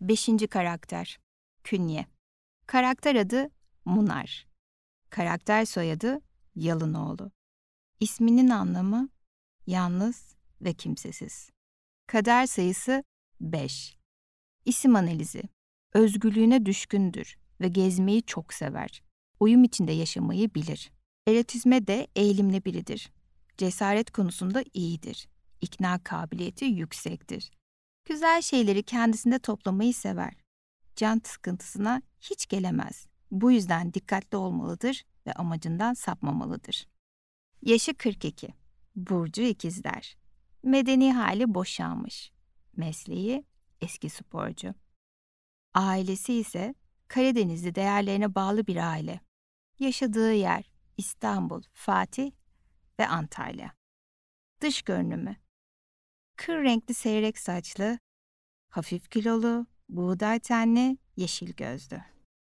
5. karakter. Künye. Karakter adı Munar. Karakter soyadı Yalınoğlu. İsminin anlamı yalnız ve kimsesiz. Kader sayısı 5. İsim analizi. Özgürlüğüne düşkündür ve gezmeyi çok sever. Uyum içinde yaşamayı bilir. Erotizme de eğilimli biridir. Cesaret konusunda iyidir. İkna kabiliyeti yüksektir. Güzel şeyleri kendisinde toplamayı sever. Can sıkıntısına hiç gelemez. Bu yüzden dikkatli olmalıdır ve amacından sapmamalıdır. Yaşı 42. Burcu İkizler. Medeni hali boşanmış. Mesleği eski sporcu. Ailesi ise Karadenizli değerlerine bağlı bir aile. Yaşadığı yer İstanbul, Fatih ve Antalya. Dış görünümü. Kır renkli seyrek saçlı, hafif kilolu, buğday tenli, yeşil gözlü.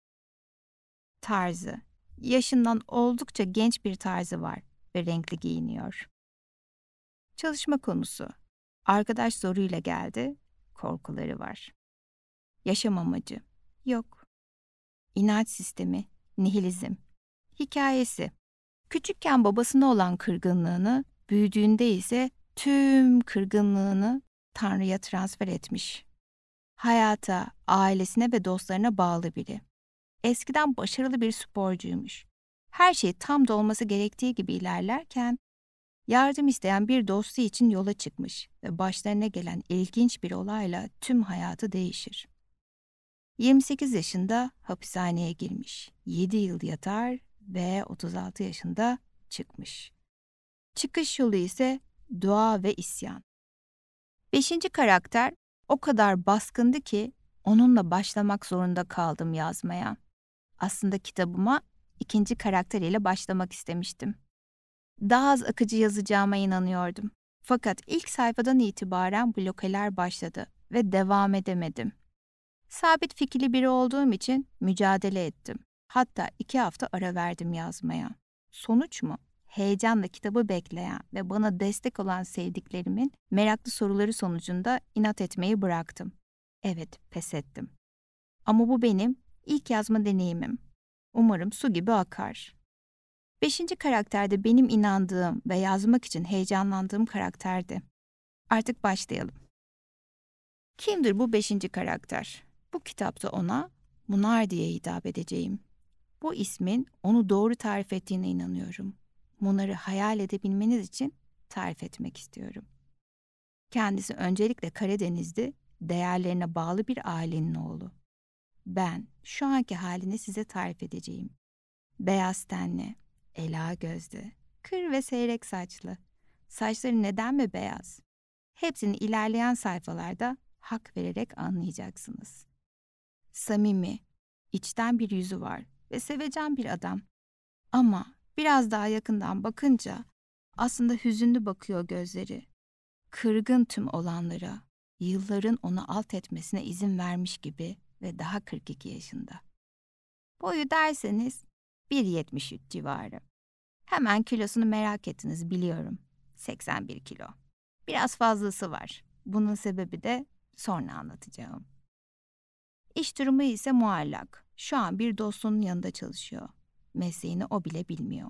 Tarzı. Yaşından oldukça genç bir tarzı var ve renkli giyiniyor. Çalışma konusu. Arkadaş zoruyla geldi, korkuları var. Yaşam amacı. Yok. İnanç sistemi, nihilizm. Hikayesi. Küçükken babasına olan kırgınlığını, büyüdüğünde ise tüm kırgınlığını Tanrı'ya transfer etmiş. Hayata, ailesine ve dostlarına bağlı biri. Eskiden başarılı bir sporcuymuş. Her şey tam da olması gerektiği gibi ilerlerken, yardım isteyen bir dostu için yola çıkmış ve başlarına gelen ilginç bir olayla tüm hayatı değişir. 28 yaşında hapishaneye girmiş, 7 yıl yatar ve 36 yaşında çıkmış. Çıkış yolu ise dua ve isyan. 5. karakter o kadar baskındı ki onunla başlamak zorunda kaldım yazmaya. Aslında kitabıma 2. karakter ile başlamak istemiştim. Daha az akıcı yazacağıma inanıyordum. Fakat ilk sayfadan itibaren blokeler başladı ve devam edemedim. Sabit fikirli biri olduğum için mücadele ettim. Hatta 2 hafta ara verdim yazmaya. Sonuç mu? Heyecanla kitabı bekleyen ve bana destek olan sevdiklerimin meraklı soruları sonucunda inat etmeyi bıraktım. Evet, pes ettim. Ama bu benim ilk yazma deneyimim. Umarım su gibi akar. 5. karakterde benim inandığım ve yazmak için heyecanlandığım karakterdi. Artık başlayalım. Kimdir bu 5. karakter? Bu kitapta ona Munar diye hitap edeceğim. Bu ismin onu doğru tarif ettiğine inanıyorum. Munar'ı hayal edebilmeniz için tarif etmek istiyorum. Kendisi öncelikle Karadeniz'de değerlerine bağlı bir ailenin oğlu. Ben şu anki halini size tarif edeceğim. Beyaz tenli, ela gözlü, kır ve seyrek saçlı. Saçları neden mi beyaz? Hepsini ilerleyen sayfalarda hak vererek anlayacaksınız. Samimi, içten bir yüzü var ve sevecen bir adam. Ama biraz daha yakından bakınca aslında hüzünlü bakıyor gözleri. Kırgın tüm olanlara, yılların onu alt etmesine izin vermiş gibi ve daha 42 yaşında. Boyu derseniz 1,73 civarı. Hemen kilosunu merak ettiniz biliyorum. 81 kilo. Biraz fazlası var. Bunun sebebi de sonra anlatacağım. İş durumu ise muallak. Şu an bir dostunun yanında çalışıyor. Mesleğini o bile bilmiyor.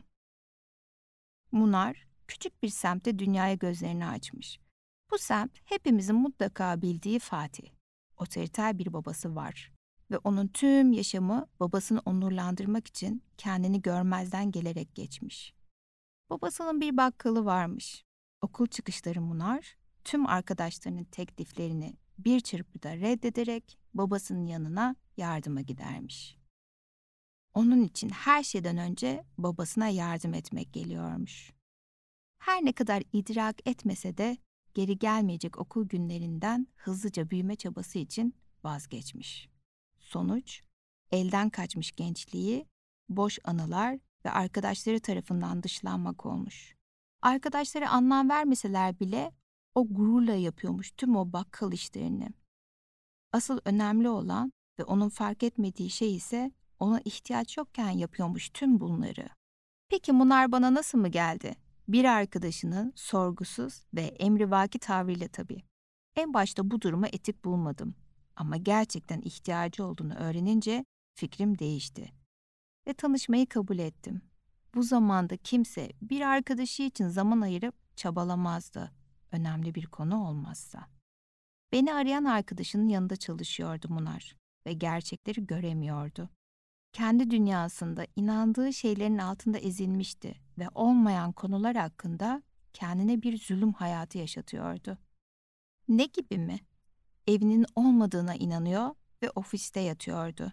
Munar, küçük bir semtte dünyaya gözlerini açmış. Bu semt hepimizin mutlaka bildiği Fatih. Otoriter bir babası var. Ve onun tüm yaşamı babasını onurlandırmak için kendini görmezden gelerek geçmiş. Babasının bir bakkalı varmış. Okul çıkışları Munar, tüm arkadaşlarının tekliflerini bir çırpıda reddederek babasının yanına yardıma gidermiş. Onun için her şeyden önce babasına yardım etmek geliyormuş. Her ne kadar idrak etmese de geri gelmeyecek okul günlerinden hızlıca büyüme çabası için vazgeçmiş. Sonuç, elden kaçmış gençliği, boş anılar ve arkadaşları tarafından dışlanmak olmuş. Arkadaşları anlam vermeseler bile o gururla yapıyormuş tüm o bakkal işlerini. Asıl önemli olan ve onun fark etmediği şey ise ona ihtiyaç yokken yapıyormuş tüm bunları. Peki bunlar bana nasıl mı geldi? Bir arkadaşının sorgusuz ve emrivaki tavrıyla tabii. En başta bu duruma etik bulmadım. Ama gerçekten ihtiyacı olduğunu öğrenince fikrim değişti ve tanışmayı kabul ettim. Bu zamanda kimse bir arkadaşı için zaman ayırıp çabalamazdı, önemli bir konu olmazsa. Beni arayan arkadaşının yanında çalışıyordu Munar ve gerçekleri göremiyordu. Kendi dünyasında inandığı şeylerin altında ezilmişti ve olmayan konular hakkında kendine bir zulüm hayatı yaşatıyordu. Ne gibi mi? Evinin olmadığına inanıyor ve ofiste yatıyordu.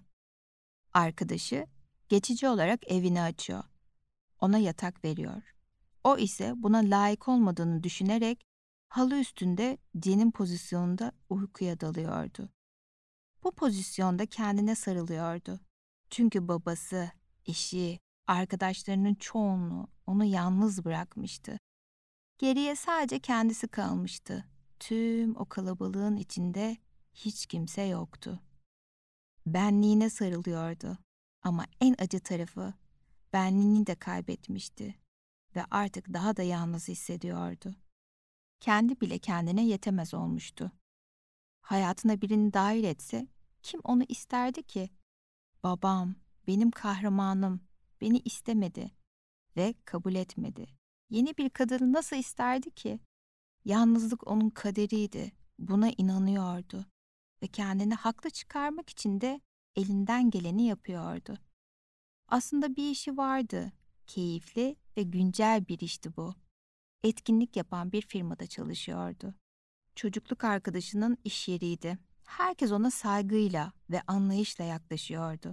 Arkadaşı geçici olarak evini açıyor. Ona yatak veriyor. O ise buna layık olmadığını düşünerek halı üstünde cenin pozisyonunda uykuya dalıyordu. Bu pozisyonda kendine sarılıyordu. Çünkü babası, eşi, arkadaşlarının çoğunluğu onu yalnız bırakmıştı. Geriye sadece kendisi kalmıştı. Tüm o kalabalığın içinde hiç kimse yoktu. Benliğine sarılıyordu. Ama en acı tarafı benliğini de kaybetmişti ve artık daha da yalnız hissediyordu. Kendi bile kendine yetemez olmuştu. Hayatına birini dahil etse kim onu isterdi ki? Babam, benim kahramanım, beni istemedi ve kabul etmedi. Yeni bir kadını nasıl isterdi ki? Yalnızlık onun kaderiydi. Buna inanıyordu ve kendini haklı çıkarmak için de elinden geleni yapıyordu. Aslında bir işi vardı. Keyifli ve güncel bir işti bu. Etkinlik yapan bir firmada çalışıyordu. Çocukluk arkadaşının iş yeriydi. Herkes ona saygıyla ve anlayışla yaklaşıyordu.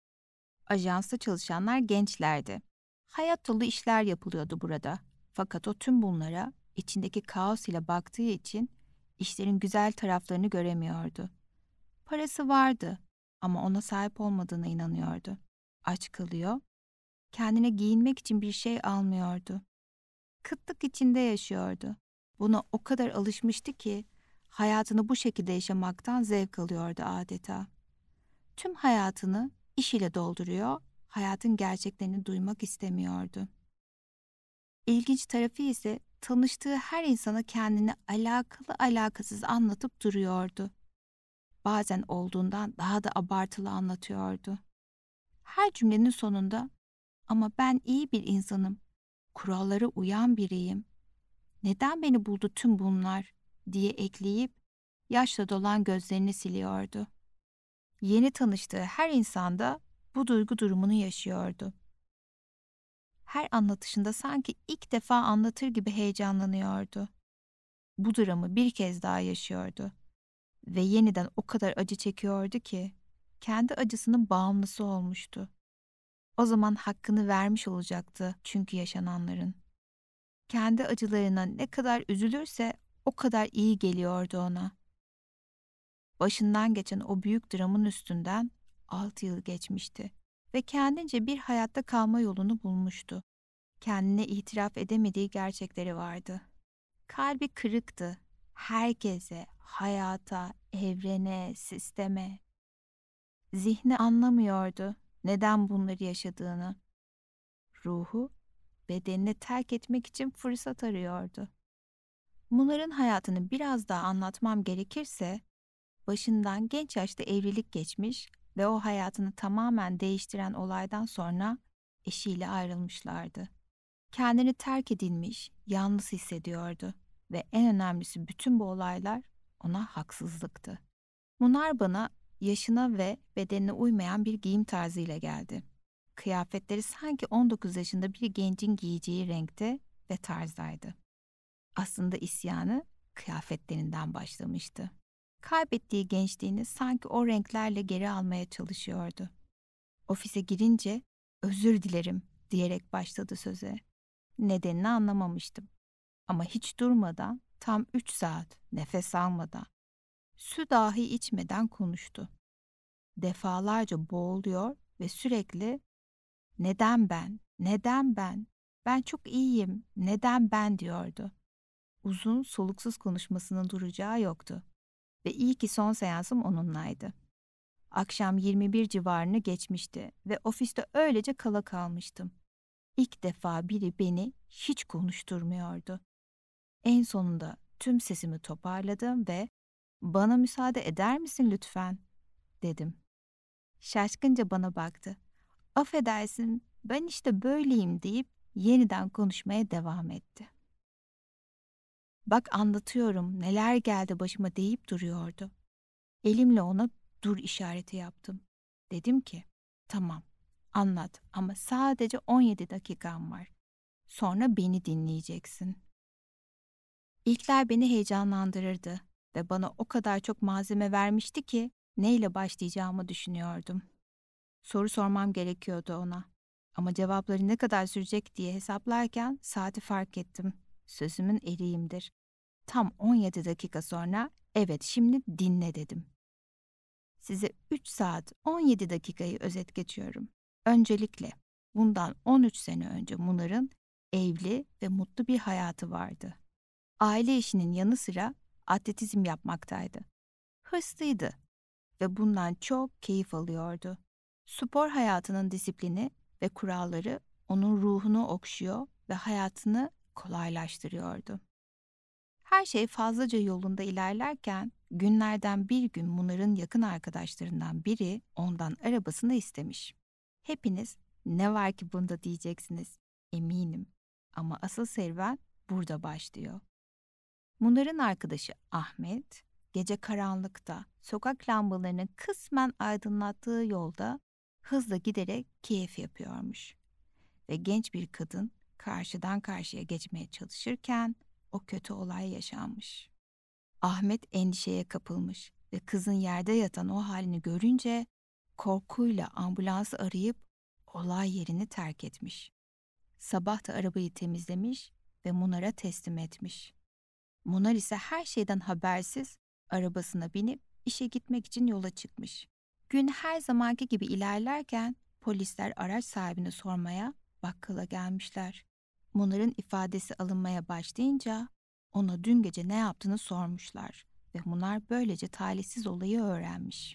Ajansta çalışanlar gençlerdi. Hayat dolu işler yapılıyordu burada. Fakat o tüm bunlara içindeki kaos ile baktığı için işlerin güzel taraflarını göremiyordu. Parası vardı ama ona sahip olmadığına inanıyordu. Aç kalıyor, kendine giyinmek için bir şey almıyordu. Kıtlık içinde yaşıyordu. Buna o kadar alışmıştı ki hayatını bu şekilde yaşamaktan zevk alıyordu adeta. Tüm hayatını iş ile dolduruyor, hayatın gerçeklerini duymak istemiyordu. İlginç tarafı ise tanıştığı her insana kendini alakalı alakasız anlatıp duruyordu. Bazen olduğundan daha da abartılı anlatıyordu. Her cümlenin sonunda "Ama ben iyi bir insanım, kurallara uyan biriyim. Neden beni buldu tüm bunlar?" diye ekleyip yaşla dolan gözlerini siliyordu. Yeni tanıştığı her insanda bu duygu durumunu yaşıyordu. Her anlatışında sanki ilk defa anlatır gibi heyecanlanıyordu. Bu dramı bir kez daha yaşıyordu ve yeniden o kadar acı çekiyordu ki kendi acısının bağımlısı olmuştu. O zaman hakkını vermiş olacaktı çünkü yaşananların. Kendi acılarına ne kadar üzülürse o kadar iyi geliyordu ona. Başından geçen o büyük dramın üstünden 6 yıl geçmişti ve kendince bir hayatta kalma yolunu bulmuştu. Kendine itiraf edemediği gerçekleri vardı. Kalbi kırıktı. Herkese, hayata, evrene, sisteme. Zihni anlamıyordu neden bunları yaşadığını. Ruhu, bedenini terk etmek için fırsat arıyordu. Bunların hayatını biraz daha anlatmam gerekirse, başından genç yaşta evlilik geçmiş ve o hayatını tamamen değiştiren olaydan sonra eşiyle ayrılmışlardı. Kendini terk edilmiş, yalnız hissediyordu ve en önemlisi bütün bu olaylar ona haksızlıktı. Munar bana yaşına ve bedenine uymayan bir giyim tarzıyla geldi. Kıyafetleri sanki 19 yaşında bir gencin giyeceği renkte ve tarzdaydı. Aslında isyanı kıyafetlerinden başlamıştı. Kaybettiği gençliğini sanki o renklerle geri almaya çalışıyordu. Ofise girince "Özür dilerim" diyerek başladı söze. Nedenini anlamamıştım. Ama hiç durmadan tam 3 saat nefes almadan, su dahi içmeden konuştu. Defalarca boğuluyor ve sürekli "Neden ben? Neden ben? Ben çok iyiyim. Neden ben?" diyordu. Uzun, soluksuz konuşmasının duracağı yoktu. Ve iyi ki son seansım onunlaydı. Akşam 21 civarını geçmişti ve ofiste öylece kala kalmıştım. İlk defa biri beni hiç konuşturmuyordu. En sonunda tüm sesimi toparladım ve "Bana müsaade eder misin lütfen?" dedim. Şaşkınca bana baktı. "Affedersin, ben işte böyleyim." deyip yeniden konuşmaya devam etti. "Bak anlatıyorum, neler geldi başıma." deyip duruyordu. Elimle ona dur işareti yaptım. Dedim ki, "Tamam, anlat ama sadece 17 dakikan var. Sonra beni dinleyeceksin." İlkler beni heyecanlandırırdı ve bana o kadar çok malzeme vermişti ki neyle başlayacağımı düşünüyordum. Soru sormam gerekiyordu ona. Ama cevapları ne kadar sürecek diye hesaplarken saati fark ettim. Sözümün eriyimdir. Tam 17 dakika sonra, "Evet, şimdi dinle." dedim. Size 3 saat 17 dakikayı özet geçiyorum. Öncelikle bundan 13 sene önce Munar'ın evli ve mutlu bir hayatı vardı. Aile işinin yanı sıra atletizm yapmaktaydı. Hırslıydı ve bundan çok keyif alıyordu. Spor hayatının disiplini ve kuralları onun ruhunu okşuyor ve hayatını kolaylaştırıyordu. Her şey fazlaca yolunda ilerlerken günlerden bir gün Munar'ın yakın arkadaşlarından biri ondan arabasını istemiş. Hepiniz "Ne var ki bunda?" diyeceksiniz. Eminim. Ama asıl serüven burada başlıyor. Munar'ın arkadaşı Ahmet, gece karanlıkta sokak lambalarının kısmen aydınlattığı yolda hızla giderek keyif yapıyormuş. Ve genç bir kadın karşıdan karşıya geçmeye çalışırken o kötü olay yaşanmış. Ahmet endişeye kapılmış ve kızın yerde yatan o halini görünce korkuyla ambulansı arayıp olay yerini terk etmiş. Sabah da arabayı temizlemiş ve Munar'a teslim etmiş. Munar ise her şeyden habersiz arabasına binip işe gitmek için yola çıkmış. Gün her zamanki gibi ilerlerken polisler araç sahibini sormaya bakkala gelmişler. Munar'ın ifadesi alınmaya başlayınca ona dün gece ne yaptığını sormuşlar ve Munar böylece talihsiz olayı öğrenmiş.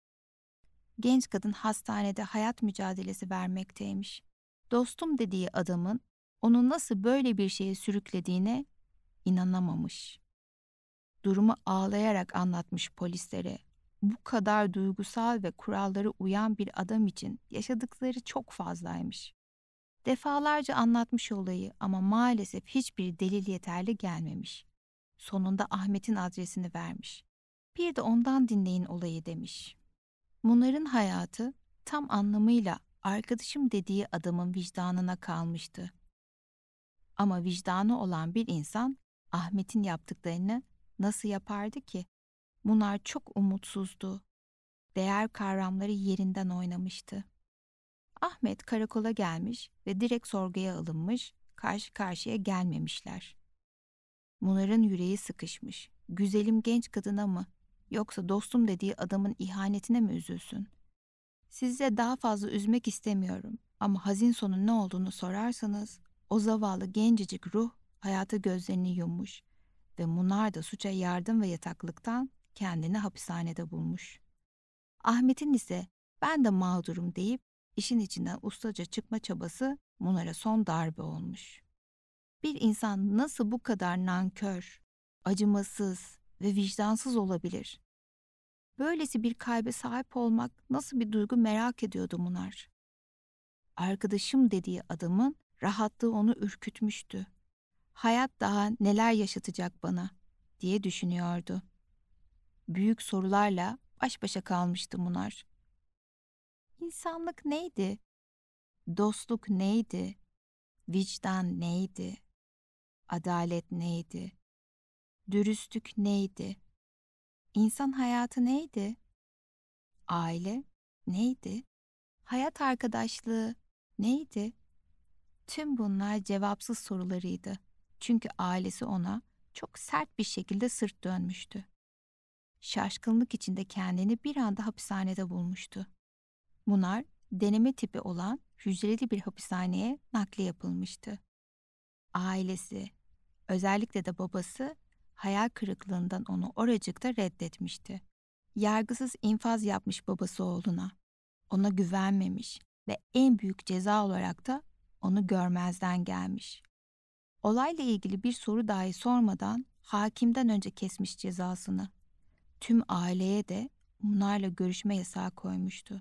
Genç kadın hastanede hayat mücadelesi vermekteymiş. Dostum dediği adamın onu nasıl böyle bir şeye sürüklediğine inanamamış. Durumu ağlayarak anlatmış polislere. Bu kadar duygusal ve kurallara uyan bir adam için yaşadıkları çok fazlaymış. Defalarca anlatmış olayı ama maalesef hiçbir delil yeterli gelmemiş. Sonunda Ahmet'in adresini vermiş. "Bir de ondan dinleyin olayı." demiş. Munar'ın hayatı tam anlamıyla arkadaşım dediği adamın vicdanına kalmıştı. Ama vicdanı olan bir insan Ahmet'in yaptıklarını nasıl yapardı ki? Munar çok umutsuzdu. Değer kavramları yerinden oynamıştı. Ahmet karakola gelmiş ve direkt sorguya alınmış, karşı karşıya gelmemişler. Munar'ın yüreği sıkışmış. Güzelim genç kadına mı, yoksa dostum dediği adamın ihanetine mi üzülsün? Sizi daha fazla üzmek istemiyorum ama hazin sonun ne olduğunu sorarsanız, o zavallı gencecik ruh hayata gözlerini yummuş ve Munar da suça yardım ve yataklıktan kendini hapishanede bulmuş. Ahmet'in ise "Ben de mağdurum." deyip işin içinden ustaca çıkma çabası Munar'a son darbe olmuş. Bir insan nasıl bu kadar nankör, acımasız ve vicdansız olabilir? Böylesi bir kalbe sahip olmak nasıl bir duygu merak ediyordu Munar. Arkadaşım dediği adamın rahatlığı onu ürkütmüştü. Hayat daha neler yaşatacak bana diye düşünüyordu. Büyük sorularla baş başa kalmıştı Munar. İnsanlık neydi? Dostluk neydi? Vicdan neydi? Adalet neydi? Dürüstlük neydi? İnsan hayatı neydi? Aile neydi? Hayat arkadaşlığı neydi? Tüm bunlar cevapsız sorularıydı. Çünkü ailesi ona çok sert bir şekilde sırt dönmüştü. Şaşkınlık içinde kendini bir anda hapishanede bulmuştu. Munar, deneme tipi olan hücreli bir hapishaneye nakli yapılmıştı. Ailesi, özellikle de babası, hayal kırıklığından onu oracıkta reddetmişti. Yargısız infaz yapmış babası oğluna. Ona güvenmemiş ve en büyük ceza olarak da onu görmezden gelmiş. Olayla ilgili bir soru dahi sormadan hakimden önce kesmiş cezasını. Tüm aileye de bunlarla görüşme yasağı koymuştu.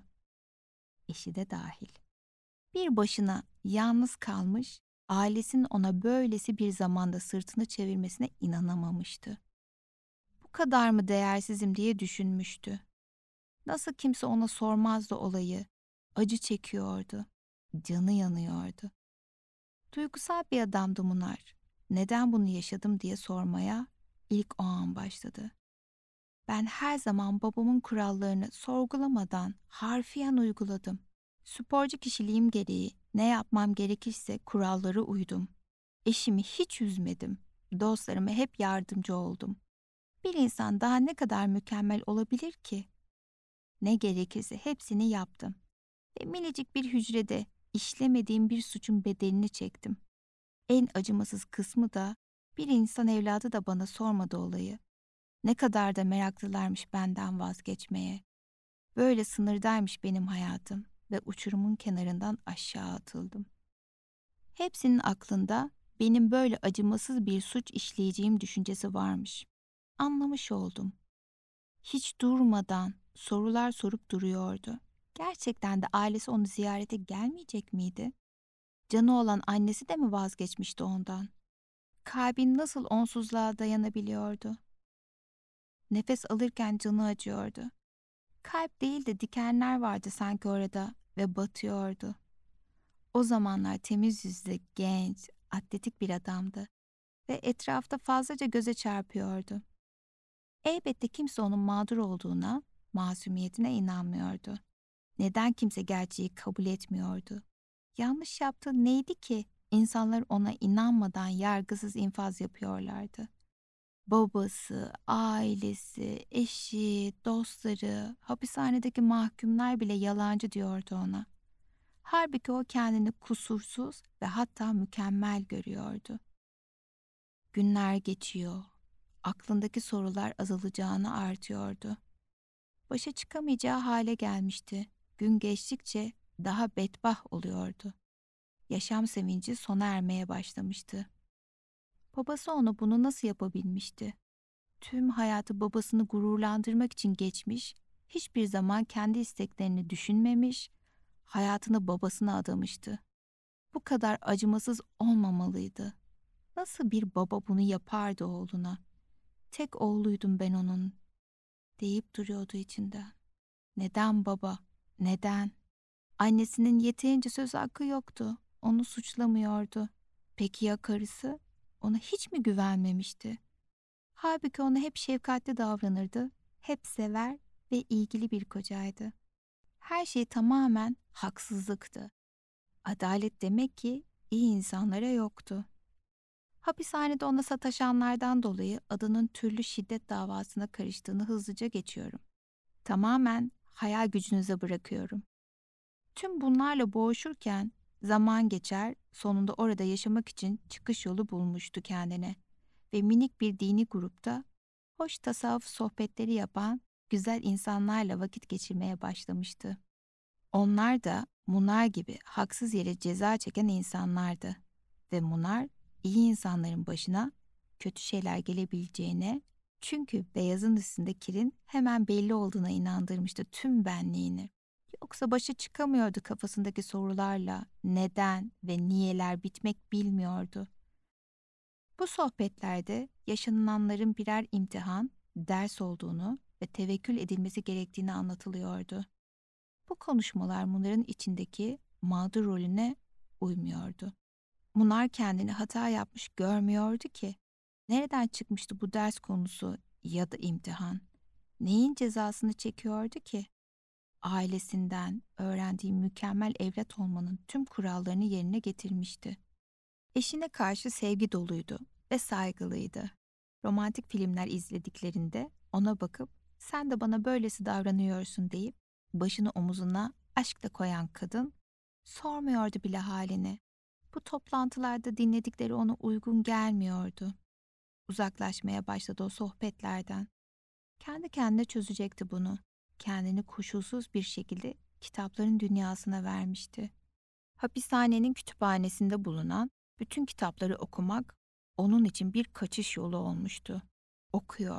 Eşi de dahil. Bir başına yalnız kalmış, ailesinin ona böylesi bir zamanda sırtını çevirmesine inanamamıştı. Bu kadar mı değersizim diye düşünmüştü. Nasıl kimse ona sormazdı olayı. Acı çekiyordu. Canı yanıyordu. Duygusal bir adamdı Munar. Neden bunu yaşadım diye sormaya ilk o an başladı. Ben her zaman babamın kurallarını sorgulamadan harfiyen uyguladım. Sporcu kişiliğim gereği ne yapmam gerekirse kurallara uydum. Eşimi hiç üzmedim. Dostlarıma hep yardımcı oldum. Bir insan daha ne kadar mükemmel olabilir ki? Ne gerekirse hepsini yaptım. Ve minicik bir hücrede işlemediğim bir suçun bedelini çektim. En acımasız kısmı da bir insan evladı da bana sormadı olayı. Ne kadar da meraklılarmış benden vazgeçmeye. Böyle sınırdaymış benim hayatım ve uçurumun kenarından aşağı atıldım. Hepsinin aklında benim böyle acımasız bir suç işleyeceğim düşüncesi varmış. Anlamış oldum. Hiç durmadan sorular sorup duruyordu. Gerçekten de ailesi onu ziyarete gelmeyecek miydi? Canı olan annesi de mi vazgeçmişti ondan? Kalbin nasıl onsuzluğa dayanabiliyordu? Nefes alırken canı acıyordu. Kalp değil de dikenler vardı sanki orada ve batıyordu. O zamanlar temiz yüzlü, genç, atletik bir adamdı ve etrafta fazlaca göze çarpıyordu. Elbette kimse onun mağdur olduğuna, masumiyetine inanmıyordu. Neden kimse gerçeği kabul etmiyordu? Yanlış yaptığı neydi ki insanlar ona inanmadan yargısız infaz yapıyorlardı? Babası, ailesi, eşi, dostları, hapishanedeki mahkumlar bile yalancı diyordu ona. Halbuki o kendini kusursuz ve hatta mükemmel görüyordu. Günler geçiyor. Aklındaki sorular azalacağını artıyordu. Başa çıkamayacağı hale gelmişti. Gün geçtikçe daha bedbaht oluyordu. Yaşam sevinci sona ermeye başlamıştı. Babası ona bunu nasıl yapabilmişti? Tüm hayatı babasını gururlandırmak için geçmiş, hiçbir zaman kendi isteklerini düşünmemiş, hayatını babasına adamıştı. Bu kadar acımasız olmamalıydı. Nasıl bir baba bunu yapardı oğluna? Tek oğluydum ben onun, deyip duruyordu içinden. Neden baba? Neden? Annesinin yeterince söz hakkı yoktu. Onu suçlamıyordu. Peki ya karısı? Ona hiç mi güvenmemişti? Halbuki ona hep şefkatli davranırdı, hep sever ve ilgili bir kocaydı. Her şey tamamen haksızlıktı. Adalet demek ki iyi insanlara yoktu. Hapishanede ona sataşanlardan dolayı adının türlü şiddet davasına karıştığını hızlıca geçiyorum. Tamamen hayal gücünüze bırakıyorum. Tüm bunlarla boğuşurken zaman geçer, sonunda orada yaşamak için çıkış yolu bulmuştu kendine ve minik bir dini grupta hoş tasavvuf sohbetleri yapan güzel insanlarla vakit geçirmeye başlamıştı. Onlar da Munar gibi haksız yere ceza çeken insanlardı ve Munar iyi insanların başına kötü şeyler gelebileceğine, çünkü beyazın üstünde kirin hemen belli olduğuna inandırmıştı tüm benliğini. Yoksa başa çıkamıyordu kafasındaki sorularla, neden ve niyeler bitmek bilmiyordu. Bu sohbetlerde yaşanılanların birer imtihan, ders olduğunu ve tevekkül edilmesi gerektiğini anlatılıyordu. Bu konuşmalar Munar'ın içindeki mağdur rolüne uymuyordu. Munar kendini hata yapmış görmüyordu ki. Nereden çıkmıştı bu ders konusu ya da imtihan? Neyin cezasını çekiyordu ki? Ailesinden öğrendiği mükemmel evlat olmanın tüm kurallarını yerine getirmişti. Eşine karşı sevgi doluydu ve saygılıydı. Romantik filmler izlediklerinde ona bakıp sen de bana böylesi davranıyorsun deyip başını omuzuna aşkla koyan kadın sormuyordu bile halini. Bu toplantılarda dinledikleri ona uygun gelmiyordu. Uzaklaşmaya başladı o sohbetlerden. Kendi kendine çözecekti bunu. Kendini koşulsuz bir şekilde kitapların dünyasına vermişti. Hapishanenin kütüphanesinde bulunan bütün kitapları okumak onun için bir kaçış yolu olmuştu. Okuyor,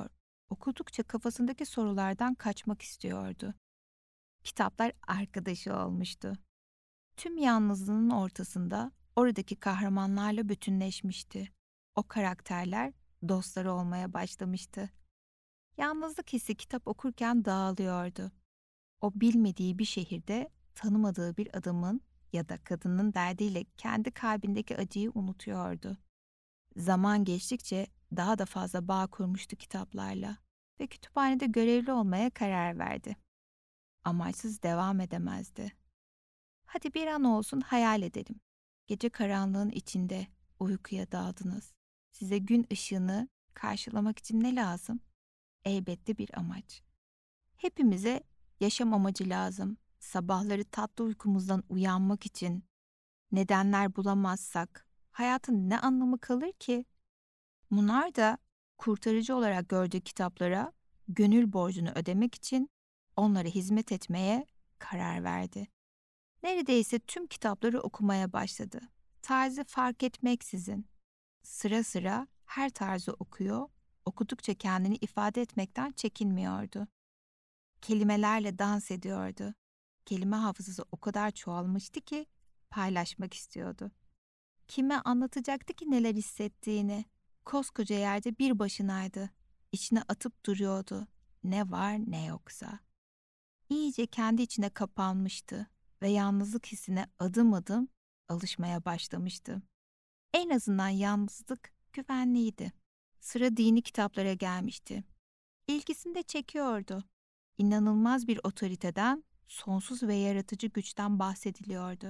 Okudukça kafasındaki sorulardan kaçmak istiyordu. Kitaplar arkadaşı olmuştu. Tüm yalnızlığının ortasında oradaki kahramanlarla bütünleşmişti. O karakterler dostları olmaya başlamıştı. Yalnızlık hissi kitap okurken dağılıyordu. O bilmediği bir şehirde tanımadığı bir adamın ya da kadının derdiyle kendi kalbindeki acıyı unutuyordu. Zaman geçtikçe daha da fazla bağ kurmuştu kitaplarla ve kütüphanede görevli olmaya karar verdi. Amaçsız devam edemezdi. Hadi bir an olsun hayal edelim. Gece karanlığın içinde uykuya daldınız. Size gün ışığını karşılamak için ne lazım? Elbette bir amaç. Hepimize yaşam amacı lazım. Sabahları tatlı uykumuzdan uyanmak için nedenler bulamazsak hayatın ne anlamı kalır ki? Bunlar da kurtarıcı olarak gördüğü kitaplara gönül borcunu ödemek için onlara hizmet etmeye karar verdi. Neredeyse tüm kitapları okumaya başladı. Tarzı fark etmeksizin. Sıra sıra her tarzı okuyor, okudukça kendini ifade etmekten çekinmiyordu. Kelimelerle dans ediyordu. Kelime hafızası o kadar çoğalmıştı ki paylaşmak istiyordu. Kime anlatacaktı ki neler hissettiğini? Koskoca yerde bir başınaydı. İçine atıp duruyordu. Ne var ne yoksa. İyice kendi içine kapanmıştı ve yalnızlık hissine adım adım alışmaya başlamıştı. En azından yalnızlık güvenliydi. Sıra dini kitaplara gelmişti. İlgisini de çekiyordu. İnanılmaz bir otoriteden, sonsuz ve yaratıcı güçten bahsediliyordu.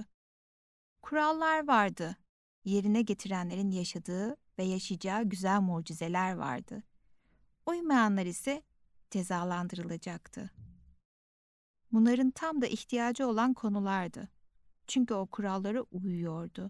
Kurallar vardı. Yerine getirenlerin yaşadığı ve yaşayacağı güzel mucizeler vardı. Uymayanlar ise cezalandırılacaktı. Bunların tam da ihtiyacı olan konulardı. Çünkü o kurallara uyuyordu.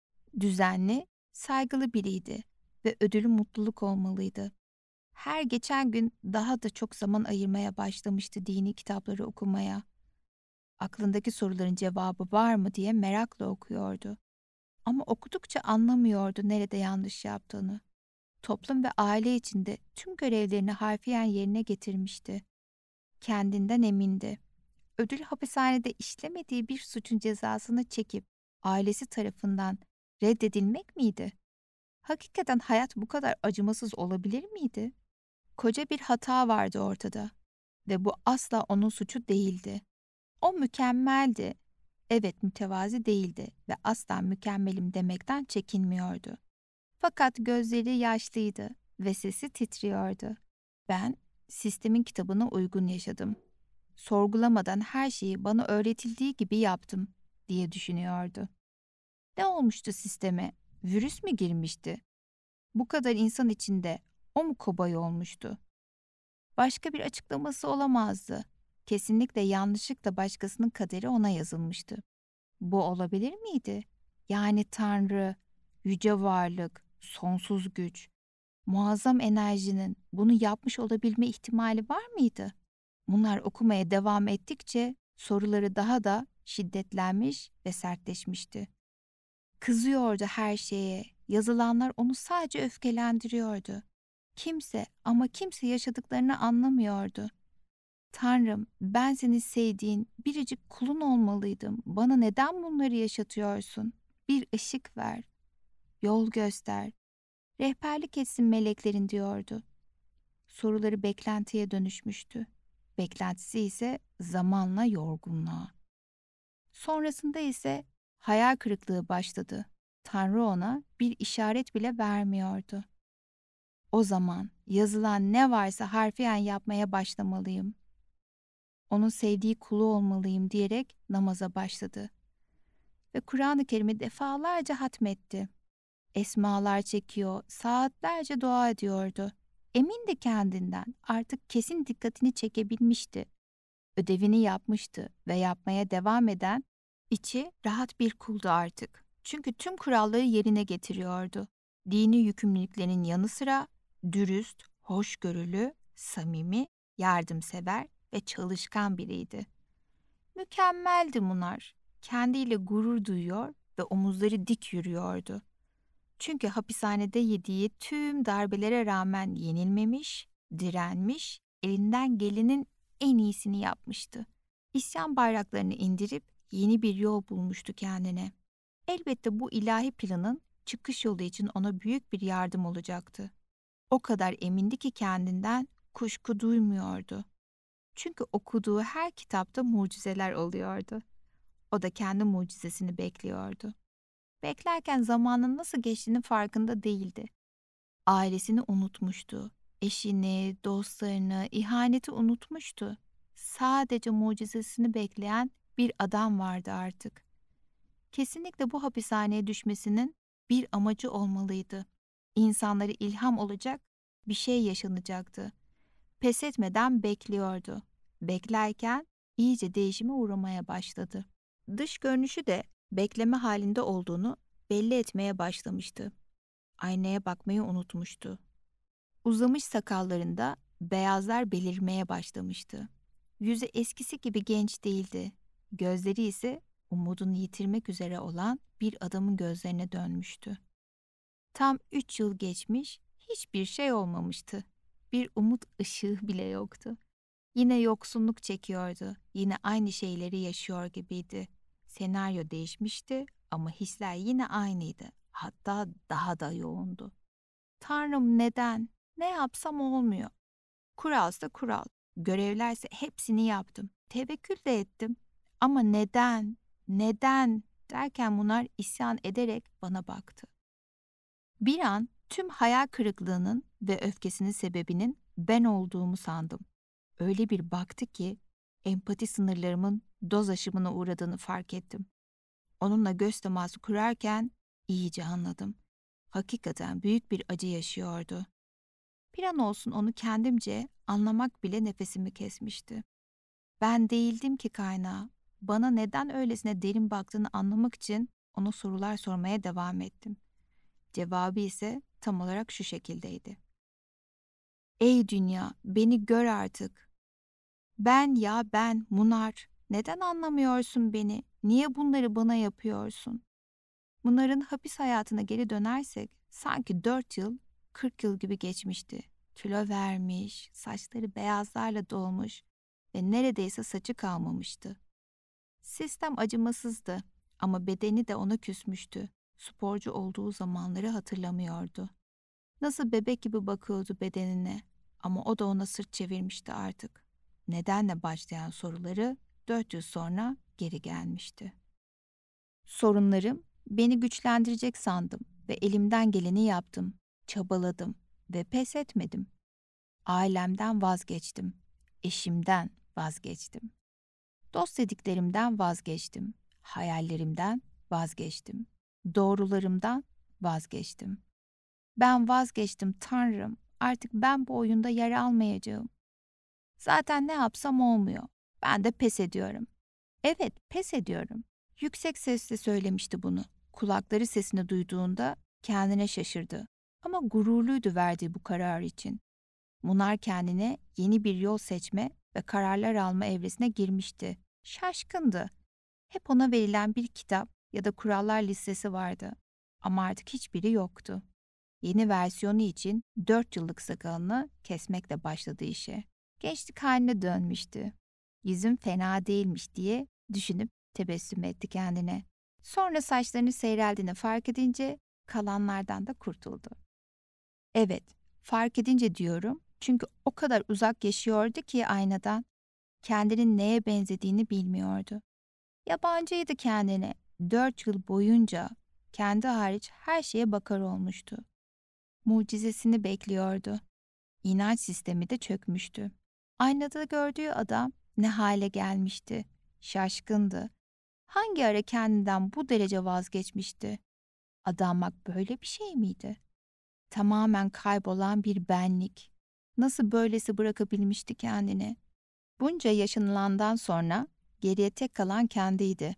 Düzenli, saygılı biriydi ve ödülü mutluluk olmalıydı. Her geçen gün daha da çok zaman ayırmaya başlamıştı dini kitapları okumaya. Aklındaki soruların cevabı var mı diye merakla okuyordu. Ama okudukça anlamıyordu nerede yanlış yaptığını. Toplum ve aile içinde tüm görevlerini harfiyen yerine getirmişti. Kendinden emindi. Ödül hapishanede işlemediği bir suçun cezasını çekip ailesi tarafından reddedilmek miydi? Hakikaten hayat bu kadar acımasız olabilir miydi? Koca bir hata vardı ortada ve bu asla onun suçu değildi. O mükemmeldi. Evet, mütevazi değildi ve asla mükemmelim demekten çekinmiyordu. Fakat gözleri yaşlıydı ve sesi titriyordu. Ben sistemin kitabına uygun yaşadım. Sorgulamadan her şeyi bana öğretildiği gibi yaptım diye düşünüyordu. Ne olmuştu sisteme? Virüs mü girmişti? Bu kadar insan içinde o mu kobay olmuştu? Başka bir açıklaması olamazdı. Kesinlikle yanlışlıkla başkasının kaderi ona yazılmıştı. Bu olabilir miydi? Yani Tanrı, yüce varlık, sonsuz güç, muazzam enerjinin bunu yapmış olabilme ihtimali var mıydı? Bunlar okumaya devam ettikçe soruları daha da şiddetlenmiş ve sertleşmişti. Kızıyordu her şeye, yazılanlar onu sadece öfkelendiriyordu. Kimse ama kimse yaşadıklarını anlamıyordu. Tanrım, ben seni sevdiğin biricik kulun olmalıydım. Bana neden bunları yaşatıyorsun? Bir ışık ver, yol göster, rehberlik etsin meleklerin diyordu. Soruları beklentiye dönüşmüştü. Beklentisi ise zamanla yorgunluğa. Sonrasında ise hayal kırıklığı başladı. Tanrı ona bir işaret bile vermiyordu. O zaman yazılan ne varsa harfiyen yapmaya başlamalıyım. Onun sevdiği kulu olmalıyım diyerek namaza başladı. Ve Kur'an-ı Kerim'i defalarca hatmetti. Esmalar çekiyor, saatlerce dua ediyordu. Emin de kendinden, artık kesin dikkatini çekebilmişti. Ödevini yapmıştı ve yapmaya devam eden, içi rahat bir kuldu artık. Çünkü tüm kuralları yerine getiriyordu. Dini yükümlülüklerinin yanı sıra dürüst, hoşgörülü, samimi, yardımsever ve çalışkan biriydi. Mükemmeldi bunlar. Kendiyle gurur duyuyor ve omuzları dik yürüyordu. Çünkü hapishanede yediği tüm darbelere rağmen yenilmemiş, Direnmiş, elinden gelenin en iyisini yapmıştı. İsyan bayraklarını indirip yeni bir yol bulmuştu kendine. Elbette bu ilahi planın çıkış yolu için ona büyük bir yardım olacaktı. O kadar emindi ki kendinden kuşku duymuyordu. Çünkü okuduğu her kitapta mucizeler oluyordu. O da kendi mucizesini bekliyordu. Beklerken zamanın nasıl geçtiğinin farkında değildi. Ailesini unutmuştu. Eşini, dostlarını, ihaneti unutmuştu. Sadece mucizesini bekleyen bir adam vardı artık. Kesinlikle bu hapishaneye düşmesinin bir amacı olmalıydı. İnsanlara ilham olacak bir şey yaşanacaktı. Pes etmeden bekliyordu. Beklerken iyice değişime uğramaya başladı. Dış görünüşü de bekleme halinde olduğunu belli etmeye başlamıştı. Aynaya bakmayı unutmuştu. Uzamış sakallarında beyazlar belirmeye başlamıştı. Yüzü eskisi gibi genç değildi. Gözleri ise umudunu yitirmek üzere olan bir adamın gözlerine dönmüştü. Tam 3 yıl geçmiş, hiçbir şey olmamıştı. Bir umut ışığı bile yoktu. Yine yoksunluk çekiyordu. Yine aynı şeyleri yaşıyor gibiydi. Senaryo değişmişti ama hisler yine aynıydı. Hatta daha da yoğundu. Tanrım neden? Ne yapsam olmuyor. Kuralsa kural. Görevlerse hepsini yaptım. Tevekkül de ettim. Ama neden? Neden? Derken bunlar isyan ederek bana baktı. Bir an tüm hayal kırıklığının ve öfkesinin sebebinin ben olduğumu sandım. Öyle bir baktı ki empati sınırlarımın doz aşımına uğradığını fark ettim. Onunla göz teması kurarken iyice anladım. Hakikaten büyük bir acı yaşıyordu. Bir an olsun onu kendimce anlamak bile nefesimi kesmişti. Ben değildim ki kaynağı. Bana neden öylesine derin baktığını anlamak için ona sorular sormaya devam ettim. Cevabı ise tam olarak şu şekildeydi. Ey dünya, beni gör artık. Ben, Munar. Neden anlamıyorsun beni? Niye bunları bana yapıyorsun? Munar'ın hapis hayatına geri dönersek sanki 4 yıl, 40 yıl gibi geçmişti. Kilo vermiş, saçları beyazlarla dolmuş ve neredeyse saçı kalmamıştı. Sistem acımasızdı ama bedeni de ona küsmüştü. Sporcu olduğu zamanları hatırlamıyordu. Nasıl bebek gibi bakıyordu bedenine ama o da ona sırt çevirmişti artık. Nedenle başlayan soruları 4 yıl sonra geri gelmişti. Sorunlarım beni güçlendirecek sandım ve elimden geleni yaptım, çabaladım ve pes etmedim. Ailemden vazgeçtim, eşimden vazgeçtim. Dost dediklerimden vazgeçtim, hayallerimden vazgeçtim, doğrularımdan vazgeçtim. Ben vazgeçtim Tanrım, artık ben bu oyunda yer almayacağım. Zaten ne yapsam olmuyor. Ben de pes ediyorum. Evet, pes ediyorum. Yüksek sesle söylemişti bunu. Kulakları sesini duyduğunda kendine şaşırdı. Ama gururluydu verdiği bu karar için. Munar kendine yeni bir yol seçme ve kararlar alma evresine girmişti. Şaşkındı. Hep ona verilen bir kitap ya da kurallar listesi vardı. Ama artık hiçbiri yoktu. Yeni versiyonu için 4 yıllık sakalını kesmekle başladı işe. Gençlik haline dönmüştü. Yüzüm fena değilmiş diye düşünüp tebessüm etti kendine. Sonra saçlarını seyreldiğini fark edince kalanlardan da kurtuldu. Evet, fark edince diyorum çünkü o kadar uzak yaşıyordu ki aynadan kendinin neye benzediğini bilmiyordu. Yabancıydı kendine. 4 yıl boyunca kendi hariç her şeye bakar olmuştu. Mucizesini bekliyordu. İnanç sistemi de çökmüştü. Aynada gördüğü adam ne hale gelmişti. Şaşkındı. Hangi ara kendinden bu derece vazgeçmişti? Adanmak böyle bir şey miydi? Tamamen kaybolan bir benlik. Nasıl böylesi bırakabilmişti kendini? Bunca yaşanılandan sonra geriye tek kalan kendiydi.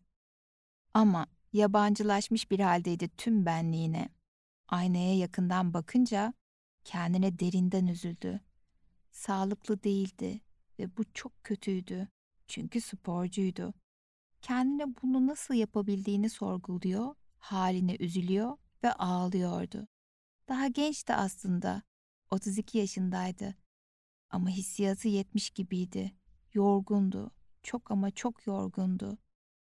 Ama yabancılaşmış bir haldeydi tüm benliğine. Aynaya yakından bakınca kendine derinden üzüldü. Sağlıklı değildi ve bu çok kötüydü. Çünkü sporcuydu. Kendine bunu nasıl yapabildiğini sorguluyor, haline üzülüyor ve ağlıyordu. Daha gençti aslında. 32 yaşındaydı. Ama hissiyatı yetmiş gibiydi. Yorgundu. Çok ama çok yorgundu.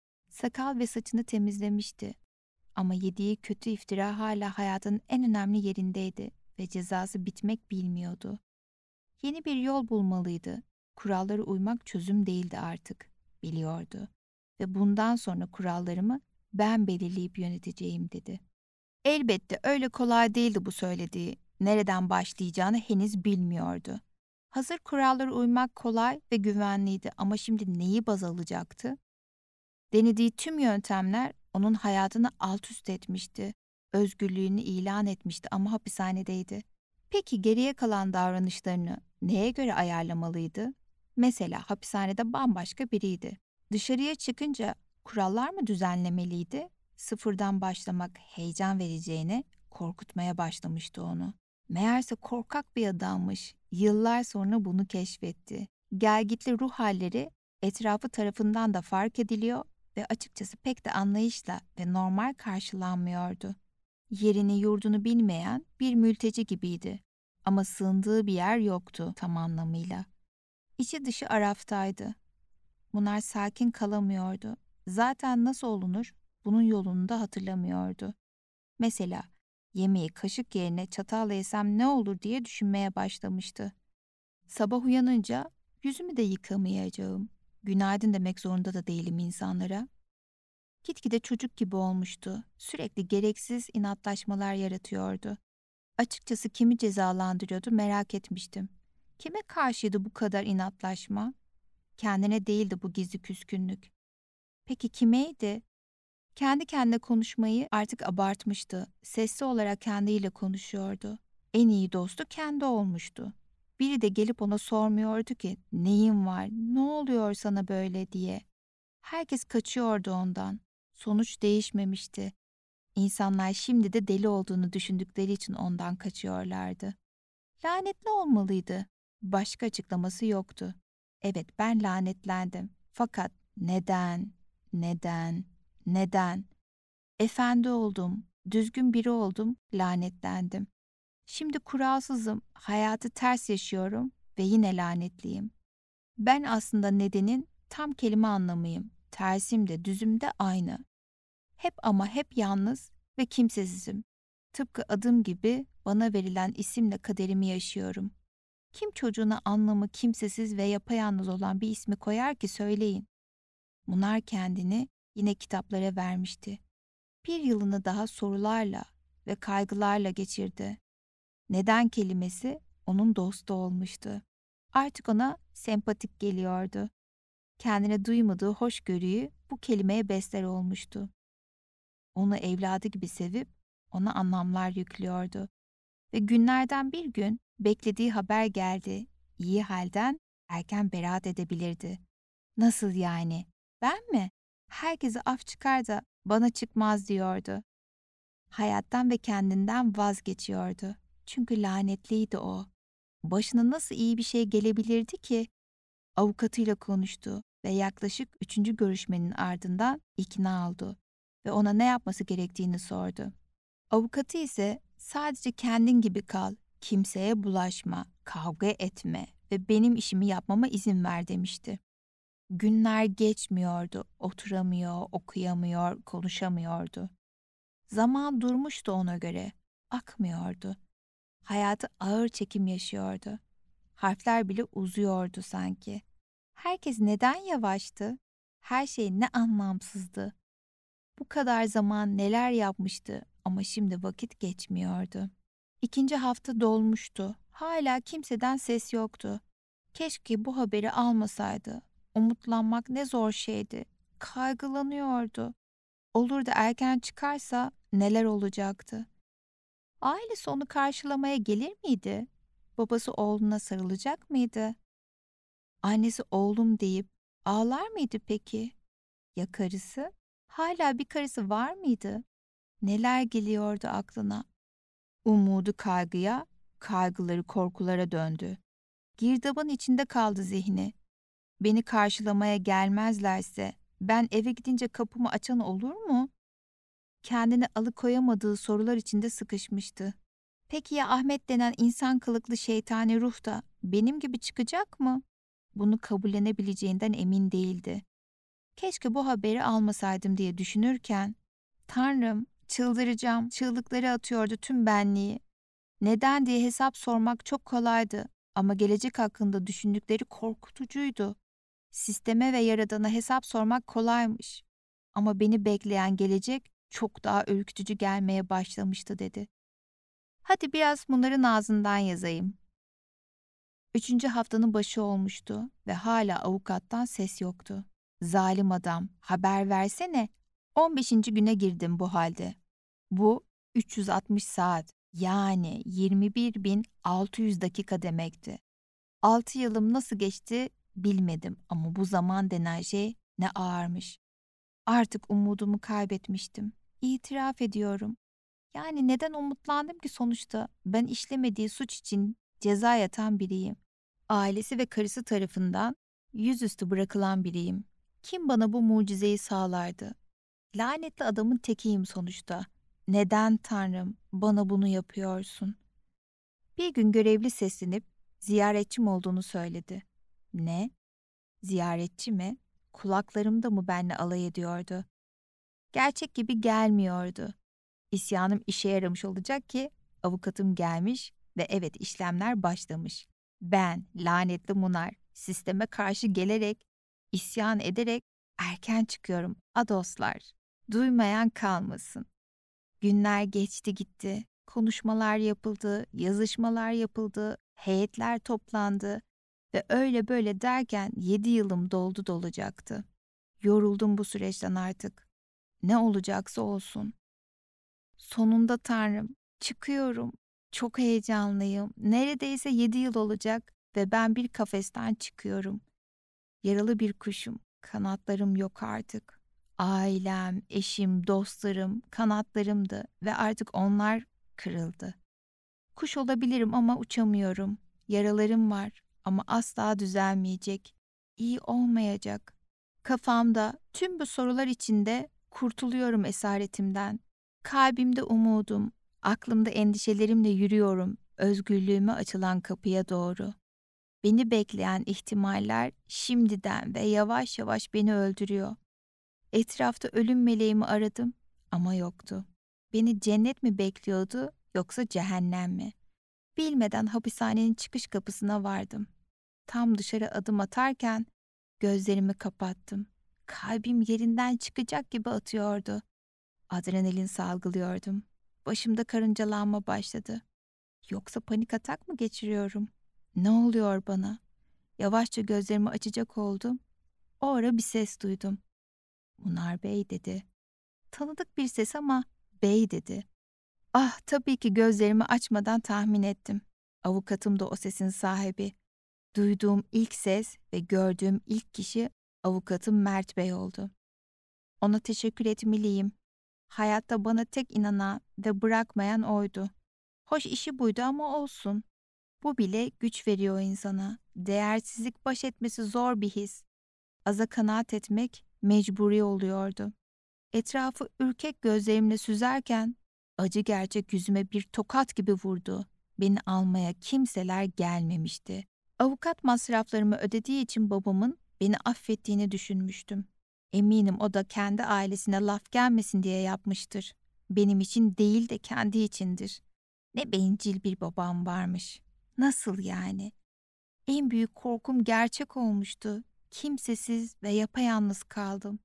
Sakal ve saçını temizlemişti. Ama yediği kötü iftira hala hayatın en önemli yerindeydi ve cezası bitmek bilmiyordu. Yeni bir yol bulmalıydı. Kurallara uymak çözüm değildi artık, biliyordu. Ve bundan sonra kurallarımı ben belirleyip yöneteceğim dedi. Elbette öyle kolay değildi bu söylediği. Nereden başlayacağını henüz bilmiyordu. Hazır kurallara uymak kolay ve güvenliydi ama şimdi neyi baz alacaktı? Denediği tüm yöntemler onun hayatını alt üst etmişti. Özgürlüğünü ilan etmişti ama hapishanedeydi. Peki geriye kalan davranışlarını neye göre ayarlamalıydı? Mesela hapishanede bambaşka biriydi. Dışarıya çıkınca kurallar mı düzenlemeliydi? Sıfırdan başlamak heyecan vereceğine korkutmaya başlamıştı onu. Meğerse korkak bir adammış. Yıllar sonra bunu keşfetti. Gelgitli ruh halleri etrafı tarafından da fark ediliyor ve açıkçası pek de anlayışla ve normal karşılanmıyordu. Yerini yurdunu bilmeyen bir mülteci gibiydi. Ama sığındığı bir yer yoktu tam anlamıyla. İçi dışı araftaydı. Bunlar sakin kalamıyordu. Zaten nasıl olunur bunun yolunu da hatırlamıyordu. Mesela yemeği kaşık yerine çatalla yesem ne olur diye düşünmeye başlamıştı. Sabah uyanınca yüzümü de yıkamayacağım. Günaydın demek zorunda da değilim insanlara. Gitgide çocuk gibi olmuştu. Sürekli gereksiz inatlaşmalar yaratıyordu. Açıkçası kimi cezalandırıyordu merak etmiştim. Kime karşıydı bu kadar inatlaşma? Kendine değildi bu gizli küskünlük. Peki kimeydi? Kendi kendine konuşmayı artık abartmıştı. Sesli olarak kendiyle konuşuyordu. En iyi dostu kendi olmuştu. Biri de gelip ona sormuyordu ki neyin var, ne oluyor sana böyle diye. Herkes kaçıyordu ondan. Sonuç değişmemişti. İnsanlar şimdi de deli olduğunu düşündükleri için ondan kaçıyorlardı. Lanetli olmalıydı. Başka açıklaması yoktu. Evet, ben lanetlendim. Fakat neden? Neden? Neden? Efendi oldum, düzgün biri oldum, lanetlendim. Şimdi kuralsızım, hayatı ters yaşıyorum ve yine lanetliyim. Ben aslında nedenin tam kelime anlamıyım. Tersim de düzüm de aynı. Hep ama hep yalnız ve kimsesizim. Tıpkı adım gibi bana verilen isimle kaderimi yaşıyorum. Kim çocuğuna anlamı kimsesiz ve yapayalnız olan bir ismi koyar ki söyleyin. Munar kendini yine kitaplara vermişti. Bir yılını daha sorularla ve kaygılarla geçirdi. Neden kelimesi onun dostu olmuştu. Artık ona sempatik geliyordu. Kendine duymadığı hoşgörüyü bu kelimeye besler olmuştu. Onu evladı gibi sevip ona anlamlar yüklüyordu. Ve günlerden bir gün beklediği haber geldi. İyi halden erken beraat edebilirdi. Nasıl yani? Ben mi? Herkese af çıkar da bana çıkmaz diyordu. Hayattan ve kendinden vazgeçiyordu. Çünkü lanetliydi o. Başına nasıl iyi bir şey gelebilirdi ki? Avukatıyla konuştu ve yaklaşık 3. görüşmenin ardından ikna oldu ve ona ne yapması gerektiğini sordu. Avukatı ise sadece kendin gibi kal, kimseye bulaşma, kavga etme ve benim işimi yapmama izin ver demişti. Günler geçmiyordu, oturamıyor, okuyamıyor, konuşamıyordu. Zaman durmuştu ona göre, akmıyordu. Hayatı ağır çekim yaşıyordu. Harfler bile uzuyordu sanki. Herkes neden yavaştı? Her şey ne anlamsızdı. Bu kadar zaman neler yapmıştı ama şimdi vakit geçmiyordu. 2. hafta dolmuştu. Hala kimseden ses yoktu. Keşke bu haberi almasaydı. Umutlanmak ne zor şeydi. Kaygılanıyordu. Olur da erken çıkarsa neler olacaktı? Ailesi onu karşılamaya gelir miydi? Babası oğluna sarılacak mıydı? Annesi oğlum deyip ağlar mıydı peki? Ya karısı? Hala bir karısı var mıydı? Neler geliyordu aklına? Umudu kaygıya, kaygıları korkulara döndü. Girdabın içinde kaldı zihni. Beni karşılamaya gelmezlerse ben eve gidince kapımı açan olur mu? Kendini alıkoyamadığı sorular içinde sıkışmıştı. Peki ya Ahmet denen insan kılıklı şeytani ruh da Benim gibi çıkacak mı? Bunu kabullenebileceğinden emin değildi. Keşke bu haberi almasaydım diye düşünürken, Tanrım, çıldıracağım, çığlıkları atıyordu tüm benliği. Neden diye hesap sormak çok kolaydı ama gelecek hakkında düşündükleri korkutucuydu. Sisteme ve Yaradan'a hesap sormak kolaymış. Ama beni bekleyen gelecek çok daha ürkütücü gelmeye başlamıştı dedi. Hadi biraz bunların ağzından yazayım. 3. haftanın başı olmuştu ve hala avukattan ses yoktu. Zalim adam, haber versene. 15. güne girdim bu halde. Bu 360 saat, yani 21.600 dakika demekti. 6 yılım nasıl geçti bilmedim ama bu zaman denen şey ne ağırmış. Artık umudumu kaybetmiştim. İtiraf ediyorum. Yani neden umutlandım ki sonuçta? Ben işlemediği suç için ceza yatan biriyim. Ailesi ve karısı tarafından yüzüstü bırakılan biriyim. Kim bana bu mucizeyi sağlardı? Lanetli adamın tekiyim sonuçta. Neden Tanrım bana bunu yapıyorsun? Bir gün görevli seslenip ziyaretçim olduğunu söyledi. Ne? Ziyaretçi mi? Kulaklarımda mı benle alay ediyordu? Gerçek gibi gelmiyordu. İsyanım işe yaramış olacak ki avukatım gelmiş ve evet işlemler başlamış. Ben lanetli Munar sisteme karşı gelerek, isyan ederek erken çıkıyorum. Adoslar. Duymayan kalmasın. Günler geçti gitti. Konuşmalar yapıldı, yazışmalar yapıldı, heyetler toplandı ve öyle böyle derken 7 yılım doldu dolacaktı. Yoruldum bu süreçten artık. Ne olacaksa olsun. Sonunda Tanrım, çıkıyorum. Çok heyecanlıyım. Neredeyse 7 yıl olacak ve ben bir kafesten çıkıyorum. Yaralı bir kuşum. Kanatlarım yok artık. Ailem, eşim, dostlarım, kanatlarımdı ve artık onlar kırıldı. Kuş olabilirim ama uçamıyorum. Yaralarım var ama asla düzelmeyecek. İyi olmayacak. Kafamda tüm bu sorular içinde kurtuluyorum esaretimden. Kalbimde umudum, aklımda endişelerimle yürüyorum özgürlüğüme açılan kapıya doğru. Beni bekleyen ihtimaller şimdiden ve yavaş yavaş beni öldürüyor. Etrafta ölüm meleğimi aradım ama yoktu. Beni cennet mi bekliyordu yoksa cehennem mi? Bilmeden hapishanenin çıkış kapısına vardım. Tam dışarı adım atarken gözlerimi kapattım. Kalbim yerinden çıkacak gibi atıyordu. Adrenalin salgılıyordum. Başımda karıncalanma başladı. Yoksa panik atak mı geçiriyorum? Ne oluyor bana? Yavaşça gözlerimi açacak oldum. O ara bir ses duydum. Munar Bey dedi. Tanıdık bir ses ama bey dedi. Ah tabii ki gözlerimi açmadan tahmin ettim. Avukatım da o sesin sahibi. Duyduğum ilk ses ve gördüğüm ilk kişi avukatım Mert Bey oldu. Ona teşekkür etmeliyim. Hayatta bana tek inanan ve bırakmayan oydu. Hoş işi buydu ama olsun. Bu bile güç veriyor insana. Değersizlik baş etmesi zor bir his. Aza kanaat etmek mecburi oluyordu. Etrafı ürkek gözlerimle süzerken acı gerçek yüzüme bir tokat gibi vurdu. Beni almaya kimseler gelmemişti. Avukat masraflarımı ödediği için babamın beni affettiğini düşünmüştüm. Eminim o da kendi ailesine laf gelmesin diye yapmıştır. Benim için değil de kendi içindir. Ne bencil bir babam varmış. Nasıl yani? En büyük korkum gerçek olmuştu. Kimsesiz ve yapayalnız kaldım.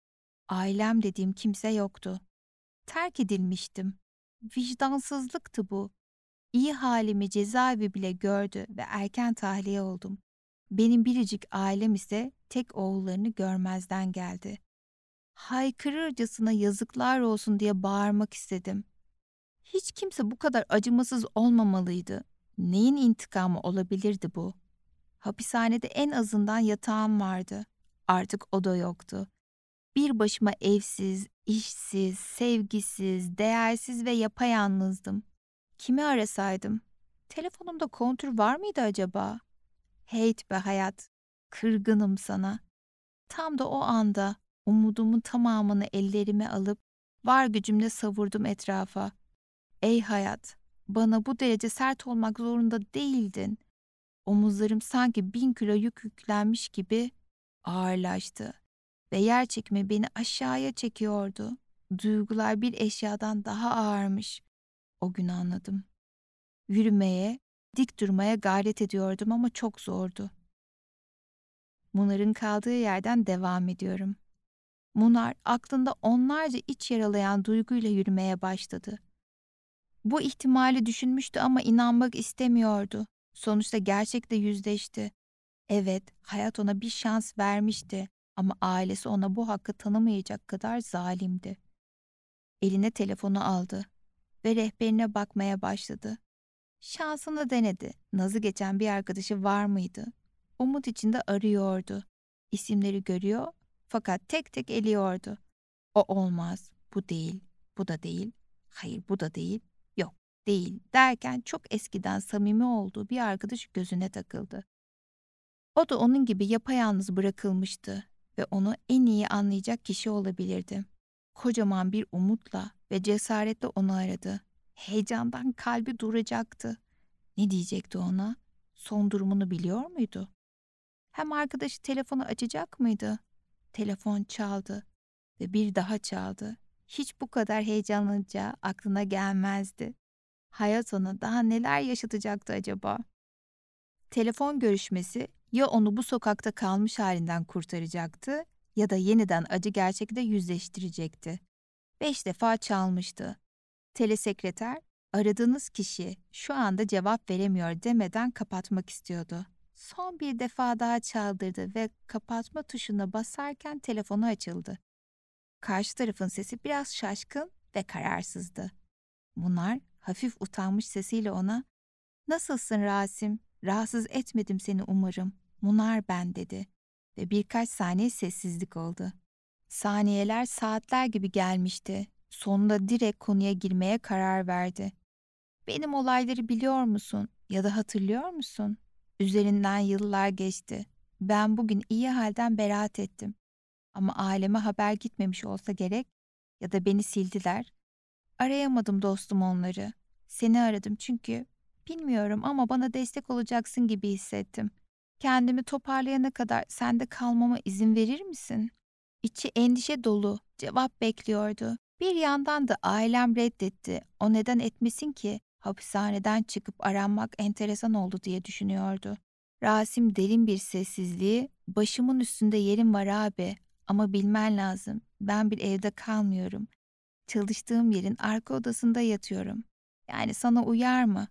Ailem dediğim kimse yoktu. Terk edilmiştim. Vicdansızlıktı bu. İyi halimi cezaevi bile gördü ve erken tahliye oldum. Benim biricik ailem ise tek oğullarını görmezden geldi. Haykırırcasına yazıklar olsun diye bağırmak istedim. Hiç kimse bu kadar acımasız olmamalıydı. Neyin intikamı olabilirdi bu? Hapishanede en azından yatağım vardı. Artık o da yoktu. Bir başıma evsiz, işsiz, sevgisiz, değersiz ve yapayalnızdım. Kimi arasaydım? Telefonumda kontür var mıydı acaba? Heyt be hayat, kırgınım sana. Tam da o anda umudumun tamamını ellerime alıp var gücümle savurdum etrafa. Ey hayat, bana bu derece sert olmak zorunda değildin. Omuzlarım sanki 1000 kilo yük yüklenmiş gibi ağırlaştı ve yer çekimi beni aşağıya çekiyordu. Duygular bir eşyadan daha ağırmış. O gün anladım. Yürümeye, dik durmaya gayret ediyordum ama çok zordu. Munar'ın kaldığı yerden devam ediyorum. Munar aklında onlarca iç yaralayan duyguyla yürümeye başladı. Bu ihtimali düşünmüştü ama inanmak istemiyordu. Sonuçta gerçekle yüzleşti. Evet, hayat ona bir şans vermişti ama ailesi ona bu hakkı tanımayacak kadar zalimdi. Eline telefonu aldı ve rehberine bakmaya başladı. Şansını denedi. Nazı geçen bir arkadaşı var mıydı? Umut içinde arıyordu. İsimleri görüyor fakat tek tek eliyordu. O olmaz, bu değil, bu da değil, hayır bu da değil, yok değil derken çok eskiden samimi olduğu bir arkadaş gözüne takıldı. O da onun gibi yapayalnız bırakılmıştı ve onu en iyi anlayacak kişi olabilirdi. Kocaman bir umutla ve cesaretle onu aradı. Heyecandan kalbi duracaktı. Ne diyecekti ona? Son durumunu biliyor muydu? Hem arkadaşı telefonu açacak mıydı? Telefon çaldı ve bir daha çaldı. Hiç bu kadar heyecanlanacağı aklına gelmezdi. Hayat ona daha neler yaşatacaktı acaba? Telefon görüşmesi ya onu bu sokakta kalmış halinden kurtaracaktı ya da yeniden acı gerçekle yüzleştirecekti. 5 defa çalmıştı. Telesekreter, aradığınız kişi şu anda cevap veremiyor demeden kapatmak istiyordu. Son bir defa daha çaldırdı ve kapatma tuşuna basarken telefonu açıldı. Karşı tarafın sesi biraz şaşkın ve kararsızdı. Munar hafif utanmış sesiyle ona "Nasılsın Rasim? Rahatsız etmedim seni umarım. Munar ben" dedi ve birkaç saniye sessizlik oldu. Saniyeler saatler gibi gelmişti. Sonunda direkt konuya girmeye karar verdi. "Benim olayları biliyor musun ya da hatırlıyor musun? Üzerinden yıllar geçti. Ben bugün iyi halden beraat ettim. Ama aileme haber gitmemiş olsa gerek ya da beni sildiler. Arayamadım dostum onları. Seni aradım çünkü bilmiyorum ama bana destek olacaksın gibi hissettim. Kendimi toparlayana kadar sende kalmama izin verir misin?" İçi endişe dolu, cevap bekliyordu. Bir yandan da ailem reddetti. O neden etmesin ki? Hapishaneden çıkıp aranmak enteresan oldu diye düşünüyordu. Rasim derin bir sessizliği, "Başımın üstünde yerim var abi ama bilmen lazım. Ben bir evde kalmıyorum. Çalıştığım yerin arka odasında yatıyorum. Yani sana uyar mı?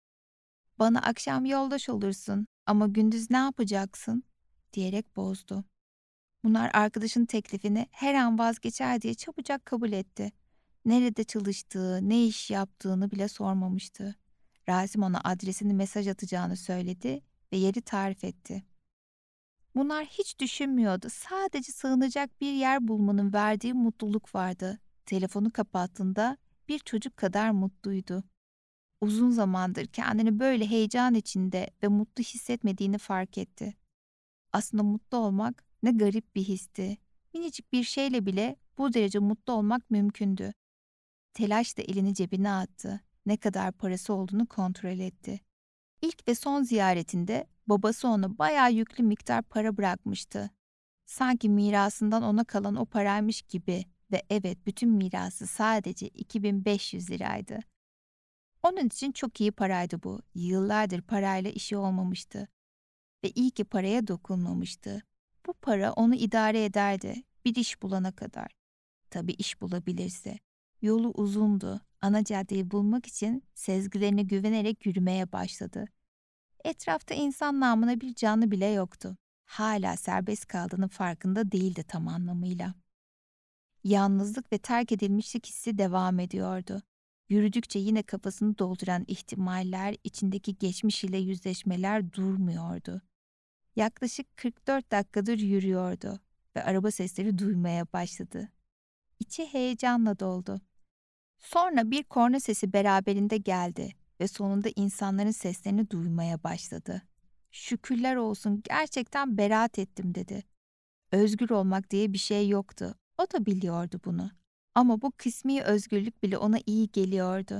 Bana akşam yoldaş olursun ama gündüz ne yapacaksın?" diyerek bozdu. Bunlar arkadaşın teklifini her an vazgeçer diye çabucak kabul etti. Nerede çalıştığı, ne iş yaptığını bile sormamıştı. Rasim ona adresini mesaj atacağını söyledi ve yeri tarif etti. Bunlar hiç düşünmüyordu. Sadece sığınacak bir yer bulmanın verdiği mutluluk vardı. Telefonu kapattığında bir çocuk kadar mutluydu. Uzun zamandır kendini böyle heyecan içinde ve mutlu hissetmediğini fark etti. Aslında mutlu olmak ne garip bir histi. Minicik bir şeyle bile bu derece mutlu olmak mümkündü. Telaşla elini cebine attı. Ne kadar parası olduğunu kontrol etti. İlk ve son ziyaretinde babası ona bayağı yüklü miktar para bırakmıştı. Sanki mirasından ona kalan o paraymış gibi ve evet bütün mirası sadece 2500 liraydı. Onun için çok iyi paraydı bu. Yıllardır parayla işi olmamıştı. Ve iyi ki paraya dokunmamıştı. Bu para onu idare ederdi bir iş bulana kadar. Tabii iş bulabilirse. Yolu uzundu. Ana caddeyi bulmak için sezgilerine güvenerek yürümeye başladı. Etrafta insan namına bir canlı bile yoktu. Hala serbest kaldığının farkında değildi tam anlamıyla. Yalnızlık ve terk edilmişlik hissi devam ediyordu. Yürüdükçe yine kafasını dolduran ihtimaller, içindeki geçmişiyle yüzleşmeler durmuyordu. Yaklaşık 44 dakikadır yürüyordu ve araba sesleri duymaya başladı. İçi heyecanla doldu. Sonra bir korna sesi beraberinde geldi ve sonunda insanların seslerini duymaya başladı. "Şükürler olsun, gerçekten beraat ettim" dedi. Özgür olmak diye bir şey yoktu. O da biliyordu bunu. Ama bu kısmi özgürlük bile ona iyi geliyordu.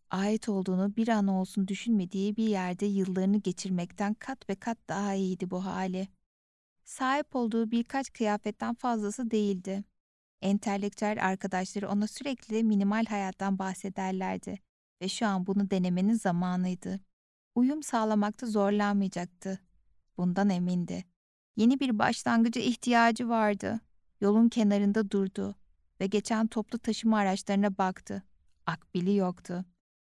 ait olduğunu bir an olsun düşünmediği bir yerde yıllarını geçirmekten kat ve kat daha iyiydi bu hali. Sahip olduğu birkaç kıyafetten fazlası değildi. Entelektüel arkadaşları ona sürekli minimal hayattan bahsederlerdi ve şu an bunu denemenin zamanıydı. Uyum sağlamakta zorlanmayacaktı. Bundan emindi. Yeni bir başlangıca ihtiyacı vardı. Yolun kenarında durdu ve geçen toplu taşıma araçlarına baktı. Akbili yoktu.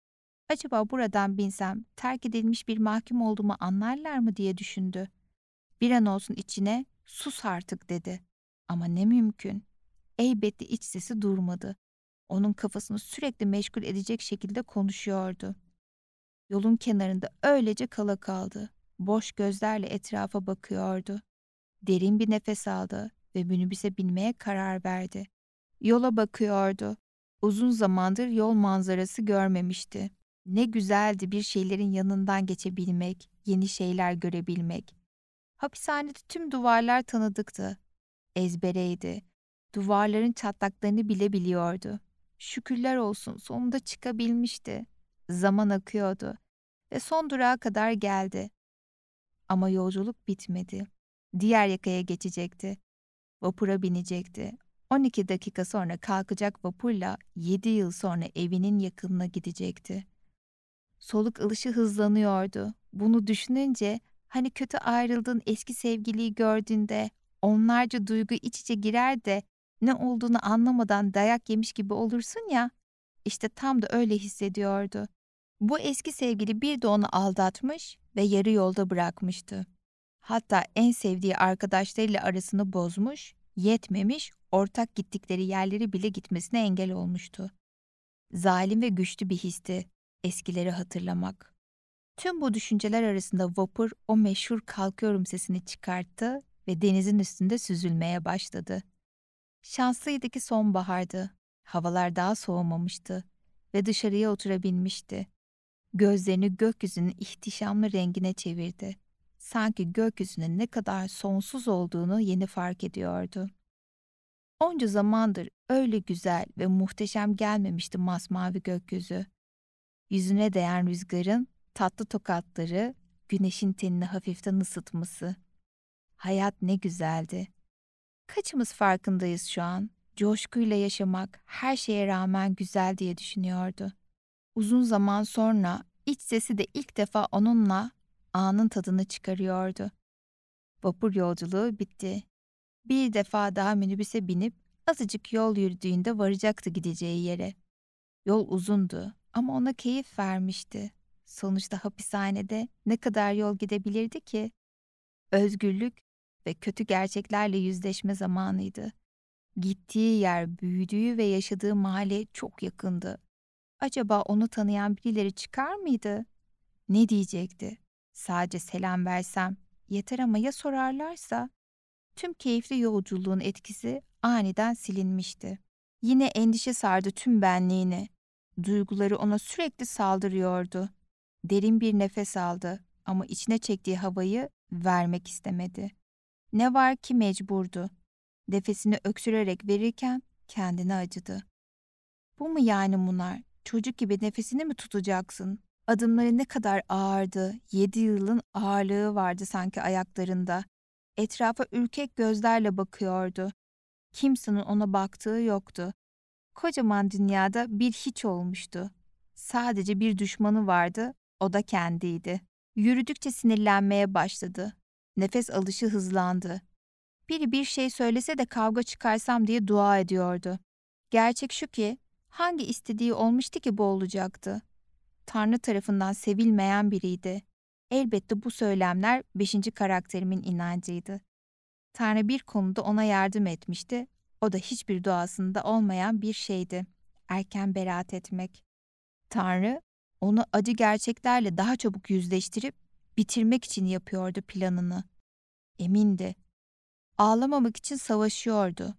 Acaba buradan binsem terk edilmiş bir mahkum olduğumu anlarlar mı diye düşündü. Bir an olsun içine sus artık dedi. Ama ne mümkün. Elbette iç sesi durmadı. Onun kafasını sürekli meşgul edecek şekilde konuşuyordu. Yolun kenarında öylece kala kaldı. Boş gözlerle etrafa bakıyordu. Derin bir nefes aldı ve minibüse binmeye karar verdi. Yola bakıyordu. Uzun zamandır yol manzarası görmemişti. Ne güzeldi bir şeylerin yanından geçebilmek, yeni şeyler görebilmek. Hapishanede tüm duvarlar tanıdıktı. Ezbereydi. Duvarların çatlaklarını bile biliyordu. Şükürler olsun sonunda çıkabilmişti. Zaman akıyordu ve son durağa kadar geldi. Ama yolculuk bitmedi. Diğer yakaya geçecekti. Vapura binecekti. 12 dakika sonra kalkacak vapurla 7 yıl sonra evinin yakınına gidecekti. Soluk alışı hızlanıyordu. Bunu düşününce hani kötü ayrıldığın eski sevgiliyi gördüğünde onlarca duygu iç içe girer de ne olduğunu anlamadan dayak yemiş gibi olursun ya. İşte tam da öyle hissediyordu. Bu eski sevgili bir de onu aldatmış ve yarı yolda bırakmıştı. Hatta en sevdiği arkadaşlarıyla arasını bozmuş, yetmemiş, ortak gittikleri yerleri bile gitmesine engel olmuştu. Zalim ve güçlü bir histi eskileri hatırlamak. Tüm bu düşünceler arasında vapur o meşhur kalkıyorum sesini çıkarttı ve denizin üstünde süzülmeye başladı. Şanslıydı ki sonbahardı. Havalar daha soğumamıştı ve dışarıya oturabilmişti. Gözlerini gökyüzünün ihtişamlı rengine çevirdi. Sanki gökyüzünün ne kadar sonsuz olduğunu yeni fark ediyordu. Onca zamandır öyle güzel ve muhteşem gelmemişti masmavi gökyüzü. Yüzüne değen rüzgarın tatlı tokatları, güneşin tenini hafiften ısıtması. Hayat ne güzeldi. Kaçımız farkındayız şu an? Coşkuyla yaşamak her şeye rağmen güzel diye düşünüyordu. Uzun zaman sonra iç sesi de ilk defa onunla anın tadını çıkarıyordu. Vapur yolculuğu bitti. Bir defa daha minibüse binip azıcık yol yürüdüğünde varacaktı gideceği yere. Yol uzundu ama ona keyif vermişti. Sonuçta hapishanede ne kadar yol gidebilirdi ki? Özgürlük ve kötü gerçeklerle yüzleşme zamanıydı. Gittiği yer, büyüdüğü ve yaşadığı mahalle çok yakındı. Acaba onu tanıyan birileri çıkar mıydı? Ne diyecekti? Sadece selam versem yeter ama ya sorarlarsa? Tüm keyifli yolculuğun etkisi aniden silinmişti. Yine endişe sardı tüm benliğini. Duyguları ona sürekli saldırıyordu. Derin bir nefes aldı ama içine çektiği havayı vermek istemedi. Ne var ki mecburdu. Nefesini öksürerek verirken kendine acıdı. Bu mu yani Munar? Çocuk gibi nefesini mi tutacaksın? Adımları ne kadar ağırdı. 7 yılın ağırlığı vardı sanki ayaklarında. Etrafa ürkek gözlerle bakıyordu. Kimsenin ona baktığı yoktu. Kocaman dünyada bir hiç olmuştu. Sadece bir düşmanı vardı, o da kendiydi. Yürüdükçe sinirlenmeye başladı. Nefes alışı hızlandı. Biri bir şey söylese de kavga çıkarsam diye dua ediyordu. Gerçek şu ki, hangi istediği olmuştu ki bu olacaktı? Tanrı tarafından sevilmeyen biriydi. Elbette bu söylemler 5. karakterimin inancıydı. Tanrı bir konuda ona yardım etmişti. O da hiçbir duasında olmayan bir şeydi. Erken beraat etmek. Tanrı, onu acı gerçeklerle daha çabuk yüzleştirip bitirmek için yapıyordu planını. Emindi. Ağlamamak için savaşıyordu.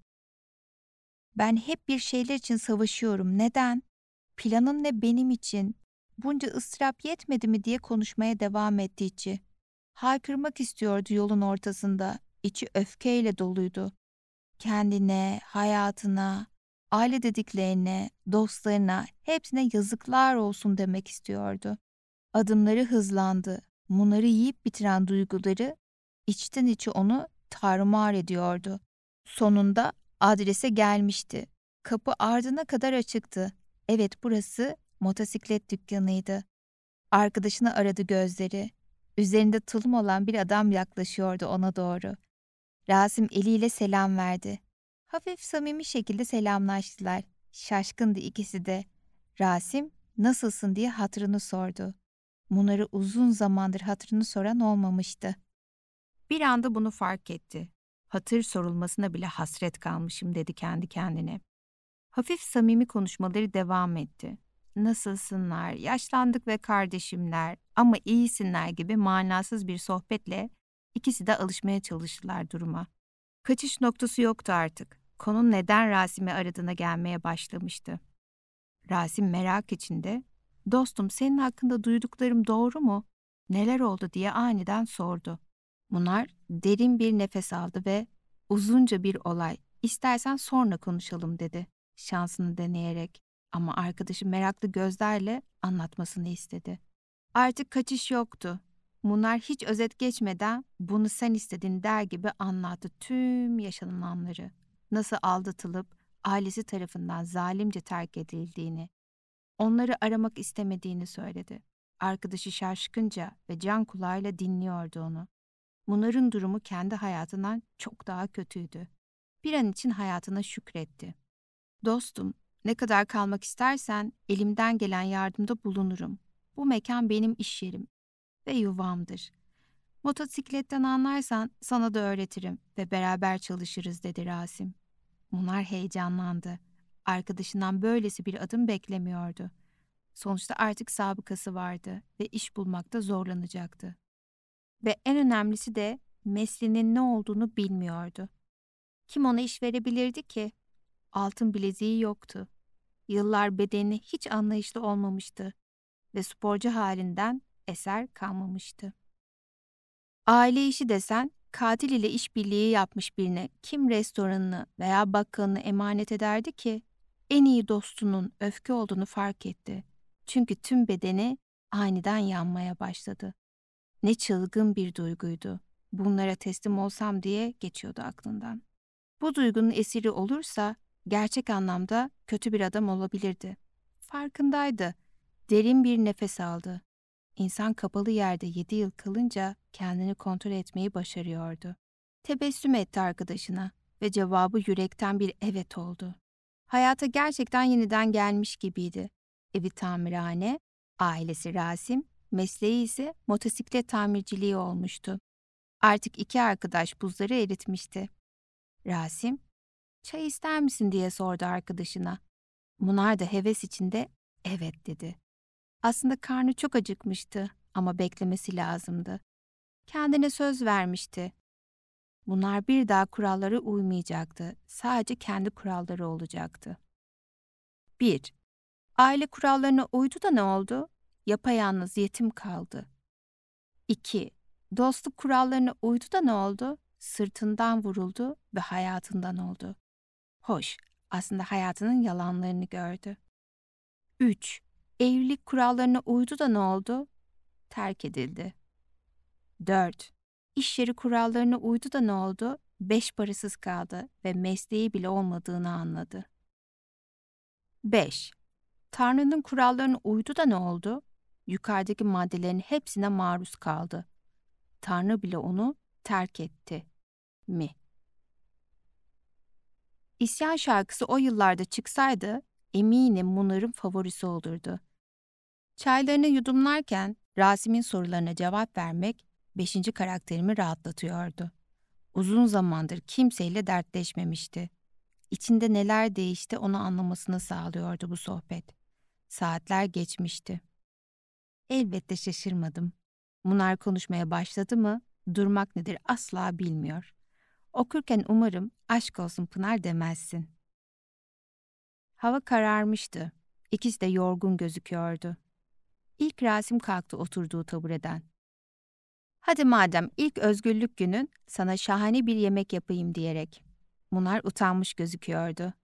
Ben hep bir şeyler için savaşıyorum. Neden? Planın ne benim için? Bunca ıstırap yetmedi mi diye konuşmaya devam etti içi. Haykırmak istiyordu yolun ortasında. İçi öfkeyle doluydu. Kendine, hayatına, aile dediklerine, dostlarına, hepsine yazıklar olsun demek istiyordu. Adımları hızlandı. Bunları yiyip bitiren duyguları içten içe onu tarumar ediyordu. Sonunda adrese gelmişti. Kapı ardına kadar açıktı. Evet, burası motosiklet dükkanıydı. Arkadaşını aradı gözleri. Üzerinde tulum olan bir adam yaklaşıyordu ona doğru. Rasim eliyle selam verdi. Hafif samimi şekilde selamlaştılar. Şaşkındı ikisi de. Rasim, nasılsın diye hatırını sordu. Munar'ı uzun zamandır hatırını soran olmamıştı. Bir anda bunu fark etti. Hatır sorulmasına bile hasret kalmışım dedi kendi kendine. Hafif samimi konuşmaları devam etti. Nasılsınlar, yaşlandık ve kardeşimler ama iyisinler gibi manasız bir sohbetle ikisi de alışmaya çalıştılar duruma. Kaçış noktası yoktu artık. Konu neden Rasim'i aradığına gelmeye başlamıştı. Rasim merak içinde, "Dostum, senin hakkında duyduklarım doğru mu? Neler oldu?" diye aniden sordu. Munar derin bir nefes aldı ve "Uzunca bir olay. İstersen sonra konuşalım." dedi, şansını deneyerek. Ama arkadaşı meraklı gözlerle anlatmasını istedi. Artık kaçış yoktu. Munar hiç özet geçmeden "Bunu sen istedin" der gibi anlattı tüm yaşananları. Nasıl aldatılıp ailesi tarafından zalimce terk edildiğini, onları aramak istemediğini söyledi. Arkadaşı şaşkınca ve can kulağıyla dinliyordu onu. Munar'ın durumu kendi hayatından çok daha kötüydü. Bir an için hayatına şükretti. "Dostum, ne kadar kalmak istersen elimden gelen yardımda bulunurum. Bu mekan benim iş yerim ve yuvamdır. Motosikletten anlarsan sana da öğretirim ve beraber çalışırız" dedi Rasim. Munar heyecanlandı. Arkadaşından böylesi bir adım beklemiyordu. Sonuçta artık sabıkası vardı ve iş bulmakta zorlanacaktı. Ve en önemlisi de mesleğinin ne olduğunu bilmiyordu. Kim ona iş verebilirdi ki? Altın bileziği yoktu. Yıllar bedenine hiç anlayışlı olmamıştı ve sporcu halinden eser kalmamıştı. Aile işi desen, katil ile işbirliği yapmış birine kim restoranını veya bakkalını emanet ederdi ki? En iyi dostunun öfke olduğunu fark etti. Çünkü tüm bedeni aniden yanmaya başladı. Ne çılgın bir duyguydu. Bunlara teslim olsam diye geçiyordu aklından. Bu duygunun esiri olursa gerçek anlamda kötü bir adam olabilirdi. Farkındaydı. Derin bir nefes aldı. İnsan kapalı yerde 7 yıl kalınca kendini kontrol etmeyi başarıyordu. Tebessüm etti arkadaşına ve cevabı yürekten bir evet oldu. Hayata gerçekten yeniden gelmiş gibiydi. Evi tamirhane, ailesi Rasim, mesleği ise motosiklet tamirciliği olmuştu. Artık iki arkadaş buzları eritmişti. Rasim, "Çay ister misin?" diye sordu arkadaşına. Munar da heves içinde evet dedi. Aslında karnı çok acıkmıştı ama beklemesi lazımdı. Kendine söz vermişti. Bunlar bir daha kurallara uymayacaktı. Sadece kendi kuralları olacaktı. 1. Aile kurallarına uydu da ne oldu? Yapayalnız yetim kaldı. 2. Dostluk kurallarına uydu da ne oldu? Sırtından vuruldu ve hayatından oldu. Hoş, aslında hayatının yalanlarını gördü. 3. Evlilik kurallarına uydu da ne oldu? Terk edildi. 4. İş yeri kurallarına uydu da ne oldu? 5 parasız kaldı ve mesleği bile olmadığını anladı. 5. Tanrı'nın kurallarına uydu da ne oldu? Yukarıdaki maddelerin hepsine maruz kaldı. Tanrı bile onu terk etti mi? İsyan şarkısı o yıllarda çıksaydı eminim Munar'ın favorisi olurdu. Çaylarını yudumlarken Rasim'in sorularına cevap vermek 5. karakterimi rahatlatıyordu. Uzun zamandır kimseyle dertleşmemişti. İçinde neler değişti onu anlamasını sağlıyordu bu sohbet. Saatler geçmişti. Elbette şaşırmadım. Munar konuşmaya başladı mı, durmak nedir asla bilmiyor. Okurken umarım "aşk olsun Pınar" demezsin. Hava kararmıştı. İkisi de yorgun gözüküyordu. İlk Rasim kalktı oturduğu tabureden. "Hadi madem ilk özgürlük günün, sana şahane bir yemek yapayım" diyerek. Munar utanmış gözüküyordu.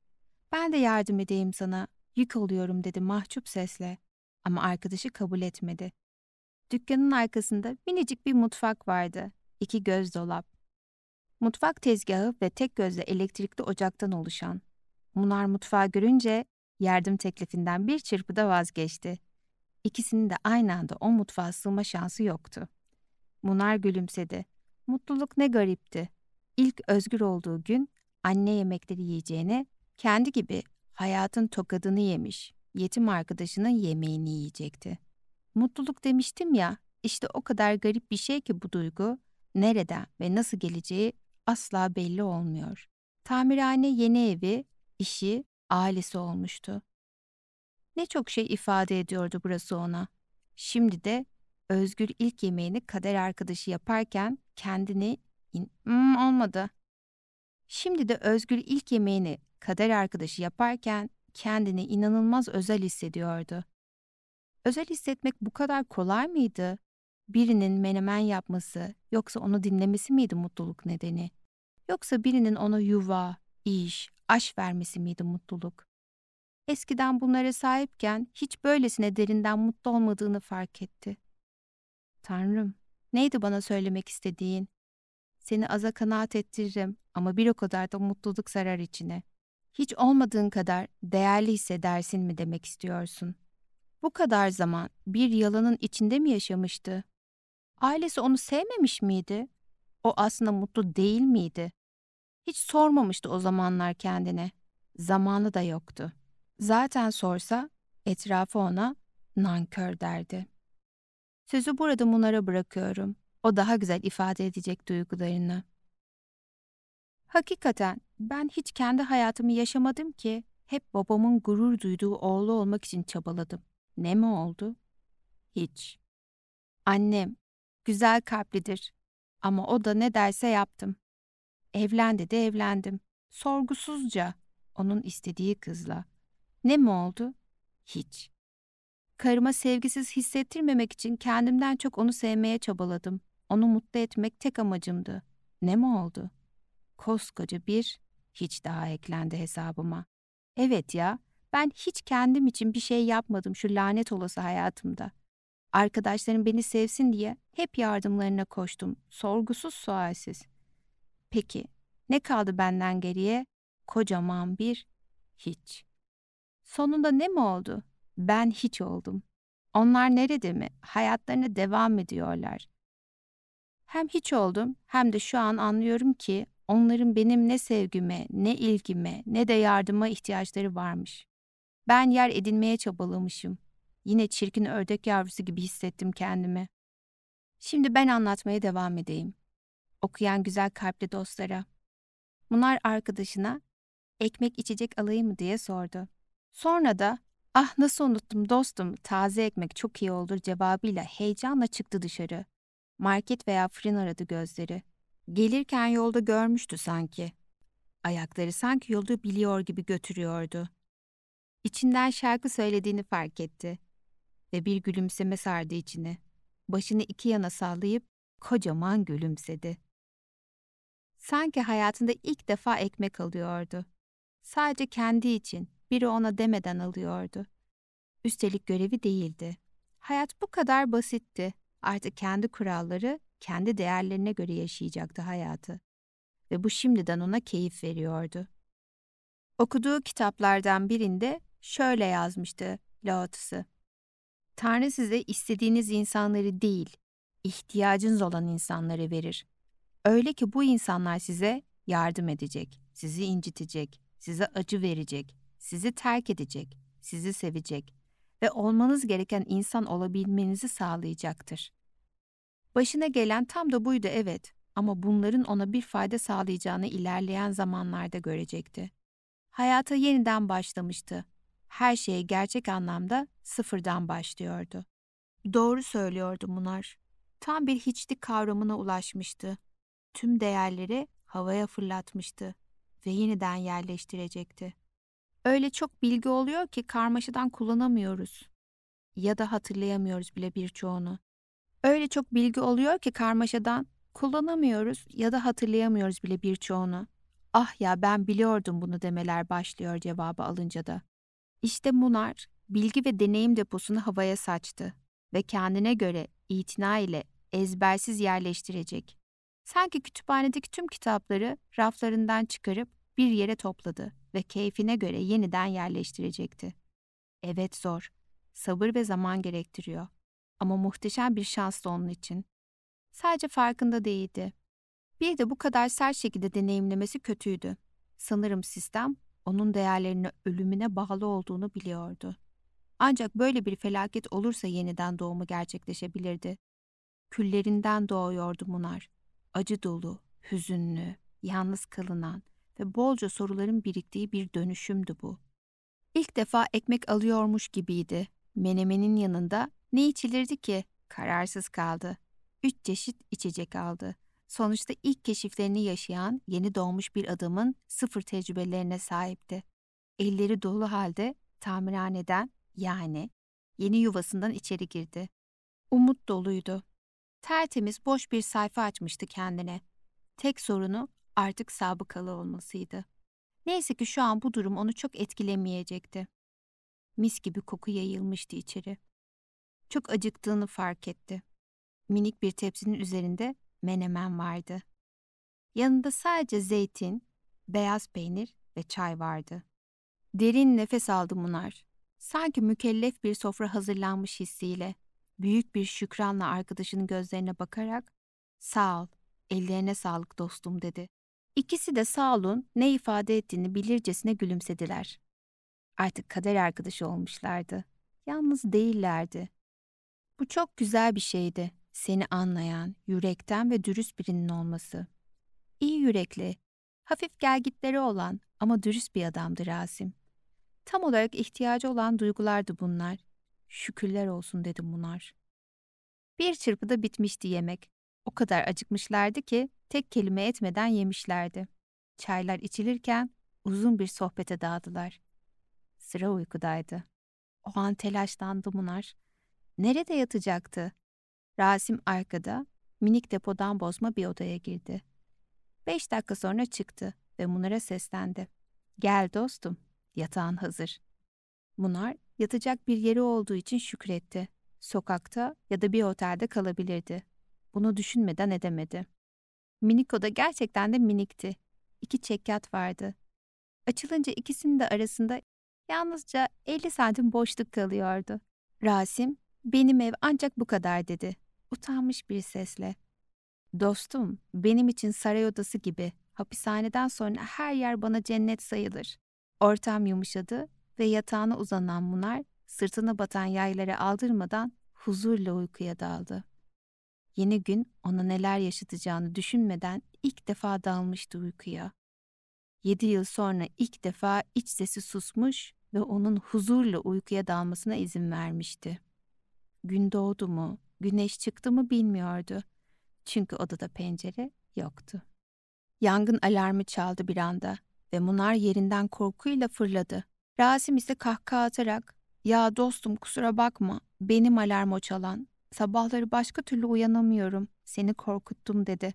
Ben de yardım edeyim sana, yük oluyorum dedi mahcup sesle. Ama arkadaşı kabul etmedi. Dükkanın arkasında minicik bir mutfak vardı. 2 göz dolap. Mutfak tezgahı ve tek gözle elektrikli ocaktan oluşan. Munar mutfağı görünce yardım teklifinden bir çırpıda vazgeçti. İkisinin de aynı anda o mutfağa sığma şansı yoktu. Munar gülümsedi. Mutluluk ne garipti. İlk özgür olduğu gün anne yemekleri yiyeceğine kendi gibi hayatın tokadını yemiş, yetim arkadaşının yemeğini yiyecekti. Mutluluk demiştim ya, işte o kadar garip bir şey ki bu duygu, nereden ve nasıl geleceği asla belli olmuyor. Tamirhane yeni evi, işi, ailesi olmuştu. Ne çok şey ifade ediyordu burası ona. Şimdi de Özgür ilk yemeğini kader arkadaşı yaparken kendini olmadı. Şimdi de Özgür ilk yemeğini kader arkadaşı yaparken kendini inanılmaz özel hissediyordu. Özel hissetmek bu kadar kolay mıydı? Birinin menemen yapması yoksa onu dinlemesi miydi mutluluk nedeni? Yoksa birinin ona yuva, iş, aşk vermesi miydi mutluluk? Eskiden bunlara sahipken hiç böylesine derinden mutlu olmadığını fark etti. Tanrım, neydi bana söylemek istediğin? Seni aza kanaat ettiririm ama bir o kadar da mutluluk sarar içine. Hiç olmadığın kadar değerli hissedersin mi demek istiyorsun? Bu kadar zaman bir yalanın içinde mi yaşamıştı? Ailesi onu sevmemiş miydi? O aslında mutlu değil miydi? Hiç sormamıştı o zamanlar kendine. Zamanı da yoktu. Zaten sorsa etrafı ona nankör derdi. Sözü burada Munar'a bırakıyorum. O daha güzel ifade edecek duygularını. Hakikaten ben hiç kendi hayatımı yaşamadım ki. Hep babamın gurur duyduğu oğlu olmak için çabaladım. Ne mi oldu? Hiç. Annem güzel kalplidir ama o da ne derse yaptım. Evlen dedi evlendim. Sorgusuzca onun istediği kızla. Ne mi oldu? Hiç. Karıma sevgisiz hissettirmemek için kendimden çok onu sevmeye çabaladım. Onu mutlu etmek tek amacımdı. Ne mi oldu? Koskoca bir hiç daha eklendi hesabıma. Evet ya, ben hiç kendim için bir şey yapmadım şu lanet olası hayatımda. Arkadaşlarım beni sevsin diye hep yardımlarına koştum, sorgusuz sualsiz. Peki, ne kaldı benden geriye? Kocaman bir hiç. Sonunda ne mi oldu? Ben hiç oldum. Onlar nerede mi? Hayatlarına devam ediyorlar. Hem hiç oldum hem de şu an anlıyorum ki onların benim ne sevgime, ne ilgime, ne de yardıma ihtiyaçları varmış. Ben yer edinmeye çabalamışım. Yine çirkin ördek yavrusu gibi hissettim kendimi. Şimdi ben anlatmaya devam edeyim. Okuyan güzel kalpli dostlara. Bunlar arkadaşına ekmek içecek alayım mı diye sordu. Sonra da ah nasıl unuttum dostum taze ekmek çok iyi olur cevabıyla heyecanla çıktı dışarı. Market veya fırın aradı gözleri. Gelirken yolda görmüştü sanki. Ayakları sanki yolu biliyor gibi götürüyordu. İçinden şarkı söylediğini fark etti ve bir gülümseme sardı içini. Başını iki yana sallayıp kocaman gülümsedi. Sanki hayatında ilk defa ekmek alıyordu. Sadece kendi için, biri ona demeden alıyordu. Üstelik görevi değildi. Hayat bu kadar basitti. Artık kendi kuralları, kendi değerlerine göre yaşayacaktı hayatı. Ve bu şimdiden ona keyif veriyordu. Okuduğu kitaplardan birinde şöyle yazmıştı Lao Tzu. Tanrı size istediğiniz insanları değil, ihtiyacınız olan insanları verir. Öyle ki bu insanlar size yardım edecek, sizi incitecek, size acı verecek, sizi terk edecek, sizi sevecek ve olmanız gereken insan olabilmenizi sağlayacaktır. Başına gelen tam da buydu evet ama bunların ona bir fayda sağlayacağını ilerleyen zamanlarda görecekti. Hayata yeniden başlamıştı. Her şey gerçek anlamda sıfırdan başlıyordu. Doğru söylüyordu Munar. Tam bir hiçlik kavramına ulaşmıştı. Tüm değerleri havaya fırlatmıştı ve yeniden yerleştirecekti. Öyle çok bilgi oluyor ki karmaşadan kullanamıyoruz ya da hatırlayamıyoruz bile birçoğunu. Öyle çok bilgi oluyor ki karmaşadan kullanamıyoruz ya da hatırlayamıyoruz bile birçoğunu. Ah ya, ben biliyordum bunu demeler başlıyor cevabı alınca da. İşte Munar, bilgi ve deneyim deposunu havaya saçtı ve kendine göre itina ile ezbersiz yerleştirecek. Sanki kütüphanedeki tüm kitapları raflarından çıkarıp bir yere topladı ve keyfine göre yeniden yerleştirecekti. Evet, zor, sabır ve zaman gerektiriyor. Ama muhteşem bir şanstı onun için. Sadece farkında değildi. Bir de bu kadar sert şekilde deneyimlemesi kötüydü. Sanırım sistem onun değerlerine ölümüne bağlı olduğunu biliyordu. Ancak böyle bir felaket olursa yeniden doğumu gerçekleşebilirdi. Küllerinden doğuyordu Munar. Acı dolu, hüzünlü, yalnız kalınan ve bolca soruların biriktiği bir dönüşümdü bu. İlk defa ekmek alıyormuş gibiydi. Menemenin yanında ne içilirdi ki? Kararsız kaldı. 3 çeşit içecek aldı. Sonuçta ilk keşiflerini yaşayan yeni doğmuş bir adamın sıfır tecrübelerine sahipti. Elleri dolu halde tamirhaneden, yani yeni yuvasından içeri girdi. Umut doluydu. Tertemiz boş bir sayfa açmıştı kendine. Tek sorunu artık sabıkalı olmasıydı. Neyse ki şu an bu durum onu çok etkilemeyecekti. Mis gibi koku yayılmıştı içeri. Çok acıktığını fark etti. Minik bir tepsinin üzerinde menemen vardı. Yanında sadece zeytin, beyaz peynir ve çay vardı. Derin nefes aldı Munar. Sanki mükellef bir sofra hazırlanmış hissiyle. Büyük bir şükranla arkadaşının gözlerine bakarak "Sağ ol, ellerine sağlık dostum," dedi. İkisi de sağ olun ne ifade ettiğini bilircesine gülümsediler. Artık kader arkadaşı olmuşlardı. Yalnız değillerdi. Bu çok güzel bir şeydi. Seni anlayan, yürekten ve dürüst birinin olması. İyi yürekli, hafif gelgitleri olan ama dürüst bir adamdı Rasim. Tam olarak ihtiyacı olan duygulardı bunlar. Şükürler olsun dedi Munar. Bir çırpıda bitmişti yemek. O kadar acıkmışlardı ki tek kelime etmeden yemişlerdi. Çaylar içilirken uzun bir sohbete daldılar. Sıra uykudaydı. O an telaşlandı Munar. Nerede yatacaktı? Rasim arkada, minik depodan bozma bir odaya girdi. 5 dakika sonra çıktı ve Munar'a seslendi. Gel dostum, yatağın hazır. Munar, yatacak bir yeri olduğu için şükretti. Sokakta ya da bir otelde kalabilirdi. Bunu düşünmeden edemedi. Minik oda gerçekten de minikti. 2 çekyat vardı. Açılınca ikisinin de arasında yalnızca 50 santim boşluk kalıyordu. Rasim, benim ev ancak bu kadar dedi. Utanmış bir sesle. Dostum, benim için saray odası gibi. Hapishaneden sonra her yer bana cennet sayılır. Ortam yumuşadı ve yatağına uzanan Munar, sırtına batan yaylara aldırmadan huzurla uykuya daldı. Yeni gün ona neler yaşatacağını düşünmeden ilk defa dalmıştı uykuya. 7 yıl sonra ilk defa iç sesi susmuş ve onun huzurla uykuya dalmasına izin vermişti. Gün doğdu mu, güneş çıktı mı bilmiyordu. Çünkü odada pencere yoktu. Yangın alarmı çaldı bir anda ve Munar yerinden korkuyla fırladı. Rasim ise kahkaha atarak, "Ya dostum kusura bakma, benim alarm o çalan. Sabahları başka türlü uyanamıyorum, seni korkuttum," dedi.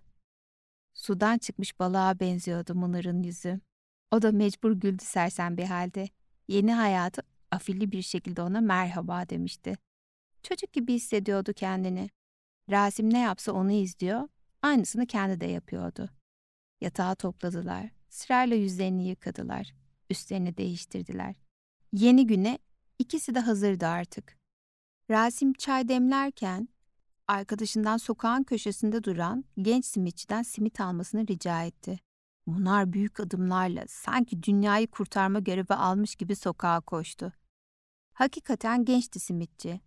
Sudan çıkmış balığa benziyordu Munar'ın yüzü. O da mecbur güldü sersem bir halde. Yeni hayatı afilli bir şekilde ona merhaba demişti. Çocuk gibi hissediyordu kendini. Rasim ne yapsa onu izliyor, aynısını kendi de yapıyordu. Yatağı topladılar, sırayla yüzlerini yıkadılar, üstlerini değiştirdiler. Yeni güne ikisi de hazırdı artık. Rasim çay demlerken arkadaşından sokağın köşesinde duran genç simitçiden simit almasını rica etti. Munar büyük adımlarla sanki dünyayı kurtarma görevi almış gibi sokağa koştu. Hakikaten gençti simitçi.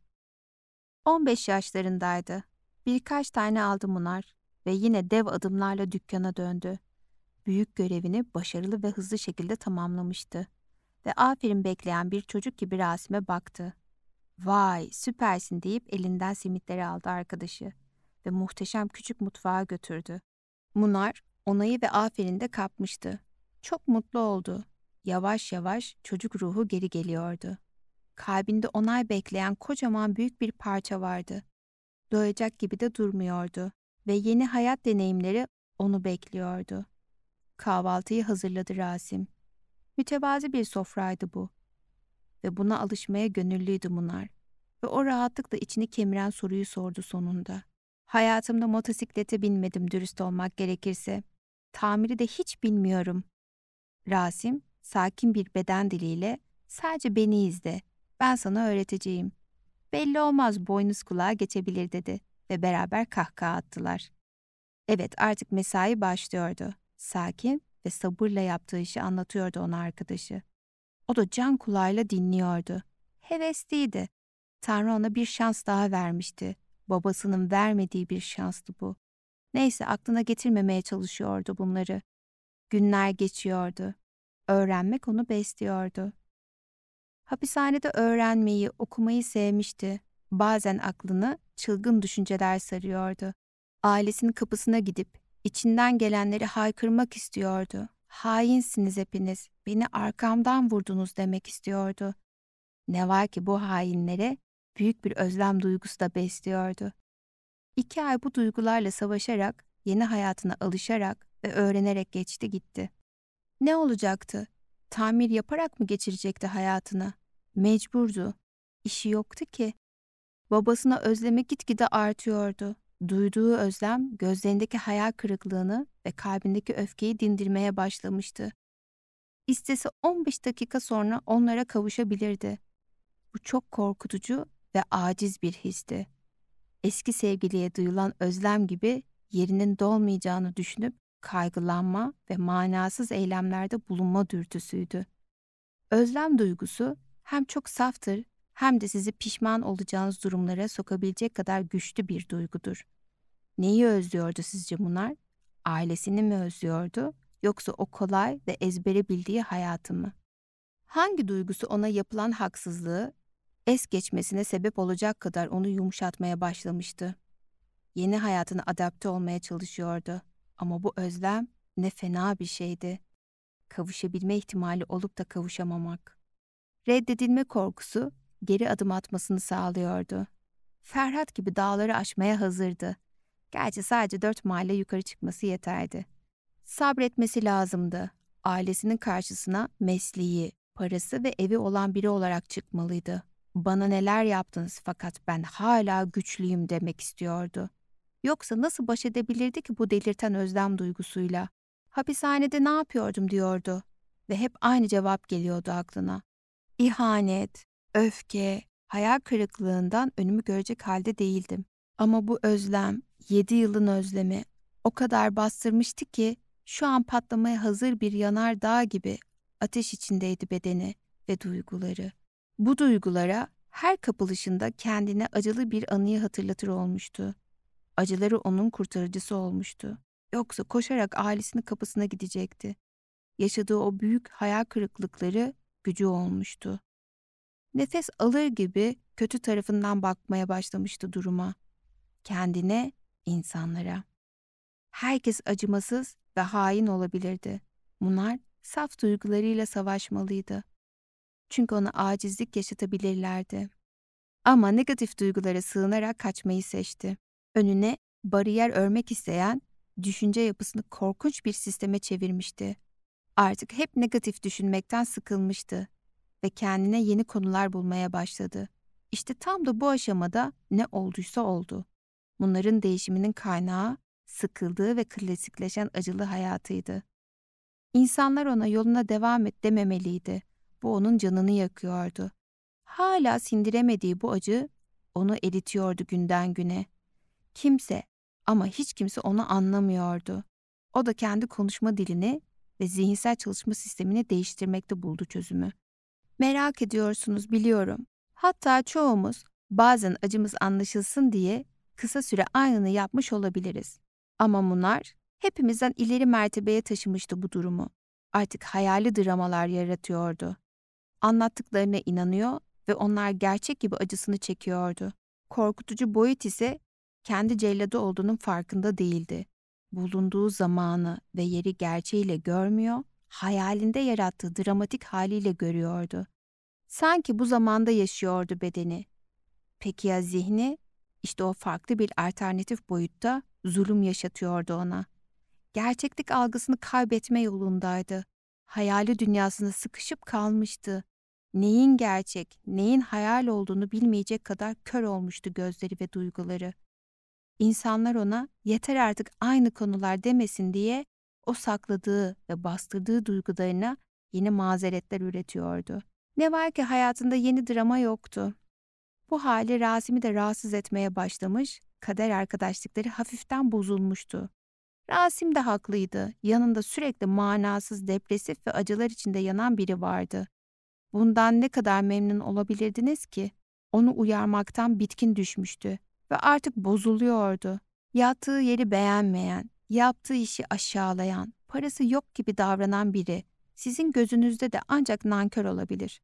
15 yaşlarındaydı. Birkaç tane aldı Munar ve yine dev adımlarla dükkana döndü. Büyük görevini başarılı ve hızlı şekilde tamamlamıştı. Ve aferin bekleyen bir çocuk gibi Rasim'e baktı. "Vay, süpersin," deyip elinden simitleri aldı arkadaşı ve muhteşem küçük mutfağa götürdü. Munar onayı ve aferin de kapmıştı. Çok mutlu oldu. Yavaş yavaş çocuk ruhu geri geliyordu. Kalbinde onay bekleyen kocaman büyük bir parça vardı. Doyacak gibi de durmuyordu ve yeni hayat deneyimleri onu bekliyordu. Kahvaltıyı hazırladı Rasim. Mütevazi bir sofraydı bu ve buna alışmaya gönüllüydü Munar. Ve o rahatlıkla içini kemiren soruyu sordu sonunda. Hayatımda motosiklete binmedim dürüst olmak gerekirse. Tamiri de hiç bilmiyorum. Rasim sakin bir beden diliyle sadece beni izle. Ben sana öğreteceğim. Belli olmaz boynuz kulağa geçebilir dedi ve beraber kahkaha attılar. Evet artık mesai başlıyordu. Sakin ve sabırla yaptığı işi anlatıyordu ona arkadaşı. O da can kulağıyla dinliyordu. Hevesliydi. Tanrı ona bir şans daha vermişti. Babasının vermediği bir şanstı bu. Neyse aklına getirmemeye çalışıyordu bunları. Günler geçiyordu. Öğrenmek onu besliyordu. Hapishanede öğrenmeyi, okumayı sevmişti. Bazen aklını çılgın düşünceler sarıyordu. Ailesinin kapısına gidip içinden gelenleri haykırmak istiyordu. Hainsiniz hepiniz, beni arkamdan vurdunuz demek istiyordu. Ne var ki bu hainlere büyük bir özlem duygusu da besliyordu. 2 ay bu duygularla savaşarak, yeni hayatına alışarak ve öğrenerek geçti gitti. Ne olacaktı? Tamir yaparak mı geçirecekti hayatını? Mecburdu. İşi yoktu ki. Babasına özlemi gitgide artıyordu. Duyduğu özlem gözlerindeki hayal kırıklığını ve kalbindeki öfkeyi dindirmeye başlamıştı. İstese 15 dakika sonra onlara kavuşabilirdi. Bu çok korkutucu ve aciz bir histi. Eski sevgiliye duyulan özlem gibi yerinin dolmayacağını düşünüp kaygılanma ve manasız eylemlerde bulunma dürtüsüydü. Özlem duygusu hem çok saftır hem de sizi pişman olacağınız durumlara sokabilecek kadar güçlü bir duygudur. Neyi özlüyordu sizce Munar? Ailesini mi özlüyordu yoksa o kolay ve ezbere bildiği hayatı mı? Hangi duygusu ona yapılan haksızlığı es geçmesine sebep olacak kadar onu yumuşatmaya başlamıştı? Yeni hayatına adapte olmaya çalışıyordu. Ama bu özlem ne fena bir şeydi. Kavuşabilme ihtimali olup da kavuşamamak. Reddedilme korkusu geri adım atmasını sağlıyordu. Ferhat gibi dağları aşmaya hazırdı. Gerçi sadece 4 mahalle yukarı çıkması yeterdi. Sabretmesi lazımdı. Ailesinin karşısına mesleği, parası ve evi olan biri olarak çıkmalıydı. Bana neler yaptınız fakat ben hala güçlüyüm demek istiyordu. Yoksa nasıl baş edebilirdi ki bu delirten özlem duygusuyla? Hapishanede ne yapıyordum diyordu ve hep aynı cevap geliyordu aklına. İhanet, öfke, hayal kırıklığından önümü görecek halde değildim. Ama bu özlem, 7 yılın özlemi o kadar bastırmıştı ki şu an patlamaya hazır bir yanardağ gibi ateş içindeydi bedeni ve duyguları. Bu duygulara her kapılışında kendine acılı bir anıyı hatırlatır olmuştu. Acıları onun kurtarıcısı olmuştu. Yoksa koşarak ailesinin kapısına gidecekti. Yaşadığı o büyük hayal kırıklıkları gücü olmuştu. Nefes alır gibi kötü tarafından bakmaya başlamıştı duruma. Kendine, insanlara. Herkes acımasız ve hain olabilirdi. Bunlar saf duygularıyla savaşmalıydı. Çünkü ona acizlik yaşatabilirlerdi. Ama negatif duygulara sığınarak kaçmayı seçti. Önüne bariyer örmek isteyen düşünce yapısını korkunç bir sisteme çevirmişti. Artık hep negatif düşünmekten sıkılmıştı ve kendine yeni konular bulmaya başladı. İşte tam da bu aşamada ne olduysa oldu. Bunların değişiminin kaynağı sıkıldığı ve klasikleşen acılı hayatıydı. İnsanlar ona yoluna devam et dememeliydi. Bu onun canını yakıyordu. Hala sindiremediği bu acı onu eritiyordu günden güne. Kimse ama hiç kimse onu anlamıyordu. O da kendi konuşma dilini ve zihinsel çalışma sistemini değiştirmekte buldu çözümü. Merak ediyorsunuz biliyorum. Hatta çoğumuz bazen acımız anlaşılsın diye kısa süre aynını yapmış olabiliriz. Ama Munar hepimizden ileri mertebeye taşımıştı bu durumu. Artık hayali dramalar yaratıyordu. Anlattıklarına inanıyor ve onlar gerçek gibi acısını çekiyordu. Korkutucu boyut ise kendi celladı olduğunun farkında değildi. Bulunduğu zamanı ve yeri gerçeğiyle görmüyor, hayalinde yarattığı dramatik haliyle görüyordu. Sanki bu zamanda yaşıyordu bedeni. Peki ya zihni? İşte o farklı bir alternatif boyutta zulüm yaşatıyordu ona. Gerçeklik algısını kaybetme yolundaydı. Hayali dünyasına sıkışıp kalmıştı. Neyin gerçek, neyin hayal olduğunu bilmeyecek kadar kör olmuştu gözleri ve duyguları. İnsanlar ona yeter artık aynı konular demesin diye o sakladığı ve bastırdığı duygularına yeni mazeretler üretiyordu. Ne var ki hayatında yeni drama yoktu. Bu hali Rasim'i de rahatsız etmeye başlamış, kader arkadaşlıkları hafiften bozulmuştu. Rasim de haklıydı. Yanında sürekli manasız, depresif ve acılar içinde yanan biri vardı. Bundan ne kadar memnun olabilirdiniz ki? Onu uyarmaktan bitkin düşmüştü ve artık bozuluyordu. Yattığı yeri beğenmeyen, yaptığı işi aşağılayan, parası yok gibi davranan biri sizin gözünüzde de ancak nankör olabilir.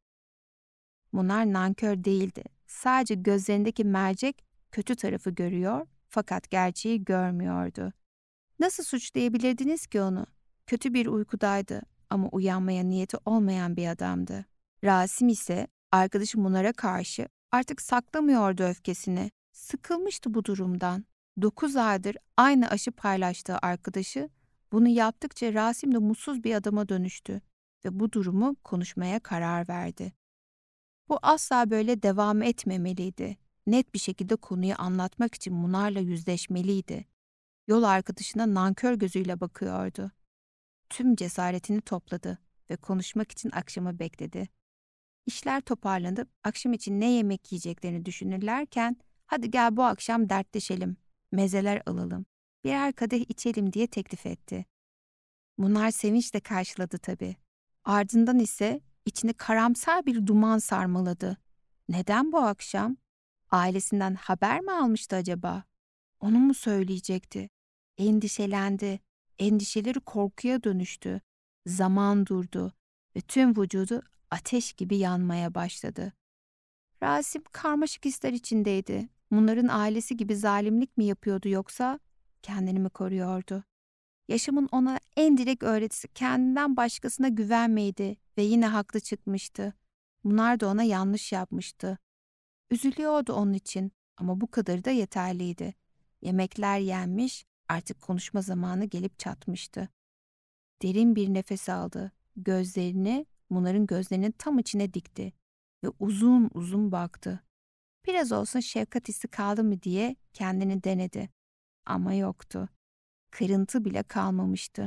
Bunlar nankör değildi. Sadece gözlerindeki mercek kötü tarafı görüyor fakat gerçeği görmüyordu. Nasıl suçlayabilirdiniz ki onu? Kötü bir uykudaydı ama uyanmaya niyeti olmayan bir adamdı. Rasim ise arkadaşı Munar'a karşı artık saklamıyordu öfkesini. Sıkılmıştı bu durumdan. 9 aydır aynı aşı paylaştığı arkadaşı bunu yaptıkça Rasim de mutsuz bir adama dönüştü ve bu durumu konuşmaya karar verdi. Bu asla böyle devam etmemeliydi. Net bir şekilde konuyu anlatmak için Munar'la yüzleşmeliydi. Yol arkadaşına nankör gözüyle bakıyordu. Tüm cesaretini topladı ve konuşmak için akşamı bekledi. İşler toparlanıp akşam için ne yemek yiyeceklerini düşünürlerken hadi gel bu akşam dertleşelim, mezeler alalım, birer kadeh içelim diye teklif etti. Bunlar sevinçle karşıladı tabii. Ardından ise içini karamsar bir duman sarmaladı. Neden bu akşam? Ailesinden haber mi almıştı acaba? Onu mu söyleyecekti? Endişelendi. Endişeleri korkuya dönüştü. Zaman durdu ve tüm vücudu ateş gibi yanmaya başladı. Rasim karmaşık hisler içindeydi. Bunların ailesi gibi zalimlik mi yapıyordu yoksa kendini mi koruyordu? Yaşamın ona en direkt öğretisi kendinden başkasına güvenmeydi ve yine haklı çıkmıştı. Bunlar da ona yanlış yapmıştı. Üzülüyordu onun için ama bu kadarı da yeterliydi. Yemekler yenmiş, artık konuşma zamanı gelip çatmıştı. Derin bir nefes aldı. Gözlerini Munar'ın gözlerinin tam içine dikti ve uzun uzun baktı. Biraz olsun şefkat hissi kaldı mı diye kendini denedi. Ama yoktu. Kırıntı bile kalmamıştı.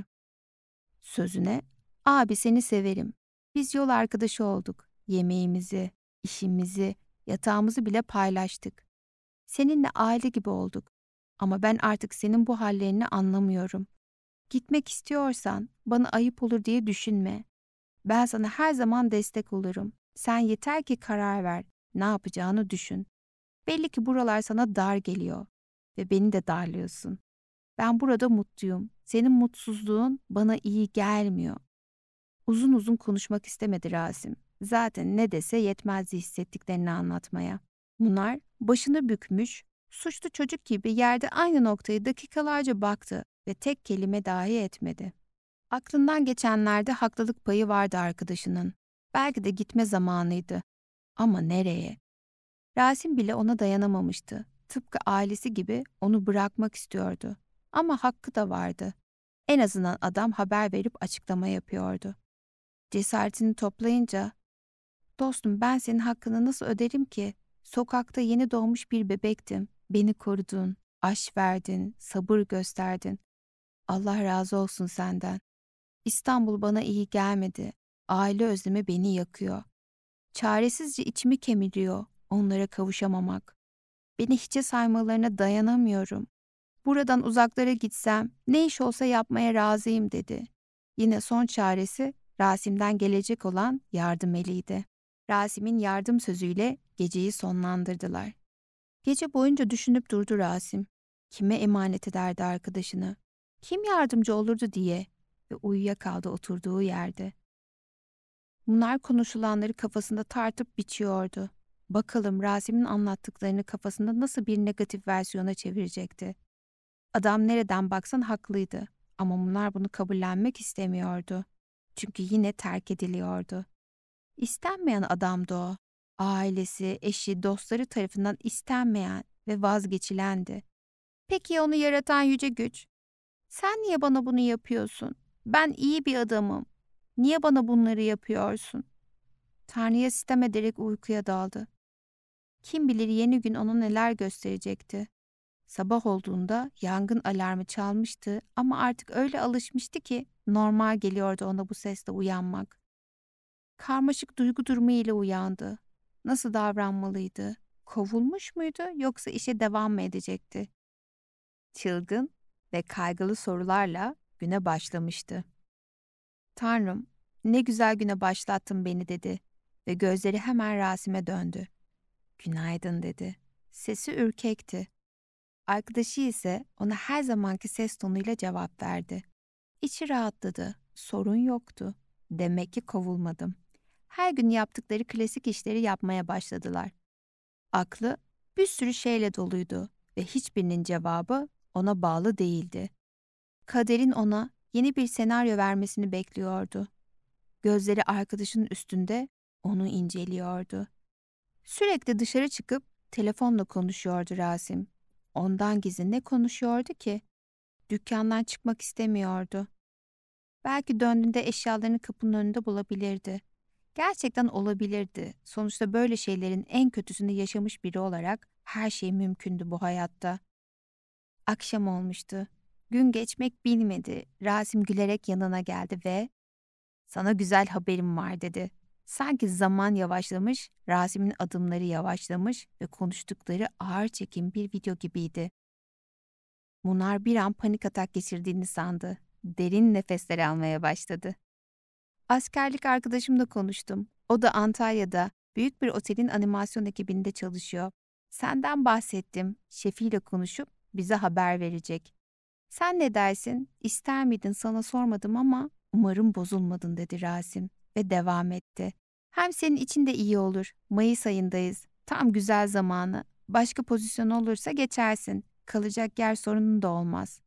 Sözüne, "Abi seni severim. Biz yol arkadaşı olduk. Yemeğimizi, işimizi, yatağımızı bile paylaştık. Seninle aile gibi olduk. Ama ben artık senin bu hallerini anlamıyorum. Gitmek istiyorsan bana ayıp olur diye düşünme. Ben sana her zaman destek olurum. Sen yeter ki karar ver. Ne yapacağını düşün. Belli ki buralar sana dar geliyor ve beni de darlıyorsun. Ben burada mutluyum. Senin mutsuzluğun bana iyi gelmiyor." Uzun uzun konuşmak istemedi Rasim. Zaten ne dese yetmezdi hissettiklerini anlatmaya. Bunlar başını bükmüş, suçlu çocuk gibi yerde aynı noktayı dakikalarca baktı ve tek kelime dahi etmedi. Aklından geçenlerde haklılık payı vardı arkadaşının. Belki de gitme zamanıydı. Ama nereye? Rasim bile ona dayanamamıştı. Tıpkı ailesi gibi onu bırakmak istiyordu. Ama hakkı da vardı. En azından adam haber verip açıklama yapıyordu. Cesaretini toplayınca, "Dostum ben senin hakkını nasıl öderim ki? Sokakta yeni doğmuş bir bebektim. Beni korudun, aş verdin, sabır gösterdin. Allah razı olsun senden. İstanbul bana iyi gelmedi. Aile özlemi beni yakıyor. Çaresizce içimi kemiriyor onlara kavuşamamak. Beni hiçe saymalarına dayanamıyorum. Buradan uzaklara gitsem ne iş olsa yapmaya razıyım," dedi. Yine son çaresi Rasim'den gelecek olan yardım eliydi. Rasim'in yardım sözüyle geceyi sonlandırdılar. Gece boyunca düşünüp durdu Rasim. Kime emanet ederdi arkadaşını? Kim yardımcı olurdu diye ve uyuyakaldı oturduğu yerde. Bunlar konuşulanları kafasında tartıp biçiyordu. Bakalım Rasim'in anlattıklarını kafasında nasıl bir negatif versiyona çevirecekti. Adam nereden baksan haklıydı ama bunlar bunu kabullenmek istemiyordu. Çünkü yine terk ediliyordu. İstenmeyen adamdı o. Ailesi, eşi, dostları tarafından istenmeyen ve vazgeçilendi. Peki ya onu yaratan yüce güç? Sen niye bana bunu yapıyorsun? Ben iyi bir adamım. Niye bana bunları yapıyorsun? Tanrı'ya sitem ederek uykuya daldı. Kim bilir yeni gün ona neler gösterecekti. Sabah olduğunda yangın alarmı çalmıştı ama artık öyle alışmıştı ki normal geliyordu ona bu sesle uyanmak. Karmaşık duygu durumu ile uyandı. Nasıl davranmalıydı? Kovulmuş muydu yoksa işe devam mı edecekti? Çılgın ve kaygılı sorularla güne başlamıştı. Tanrım, ne güzel güne başlattın beni dedi ve gözleri hemen Rasim'e döndü. Günaydın dedi. Sesi ürkekti. Arkadaşı ise ona her zamanki ses tonuyla cevap verdi. İçi rahatladı. Sorun yoktu. Demek ki kovulmadım. Her gün yaptıkları klasik işleri yapmaya başladılar. Aklı bir sürü şeyle doluydu ve hiçbirinin cevabı ona bağlı değildi. Kaderin ona yeni bir senaryo vermesini bekliyordu. Gözleri arkadaşının üstünde onu inceliyordu. Sürekli dışarı çıkıp telefonla konuşuyordu Rasim. Ondan gizli ne konuşuyordu ki? Dükkandan çıkmak istemiyordu. Belki döndüğünde eşyalarını kapının önünde bulabilirdi. Gerçekten olabilirdi. Sonuçta böyle şeylerin en kötüsünü yaşamış biri olarak her şey mümkündü bu hayatta. Akşam olmuştu. Gün geçmek bilmedi. Rasim gülerek yanına geldi ve "Sana güzel haberim var." dedi. Sanki zaman yavaşlamış, Rasim'in adımları yavaşlamış ve konuştukları ağır çekim bir video gibiydi. Munar bir an panik atak geçirdiğini sandı. Derin nefesler almaya başladı. Askerlik arkadaşımla konuştum. O da Antalya'da büyük bir otelin animasyon ekibinde çalışıyor. Senden bahsettim. Şefiyle konuşup bize haber verecek. Sen ne dersin? İster miydin? Sana sormadım ama umarım bozulmadın dedi Rasim ve devam etti. Hem senin için de iyi olur. Mayıs ayındayız. Tam güzel zamanı. Başka pozisyon olursa geçersin. Kalacak yer sorunun da olmaz.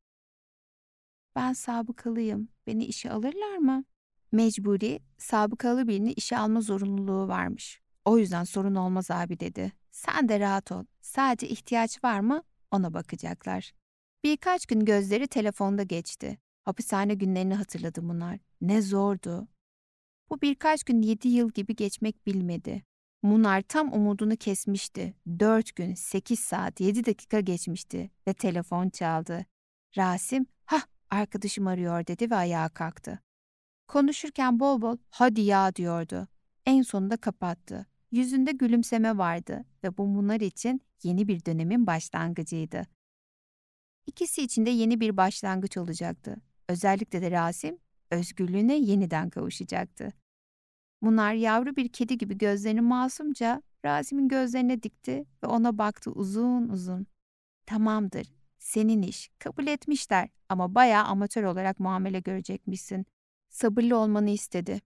Ben sabıkalıyım. Beni işe alırlar mı? Mecburi, sabıkalı birini işe alma zorunluluğu varmış. O yüzden sorun olmaz abi dedi. Sen de rahat ol. Sadece ihtiyaç var mı? Ona bakacaklar. Birkaç gün gözleri telefonda geçti. Hapishane günlerini hatırladı bunlar. Ne zordu. Bu birkaç gün 7 yıl gibi geçmek bilmedi. Munar tam umudunu kesmişti. 4 gün, 8 saat, 7 dakika geçmişti ve telefon çaldı. Rasim, "Hah, arkadaşım arıyor." dedi ve ayağa kalktı. Konuşurken bol bol "hadi ya" diyordu. En sonunda kapattı. Yüzünde gülümseme vardı ve bu Munar için yeni bir dönemin başlangıcıydı. İkisi için de yeni bir başlangıç olacaktı. Özellikle de Rasim, özgürlüğüne yeniden kavuşacaktı. Munar yavru bir kedi gibi gözlerini masumca Rasim'in gözlerine dikti ve ona baktı uzun uzun. "Tamamdır, senin iş. Kabul etmişler ama bayağı amatör olarak muamele görecekmişsin. Sabırlı olmanı istedi."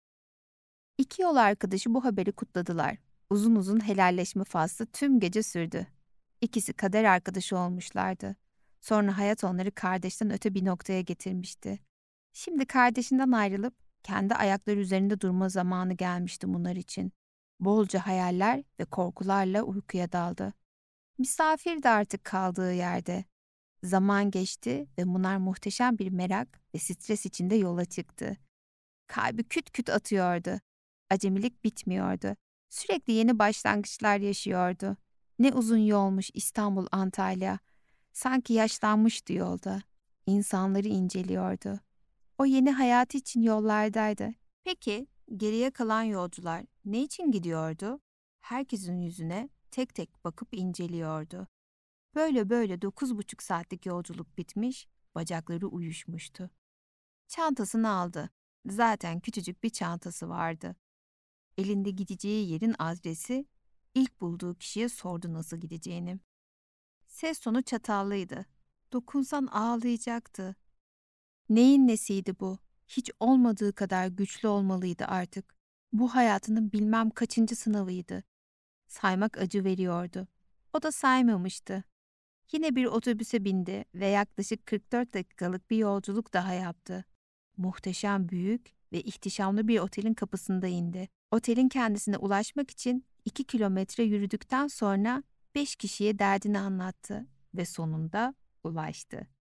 İki yol arkadaşı bu haberi kutladılar. Uzun uzun helalleşme faslı tüm gece sürdü. İkisi kader arkadaşı olmuşlardı. Sonra hayat onları kardeşten öte bir noktaya getirmişti. Şimdi kardeşinden ayrılıp kendi ayakları üzerinde durma zamanı gelmişti bunlar için. Bolca hayaller ve korkularla uykuya daldı. Misafir de artık kaldığı yerde. Zaman geçti ve Munar muhteşem bir merak ve stres içinde yola çıktı. Kalbi küt küt atıyordu. Acemilik bitmiyordu. Sürekli yeni başlangıçlar yaşıyordu. Ne uzun yolmuş İstanbul-Antalya. Sanki yaşlanmıştı yolda. İnsanları inceliyordu. O yeni hayatı için yollardaydı. Peki geriye kalan yolcular ne için gidiyordu? Herkesin yüzüne tek tek bakıp inceliyordu. Böyle böyle 9,5 saatlik yolculuk bitmiş, bacakları uyuşmuştu. Çantasını aldı. Zaten küçücük bir çantası vardı. Elinde gideceği yerin adresi, ilk bulduğu kişiye sordu nasıl gideceğini. Ses tonu çatallıydı. Dokunsan ağlayacaktı. Neyin nesiydi bu? Hiç olmadığı kadar güçlü olmalıydı artık. Bu hayatının bilmem kaçıncı sınavıydı. Saymak acı veriyordu. O da saymamıştı. Yine bir otobüse bindi ve yaklaşık 44 dakikalık bir yolculuk daha yaptı. Muhteşem büyük ve ihtişamlı bir otelin kapısında indi. Otelin kendisine ulaşmak için 2 kilometre yürüdükten sonra 5 kişiye derdini anlattı ve sonunda ulaştı.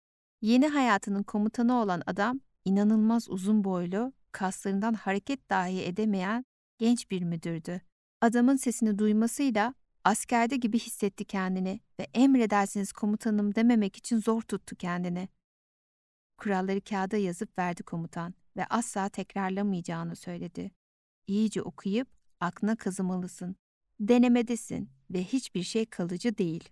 Yeni hayatının komutanı olan adam, inanılmaz uzun boylu, kaslarından hareket dahi edemeyen genç bir müdürdü. Adamın sesini duymasıyla askerde gibi hissetti kendini ve emredersiniz komutanım dememek için zor tuttu kendini. Kuralları kağıda yazıp verdi komutan ve asla tekrarlamayacağını söyledi. İyice okuyup aklına kazımalısın. Denemedesin ve hiçbir şey kalıcı değil.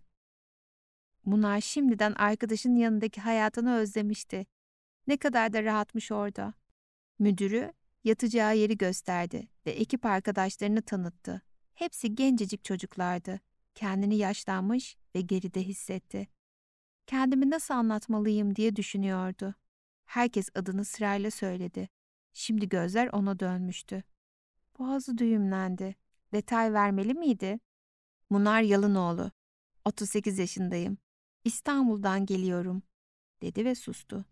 Munar şimdiden arkadaşının yanındaki hayatını özlemişti. Ne kadar da rahatmış orada. Müdürü yatacağı yeri gösterdi ve ekip arkadaşlarını tanıttı. Hepsi gencecik çocuklardı. Kendini yaşlanmış ve geride hissetti. Kendimi nasıl anlatmalıyım diye düşünüyordu. Herkes adını sırayla söyledi. Şimdi gözler ona dönmüştü. Boğazı düğümlendi. Detay vermeli miydi? Munar Yalınoğlu. 38 yaşındayım. İstanbul'dan geliyorum, dedi ve sustu.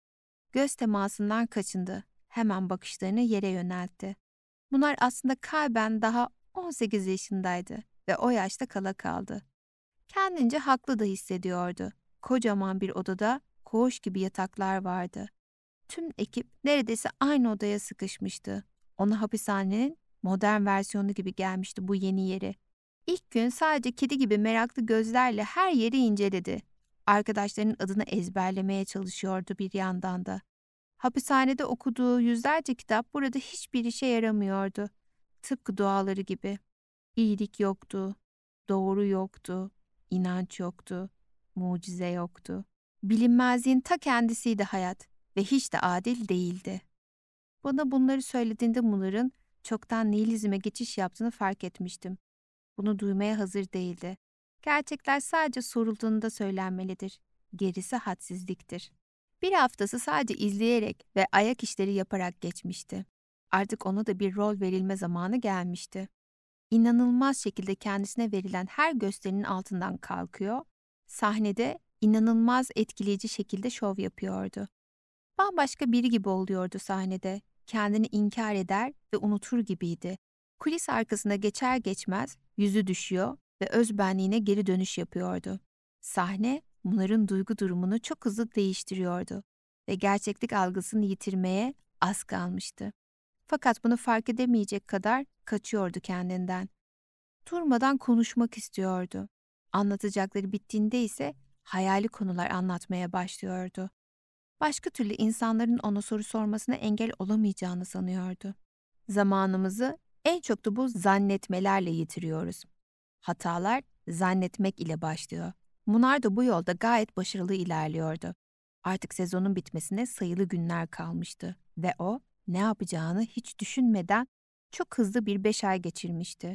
Göz temasından kaçındı. Hemen bakışlarını yere yöneltti. Munar aslında kalben daha 18 yaşındaydı ve o yaşta kala kaldı. Kendince haklı da hissediyordu. Kocaman bir odada koğuş gibi yataklar vardı. Tüm ekip neredeyse aynı odaya sıkışmıştı. Ona hapishanenin modern versiyonu gibi gelmişti bu yeni yeri. İlk gün sadece kedi gibi meraklı gözlerle her yeri inceledi. Arkadaşlarının adını ezberlemeye çalışıyordu bir yandan da. Hapishanede okuduğu yüzlerce kitap burada hiçbir işe yaramıyordu. Tıpkı duaları gibi. İyilik yoktu, doğru yoktu, inanç yoktu, mucize yoktu. Bilinmezliğin ta kendisiydi hayat ve hiç de adil değildi. Bana bunları söylediğinde Muller'ın çoktan nihilizme geçiş yaptığını fark etmiştim. Bunu duymaya hazır değildi. Gerçekler sadece sorulduğunda söylenmelidir. Gerisi hadsizliktir. Bir haftası sadece izleyerek ve ayak işleri yaparak geçmişti. Artık ona da bir rol verilme zamanı gelmişti. İnanılmaz şekilde kendisine verilen her gösterinin altından kalkıyor, sahnede inanılmaz etkileyici şekilde şov yapıyordu. Bambaşka biri gibi oluyordu sahnede. Kendini inkar eder ve unutur gibiydi. Kulis arkasına geçer geçmez yüzü düşüyor ve özbenliğine geri dönüş yapıyordu. Sahne bunların duygu durumunu çok hızlı değiştiriyordu ve gerçeklik algısını yitirmeye az kalmıştı. Fakat bunu fark edemeyecek kadar kaçıyordu kendinden. Durmadan konuşmak istiyordu. Anlatacakları bittiğinde ise hayali konular anlatmaya başlıyordu. Başka türlü insanların ona soru sormasına engel olamayacağını sanıyordu. Zamanımızı en çok da bu zannetmelerle yitiriyoruz. Hatalar zannetmek ile başlıyor. Munar da bu yolda gayet başarılı ilerliyordu. Artık sezonun bitmesine sayılı günler kalmıştı ve o ne yapacağını hiç düşünmeden çok hızlı bir 5 ay geçirmişti.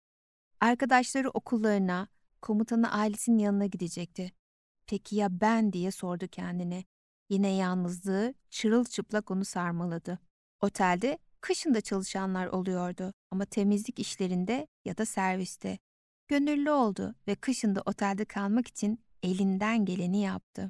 Arkadaşları okullarına, komutanı ailesinin yanına gidecekti. Peki ya ben diye sordu kendine. Yine yalnızlığı çırılçıplak onu sarmaladı. Otelde kışın da çalışanlar oluyordu ama temizlik işlerinde ya da serviste. Gönüllü oldu ve kışın da otelde kalmak için elinden geleni yaptı.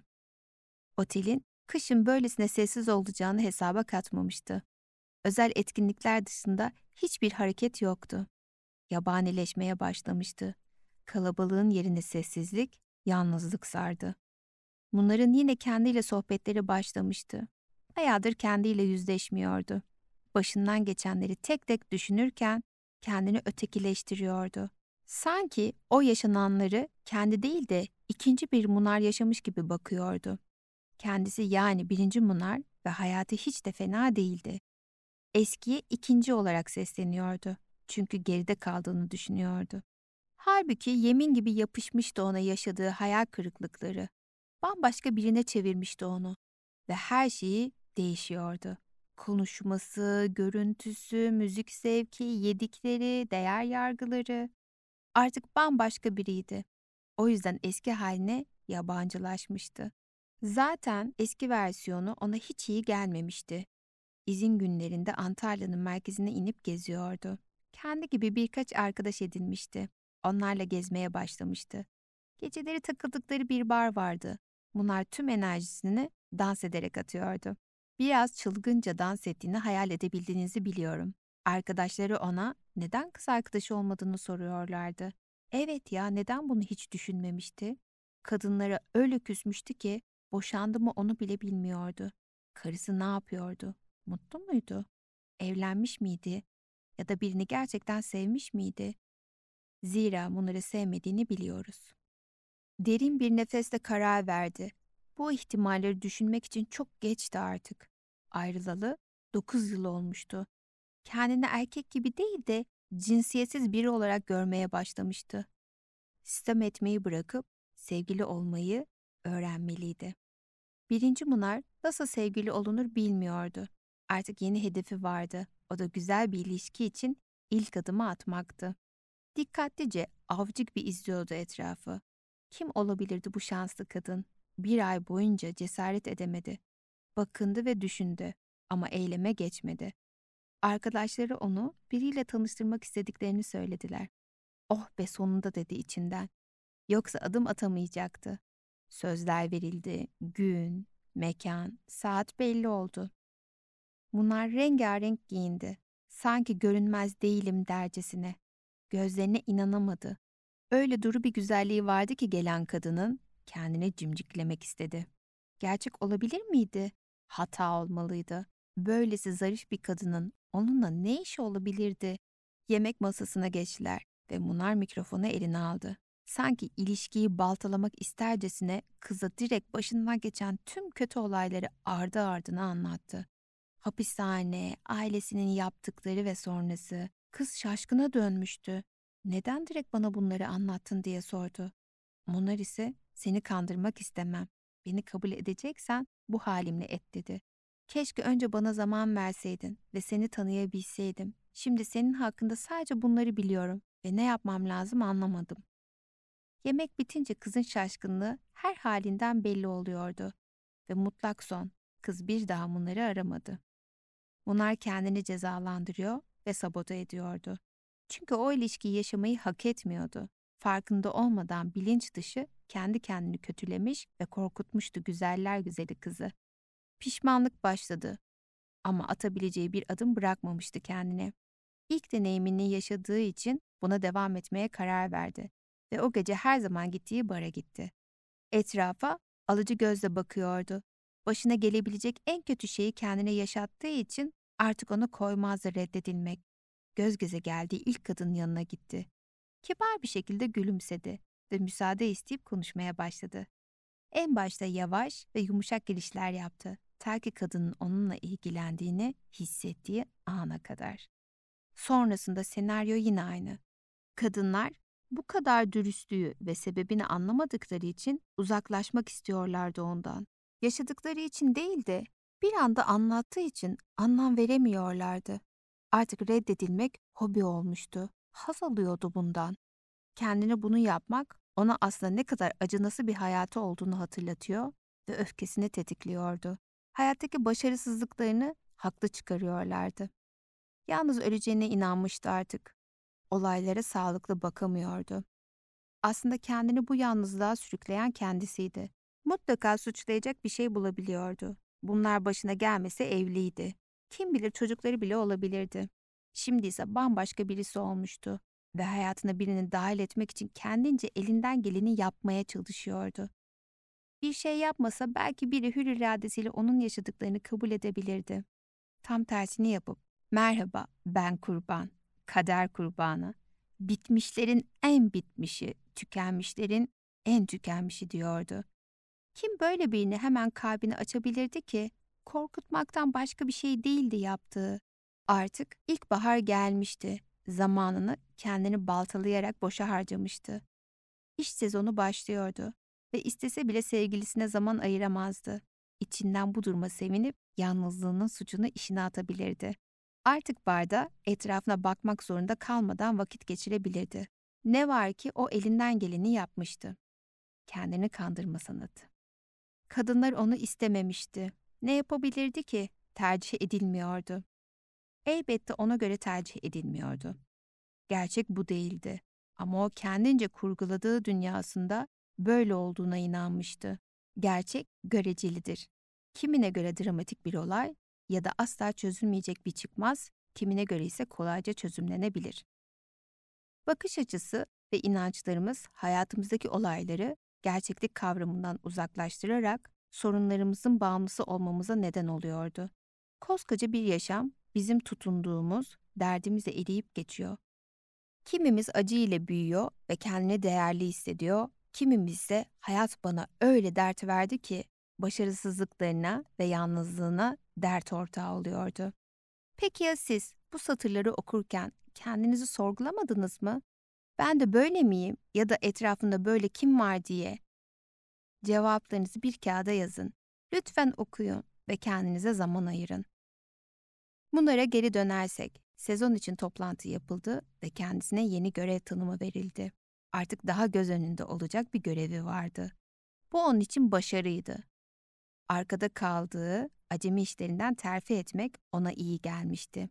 Otelin kışın böylesine sessiz olacağını hesaba katmamıştı. Özel etkinlikler dışında hiçbir hareket yoktu. Yabanileşmeye başlamıştı. Kalabalığın yerine sessizlik, yalnızlık sardı. Bunların yine kendiyle sohbetleri başlamıştı. Bayağıdır kendiyle yüzleşmiyordu. Başından geçenleri tek tek düşünürken kendini ötekileştiriyordu. Sanki o yaşananları kendi değil de ikinci bir Munar yaşamış gibi bakıyordu. Kendisi yani birinci Munar ve hayatı hiç de fena değildi. Eskiye ikinci olarak sesleniyordu. Çünkü geride kaldığını düşünüyordu. Halbuki yemin gibi yapışmıştı ona yaşadığı hayal kırıklıkları. Bambaşka birine çevirmişti onu ve her şeyi değişiyordu. Konuşması, görüntüsü, müzik zevki, yedikleri, değer yargıları. Artık bambaşka biriydi. O yüzden eski haline yabancılaşmıştı. Zaten eski versiyonu ona hiç iyi gelmemişti. İzin günlerinde Antalya'nın merkezine inip geziyordu. Kendi gibi birkaç arkadaş edinmişti. Onlarla gezmeye başlamıştı. Geceleri takıldıkları bir bar vardı. Bunlar tüm enerjisini dans ederek atıyordu. Biraz çılgınca dans ettiğini hayal edebildiğinizi biliyorum. Arkadaşları ona neden kız arkadaşı olmadığını soruyorlardı. Evet ya, neden bunu hiç düşünmemişti? Kadınlara öyle küsmüştü ki Boşandı mı onu bile bilmiyordu. Karısı ne yapıyordu? Mutlu muydu? Evlenmiş miydi? Ya da birini gerçekten sevmiş miydi? Zira bunları sevmediğini biliyoruz. Derin bir nefesle karar verdi. Bu ihtimalleri düşünmek için çok geçti artık. Ayrılalı 9 yıl olmuştu. Kendini erkek gibi değil de cinsiyetsiz biri olarak görmeye başlamıştı. Sitem etmeyi bırakıp sevgili olmayı öğrenmeliydi. Birinci Munar nasıl sevgili olunur bilmiyordu. Artık yeni hedefi vardı. O da güzel bir ilişki için ilk adımı atmaktı. Dikkatlice avcı gibi izliyordu etrafı. Kim olabilirdi bu şanslı kadın? Bir ay boyunca cesaret edemedi. Bakındı ve düşündü ama eyleme geçmedi. Arkadaşları onu biriyle tanıştırmak istediklerini söylediler. Oh be sonunda dedi içinden. Yoksa adım atamayacaktı. Sözler verildi, gün, mekan, saat belli oldu. Bunlar rengarenk giyindi. Sanki görünmez değilim dercesine. Gözlerine inanamadı. Öyle duru bir güzelliği vardı ki gelen kadının kendine cimciklemek istedi. Gerçek olabilir miydi? Hata olmalıydı. Böylesi zarif bir kadının onunla ne işi olabilirdi? Yemek masasına geçtiler ve Munar mikrofonu eline aldı. Sanki ilişkiyi baltalamak istercesine kıza direkt başından geçen tüm kötü olayları ardı ardına anlattı. Hapishane, ailesinin yaptıkları ve sonrası. Kız şaşkına dönmüştü. Neden direkt bana bunları anlattın diye sordu. Munar ise seni kandırmak istemem. Beni kabul edeceksen bu halimle et dedi. Keşke önce bana zaman verseydin ve seni tanıyabilseydim. Şimdi senin hakkında sadece bunları biliyorum ve ne yapmam lazım anlamadım. Yemek bitince kızın şaşkınlığı her halinden belli oluyordu. Ve mutlak son, kız bir daha bunları aramadı. Bunlar kendini cezalandırıyor ve sabote ediyordu. Çünkü o ilişkiyi yaşamayı hak etmiyordu. Farkında olmadan bilinç dışı kendi kendini kötülemiş ve korkutmuştu güzeller güzeli kızı. Pişmanlık başladı ama atabileceği bir adım bırakmamıştı kendine. İlk deneyimini yaşadığı için buna devam etmeye karar verdi ve o gece her zaman gittiği bara gitti. Etrafa alıcı gözle bakıyordu. Başına gelebilecek en kötü şeyi kendine yaşattığı için artık ona koymazdı reddedilmek. Göz göze geldiği ilk kadının yanına gitti. Kibar bir şekilde gülümsedi ve müsaade isteyip konuşmaya başladı. En başta yavaş ve yumuşak girişler yaptı. Ta ki kadının onunla ilgilendiğini hissettiği ana kadar. Sonrasında senaryo yine aynı. Kadınlar bu kadar dürüstlüğü ve sebebini anlamadıkları için uzaklaşmak istiyorlardı ondan. Yaşadıkları için değil de bir anda anlattığı için anlam veremiyorlardı. Artık reddedilmek hobi olmuştu. Haz alıyordu bundan. Kendine bunu yapmak ona aslında ne kadar acınası bir hayatı olduğunu hatırlatıyor ve öfkesini tetikliyordu. Hayattaki başarısızlıklarını haklı çıkarıyorlardı. Yalnız öleceğine inanmıştı artık. Olaylara sağlıklı bakamıyordu. Aslında kendini bu yalnızlığa sürükleyen kendisiydi. Mutlaka suçlayacak bir şey bulabiliyordu. Bunlar başına gelmese evliydi. Kim bilir çocukları bile olabilirdi. Şimdi ise bambaşka birisi olmuştu ve hayatına birini dahil etmek için kendince elinden geleni yapmaya çalışıyordu. Bir şey yapmasa belki biri hür iradesiyle onun yaşadıklarını kabul edebilirdi. Tam tersini yapıp, merhaba ben kurban, kader kurbanı, bitmişlerin en bitmişi, tükenmişlerin en tükenmişi diyordu. Kim böyle birini hemen kalbini açabilirdi ki? Korkutmaktan başka bir şey değildi yaptığı. Artık ilkbahar gelmişti. Zamanını kendini baltalayarak boşa harcamıştı. İş sezonu başlıyordu ve istese bile sevgilisine zaman ayıramazdı. İçinden bu duruma sevinip yalnızlığının suçunu işine atabilirdi. Artık barda etrafına bakmak zorunda kalmadan vakit geçirebilirdi. Ne var ki o elinden geleni yapmıştı. Kendini kandırma sanatı. Kadınlar onu istememişti. Ne yapabilirdi ki? Tercih edilmiyordu. Elbette ona göre tercih edilmiyordu. Gerçek bu değildi. Ama o kendince kurguladığı dünyasında böyle olduğuna inanmıştı. Gerçek görecelidir. Kimine göre dramatik bir olay ya da asla çözülmeyecek bir çıkmaz, kimine göre ise kolayca çözümlenebilir. Bakış açısı ve inançlarımız hayatımızdaki olayları gerçeklik kavramından uzaklaştırarak sorunlarımızın bağımlısı olmamıza neden oluyordu. Koskoca bir yaşam bizim tutunduğumuz derdimizle eriyip geçiyor. Kimimiz acı ile büyüyor ve kendini değerli hissediyor. Kimimiz ise hayat bana öyle dert verdi ki başarısızlıklarına ve yalnızlığına dert ortağı oluyordu. Peki ya siz bu satırları okurken kendinizi sorgulamadınız mı? Ben de böyle miyim ya da etrafımda böyle kim var diye cevaplarınızı bir kağıda yazın. Lütfen okuyun ve kendinize zaman ayırın. Bunlara geri dönersek, sezon için toplantı yapıldı ve kendisine yeni görev tanımı verildi. Artık daha göz önünde olacak bir görevi vardı. Bu onun için başarıydı. Arkada kaldığı acemi işlerinden terfi etmek ona iyi gelmişti.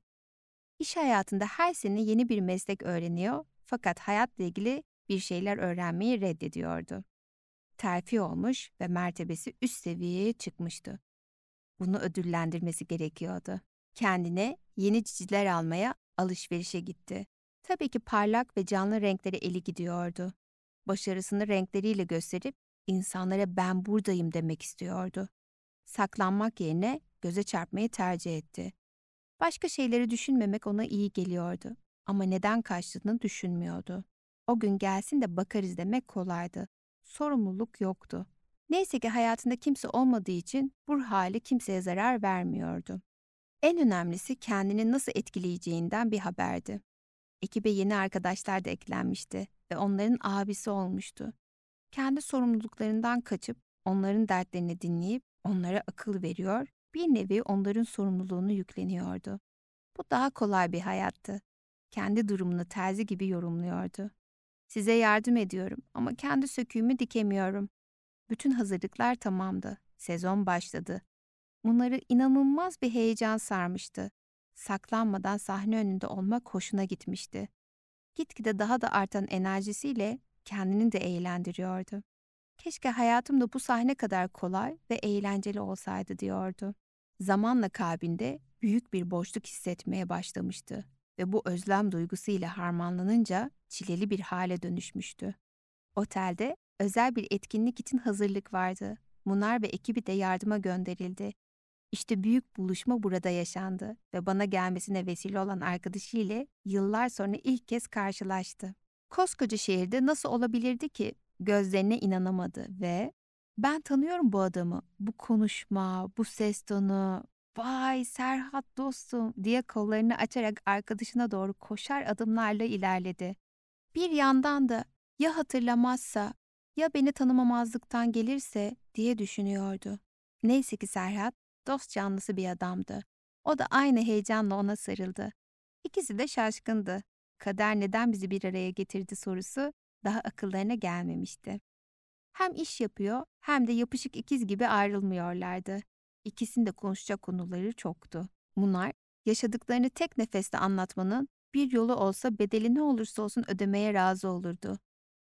İş hayatında her sene yeni bir meslek öğreniyor fakat hayatla ilgili bir şeyler öğrenmeyi reddediyordu. Terfi olmuş ve mertebesi üst seviyeye çıkmıştı. Bunu ödüllendirmesi gerekiyordu. Kendine yeni ciciler almaya alışverişe gitti. Tabii ki parlak ve canlı renklere eli gidiyordu. Başarısını renkleriyle gösterip insanlara ben buradayım demek istiyordu. Saklanmak yerine göze çarpmayı tercih etti. Başka şeyleri düşünmemek ona iyi geliyordu. Ama neden kaçtığını düşünmüyordu. O gün gelsin de bakarız demek kolaydı. Sorumluluk yoktu. Neyse ki hayatında kimse olmadığı için bu hali kimseye zarar vermiyordu. En önemlisi kendini nasıl etkileyeceğinden bir haberdi. Ekibe yeni arkadaşlar da eklenmişti ve onların abisi olmuştu. Kendi sorumluluklarından kaçıp onların dertlerini dinleyip onlara akıl veriyor, bir nevi onların sorumluluğunu yükleniyordu. Bu daha kolay bir hayattı. Kendi durumunu terzi gibi yorumluyordu. Size yardım ediyorum ama kendi söküğümü dikemiyorum. Bütün hazırlıklar tamamdı. Sezon başladı. Bunları inanılmaz bir heyecan sarmıştı. Saklanmadan sahne önünde olmak hoşuna gitmişti. Gitgide daha da artan enerjisiyle kendini de eğlendiriyordu. Keşke hayatım da bu sahne kadar kolay ve eğlenceli olsaydı diyordu. Zamanla kalbinde büyük bir boşluk hissetmeye başlamıştı ve bu özlem duygusuyla harmanlanınca çileli bir hale dönüşmüştü. Otelde özel bir etkinlik için hazırlık vardı. Munar ve ekibi de yardıma gönderildi. İşte büyük buluşma burada yaşandı ve bana gelmesine vesile olan arkadaşıyla yıllar sonra ilk kez karşılaştı. Koskoca şehirde nasıl olabilirdi ki? Gözlerine inanamadı ve ben tanıyorum bu adamı. Bu konuşma, bu ses tonu. Vay Serhat dostum diye kollarını açarak arkadaşına doğru koşar adımlarla ilerledi. Bir yandan da ya hatırlamazsa ya beni tanımamazlıktan gelirse diye düşünüyordu. Neyse ki Serhat dost canlısı bir adamdı. O da aynı heyecanla ona sarıldı. İkisi de şaşkındı. Kader neden bizi bir araya getirdi sorusu daha akıllarına gelmemişti. Hem iş yapıyor hem de yapışık ikiz gibi ayrılmıyorlardı. İkisinin de konuşacak konuları çoktu. Bunlar yaşadıklarını tek nefeste anlatmanın bir yolu olsa bedeli ne olursa olsun ödemeye razı olurdu.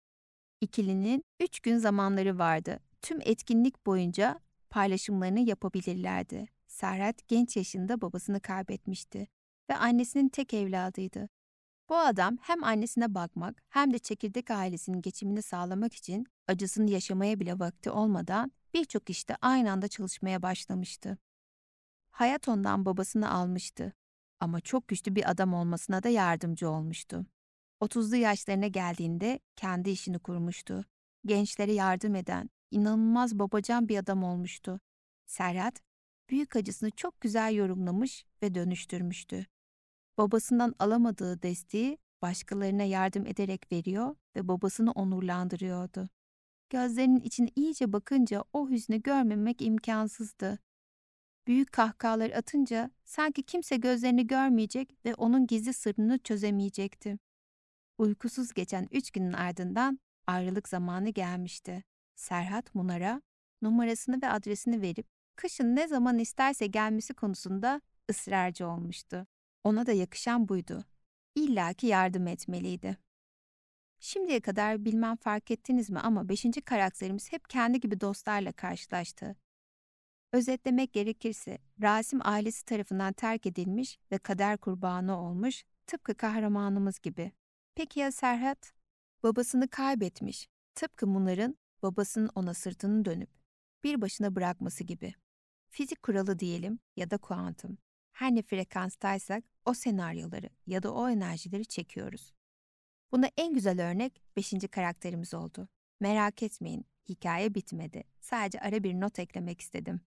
İkilinin 3 gün zamanları vardı. Tüm etkinlik boyunca paylaşımlarını yapabilirlerdi. Serhat genç yaşında babasını kaybetmişti ve annesinin tek evladıydı. Bu adam hem annesine bakmak hem de çekirdek ailesinin geçimini sağlamak için acısını yaşamaya bile vakti olmadan birçok işte aynı anda çalışmaya başlamıştı. Hayat ondan babasını almıştı ama çok güçlü bir adam olmasına da yardımcı olmuştu. 30'lu yaşlarına geldiğinde kendi işini kurmuştu. Gençlere yardım eden, inanılmaz babacan bir adam olmuştu. Serhat, büyük acısını çok güzel yorumlamış ve dönüştürmüştü. Babasından alamadığı desteği başkalarına yardım ederek veriyor ve babasını onurlandırıyordu. Gözlerinin içine iyice bakınca o hüznü görmemek imkansızdı. Büyük kahkahalar atınca sanki kimse gözlerini görmeyecek ve onun gizli sırrını çözemeyecekti. Uykusuz geçen 3 günün ardından ayrılık zamanı gelmişti. Serhat Munar'a numarasını ve adresini verip kışın ne zaman isterse gelmesi konusunda ısrarcı olmuştu. Ona da yakışan buydu. İlla ki yardım etmeliydi. Şimdiye kadar bilmem fark ettiniz mi ama 5. karakterimiz hep kendi gibi dostlarla karşılaştı. Özetlemek gerekirse Rasim ailesi tarafından terk edilmiş ve kader kurbanı olmuş, tıpkı kahramanımız gibi. Peki ya Serhat? Babasını kaybetmiş, tıpkı Munar'ın babasının ona sırtını dönüp bir başına bırakması gibi. Fizik kuralı diyelim ya da kuantum. Her ne frekanstaysak o senaryoları ya da o enerjileri çekiyoruz. Buna en güzel örnek 5. karakterimiz oldu. Merak etmeyin, hikaye bitmedi. Sadece ara bir not eklemek istedim.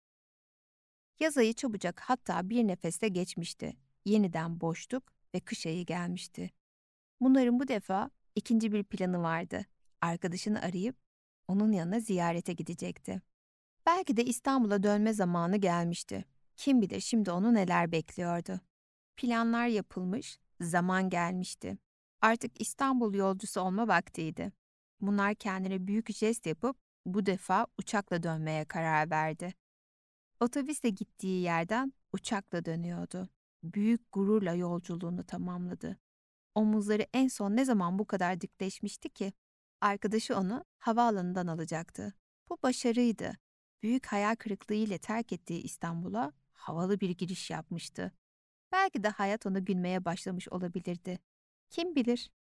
Yaz ayı çabucak hatta bir nefeste geçmişti. Yeniden boşluk ve kış ayı gelmişti. Bunların bu defa ikinci bir planı vardı. Arkadaşını arayıp onun yanına ziyarete gidecekti. Belki de İstanbul'a dönme zamanı gelmişti. Kim bilir şimdi onu neler bekliyordu. Planlar yapılmış, zaman gelmişti. Artık İstanbul yolcusu olma vaktiydi. Bunlar kendine büyük jest yapıp bu defa uçakla dönmeye karar verdi. Otobüsle gittiği yerden uçakla dönüyordu. Büyük gururla yolculuğunu tamamladı. Omuzları en son ne zaman bu kadar dikleşmişti ki? Arkadaşı onu havaalanından alacaktı. Bu başarıydı. Büyük hayal kırıklığı ile terk ettiği İstanbul'a havalı bir giriş yapmıştı. Belki de hayat onu gülmeye başlamış olabilirdi. Kim bilir?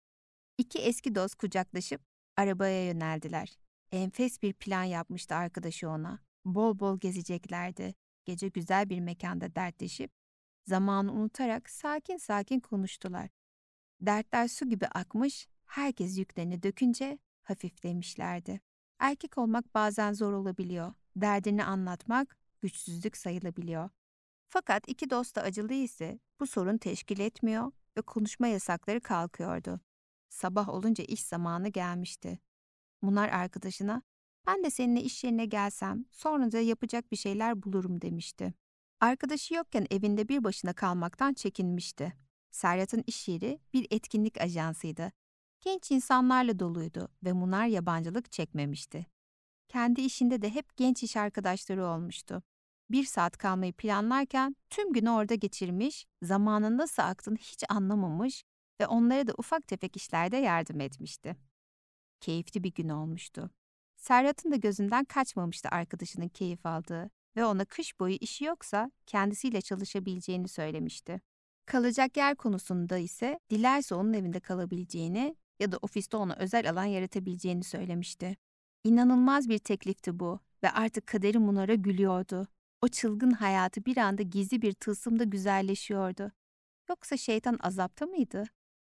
İki eski dost kucaklaşıp arabaya yöneldiler. Enfes bir plan yapmıştı arkadaşı ona. Bol bol gezeceklerdi. Gece güzel bir mekanda dertleşip, zamanı unutarak sakin sakin konuştular. Dertler su gibi akmış, herkes yüklerini dökünce hafiflemişlerdi. Erkek olmak bazen zor olabiliyor. Derdini anlatmak güçsüzlük sayılabiliyor. Fakat iki dost da acılı ise bu sorun teşkil etmiyor ve konuşma yasakları kalkıyordu. Sabah olunca iş zamanı gelmişti. Munar arkadaşına, "Ben de seninle iş yerine gelsem, sonra da yapacak bir şeyler bulurum." demişti. Arkadaşı yokken evinde bir başına kalmaktan çekinmişti. Serhat'ın iş yeri bir etkinlik ajansıydı. Genç insanlarla doluydu ve Munar yabancılık çekmemişti. Kendi işinde de hep genç iş arkadaşları olmuştu. 1 saat kalmayı planlarken tüm günü orada geçirmiş, zamanın nasıl aktığını hiç anlamamış ve onlara da ufak tefek işlerde yardım etmişti. Keyifli bir gün olmuştu. Serhat'ın da gözünden kaçmamıştı arkadaşının keyif aldığı ve ona kış boyu işi yoksa kendisiyle çalışabileceğini söylemişti. Kalacak yer konusunda ise dilerse onun evinde kalabileceğini ya da ofiste ona özel alan yaratabileceğini söylemişti. İnanılmaz bir teklifti bu ve artık kaderi Munar'a gülüyordu. O çılgın hayatı bir anda gizli bir tılsımda güzelleşiyordu. Yoksa şeytan azapta mıydı?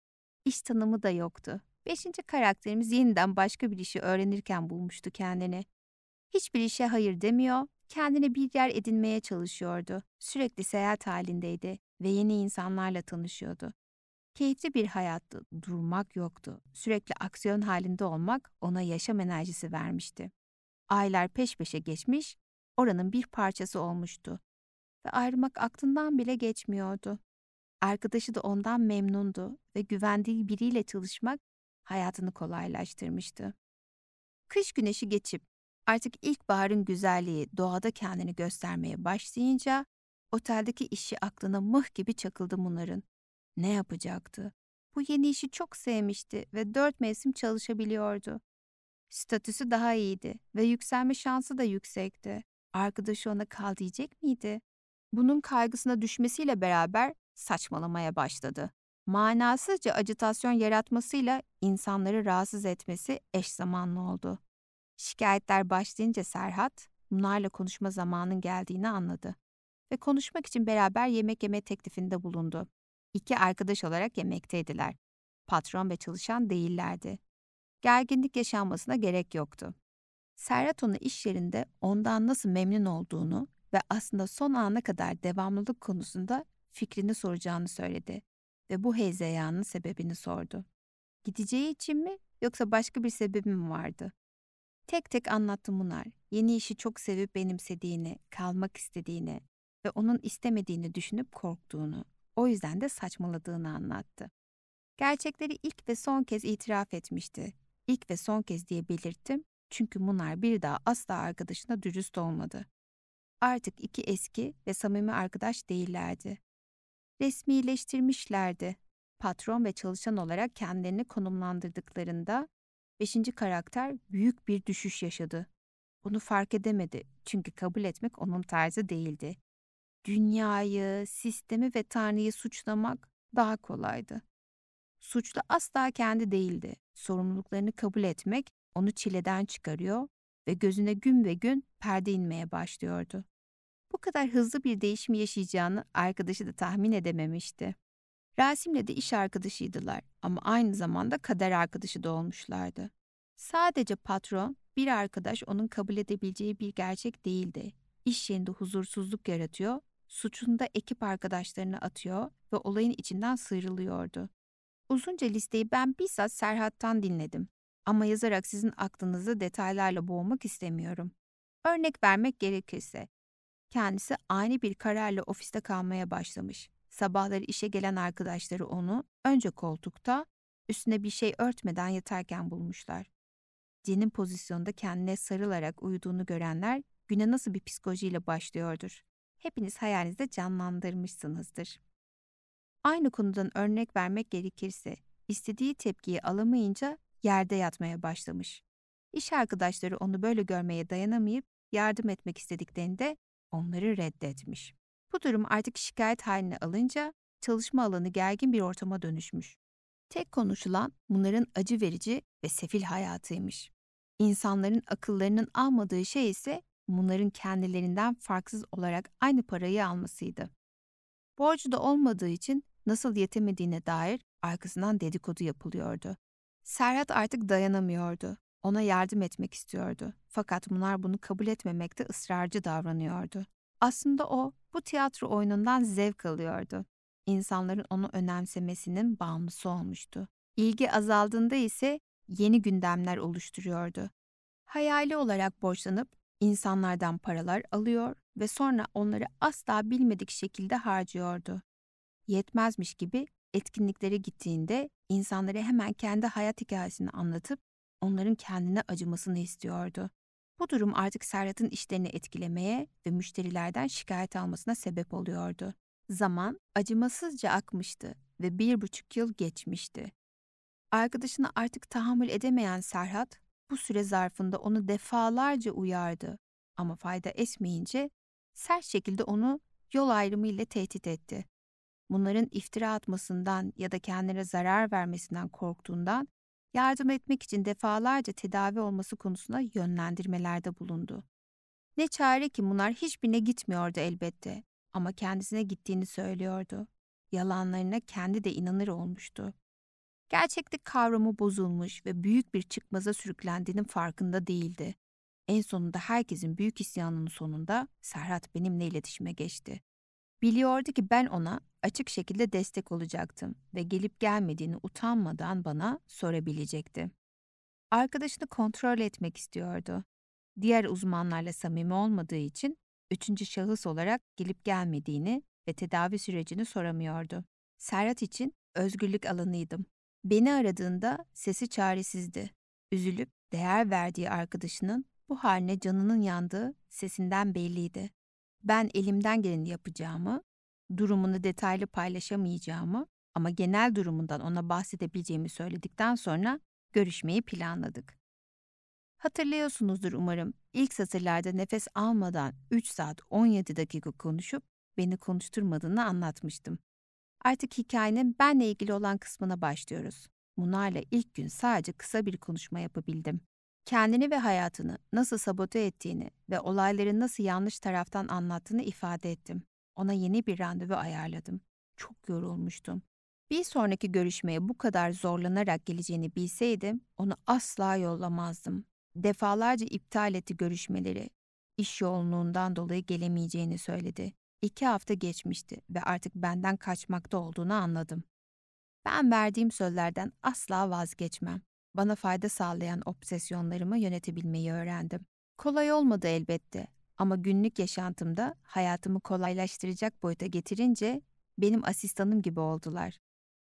İş tanımı da yoktu. 5. karakterimiz yeniden başka bir işi öğrenirken bulmuştu kendini. Hiçbir işe hayır demiyor, kendine bir yer edinmeye çalışıyordu. Sürekli seyahat halindeydi ve yeni insanlarla tanışıyordu. Keyifli bir hayattı, durmak yoktu. Sürekli aksiyon halinde olmak ona yaşam enerjisi vermişti. Aylar peş peşe geçmiş, oranın bir parçası olmuştu ve ayrılmak aklından bile geçmiyordu. Arkadaşı da ondan memnundu ve güvendiği biriyle çalışmak hayatını kolaylaştırmıştı. Kış güneşi geçip artık ilkbaharın güzelliği doğada kendini göstermeye başlayınca oteldeki işi aklına mıh gibi çakıldı Munar'ın. Ne yapacaktı? Bu yeni işi çok sevmişti ve 4 mevsim çalışabiliyordu. Statüsü daha iyiydi ve yükselme şansı da yüksekti. Arkadaşı ona kal diyecek miydi? Bunun kaygısına düşmesiyle beraber saçmalamaya başladı. Manasızca ajitasyon yaratmasıyla insanları rahatsız etmesi eş zamanlı oldu. Şikayetler başlayınca Serhat, bunlarla konuşma zamanının geldiğini anladı ve konuşmak için beraber yemek yeme teklifinde bulundu. İki arkadaş olarak yemekteydiler. Patron ve çalışan değillerdi. Gerginlik yaşanmasına gerek yoktu. Serhat onu iş yerinde ondan nasıl memnun olduğunu ve aslında son ana kadar devamlılık konusunda fikrini soracağını söyledi ve bu hezeyanın sebebini sordu. Gideceği için mi yoksa başka bir sebebi mi vardı? Tek tek anlattı Munar. Yeni işi çok sevip benimsediğini, kalmak istediğini ve onun istemediğini düşünüp korktuğunu, o yüzden de saçmaladığını anlattı. Gerçekleri ilk ve son kez itiraf etmişti. İlk ve son kez diye belirttim çünkü Munar bir daha asla arkadaşına dürüst olmadı. Artık iki eski ve samimi arkadaş değillerdi. Resmileştirmişlerdi. Patron ve çalışan olarak kendilerini konumlandırdıklarında 5. karakter büyük bir düşüş yaşadı. Bunu fark edemedi çünkü kabul etmek onun tarzı değildi. Dünyayı, sistemi ve Tanrı'yı suçlamak daha kolaydı. Suçlu asla kendi değildi. Sorumluluklarını kabul etmek onu çileden çıkarıyor ve gözüne gün ve gün perde inmeye başlıyordu. Bu kadar hızlı bir değişim yaşayacağını arkadaşı da tahmin edememişti. Rasim'le de iş arkadaşıydılar ama aynı zamanda kader arkadaşı da olmuşlardı. Sadece patron, bir arkadaş onun kabul edebileceği bir gerçek değildi. İş yerinde huzursuzluk yaratıyor, suçunu da ekip arkadaşlarına atıyor ve olayın içinden sıyrılıyordu. Uzunca listeyi ben bizzat Serhat'tan dinledim. Ama yazarak sizin aklınızı detaylarla boğmak istemiyorum. Örnek vermek gerekirse, kendisi ani bir kararla ofiste kalmaya başlamış. Sabahları işe gelen arkadaşları onu önce koltukta, üstüne bir şey örtmeden yatarken bulmuşlar. Cenin pozisyonda kendine sarılarak uyuduğunu görenler güne nasıl bir psikolojiyle başlıyordur. Hepiniz hayalinizde canlandırmışsınızdır. Aynı konudan örnek vermek gerekirse, istediği tepkiyi alamayınca yerde yatmaya başlamış. İş arkadaşları onu böyle görmeye dayanamayıp yardım etmek istediklerinde onları reddetmiş. Bu durum artık şikayet haline alınca çalışma alanı gergin bir ortama dönüşmüş. Tek konuşulan bunların acı verici ve sefil hayatıymış. İnsanların akıllarının almadığı şey ise bunların kendilerinden farksız olarak aynı parayı almasıydı. Borcu da olmadığı için nasıl yetemediğine dair arkasından dedikodu yapılıyordu. Serhat artık dayanamıyordu. Ona yardım etmek istiyordu. Fakat bunlar bunu kabul etmemekte ısrarcı davranıyordu. Aslında o bu tiyatro oyunundan zevk alıyordu. İnsanların onu önemsemesinin bağımlısı olmuştu. İlgi azaldığında ise yeni gündemler oluşturuyordu. Hayali olarak borçlanıp insanlardan paralar alıyor ve sonra onları asla bilmedik şekilde harcıyordu. Yetmezmiş gibi etkinliklere gittiğinde insanlara hemen kendi hayat hikayesini anlatıp onların kendine acımasını istiyordu. Bu durum artık Serhat'ın işlerini etkilemeye ve müşterilerden şikayet almasına sebep oluyordu. Zaman acımasızca akmıştı ve 1,5 yıl geçmişti. Arkadaşına artık tahammül edemeyen Serhat, bu süre zarfında onu defalarca uyardı ama fayda etmeyince sert şekilde onu yol ayrımı ile tehdit etti. Bunların iftira atmasından ya da kendine zarar vermesinden korktuğundan yardım etmek için defalarca tedavi olması konusunda yönlendirmelerde bulundu. Ne çare ki bunlar hiçbirine gitmiyordu elbette ama kendisine gittiğini söylüyordu. Yalanlarına kendi de inanır olmuştu. Gerçeklik kavramı bozulmuş ve büyük bir çıkmaza sürüklendiğinin farkında değildi. En sonunda herkesin büyük isyanının sonunda Serhat benimle iletişime geçti. Biliyordu ki ben ona açık şekilde destek olacaktım ve gelip gelmediğini utanmadan bana sorabilecekti. Arkadaşını kontrol etmek istiyordu. Diğer uzmanlarla samimi olmadığı için üçüncü şahıs olarak gelip gelmediğini ve tedavi sürecini soramıyordu. Serhat için özgürlük alanıydım. Beni aradığında sesi çaresizdi. Üzülüp değer verdiği arkadaşının bu haline canının yandığı sesinden belliydi. Ben elimden geleni yapacağımı, durumunu detaylı paylaşamayacağımı ama genel durumundan ona bahsedebileceğimi söyledikten sonra görüşmeyi planladık. Hatırlıyorsunuzdur umarım. İlk satırlarda nefes almadan 3 saat 17 dakika konuşup beni konuşturmadığını anlatmıştım. Artık hikayenin benle ilgili olan kısmına başlıyoruz. Munar'la ilk gün sadece kısa bir konuşma yapabildim. Kendini ve hayatını nasıl sabote ettiğini ve olayları nasıl yanlış taraftan anlattığını ifade ettim. Ona yeni bir randevu ayarladım. Çok yorulmuştum. Bir sonraki görüşmeye bu kadar zorlanarak geleceğini bilseydim onu asla yollamazdım. Defalarca iptal etti görüşmeleri. İş yoğunluğundan dolayı gelemeyeceğini söyledi. 2 hafta geçmişti ve artık benden kaçmakta olduğunu anladım. Ben verdiğim sözlerden asla vazgeçmem. Bana fayda sağlayan obsesyonlarımı yönetebilmeyi öğrendim. Kolay olmadı elbette ama günlük yaşantımda hayatımı kolaylaştıracak boyuta getirince benim asistanım gibi oldular.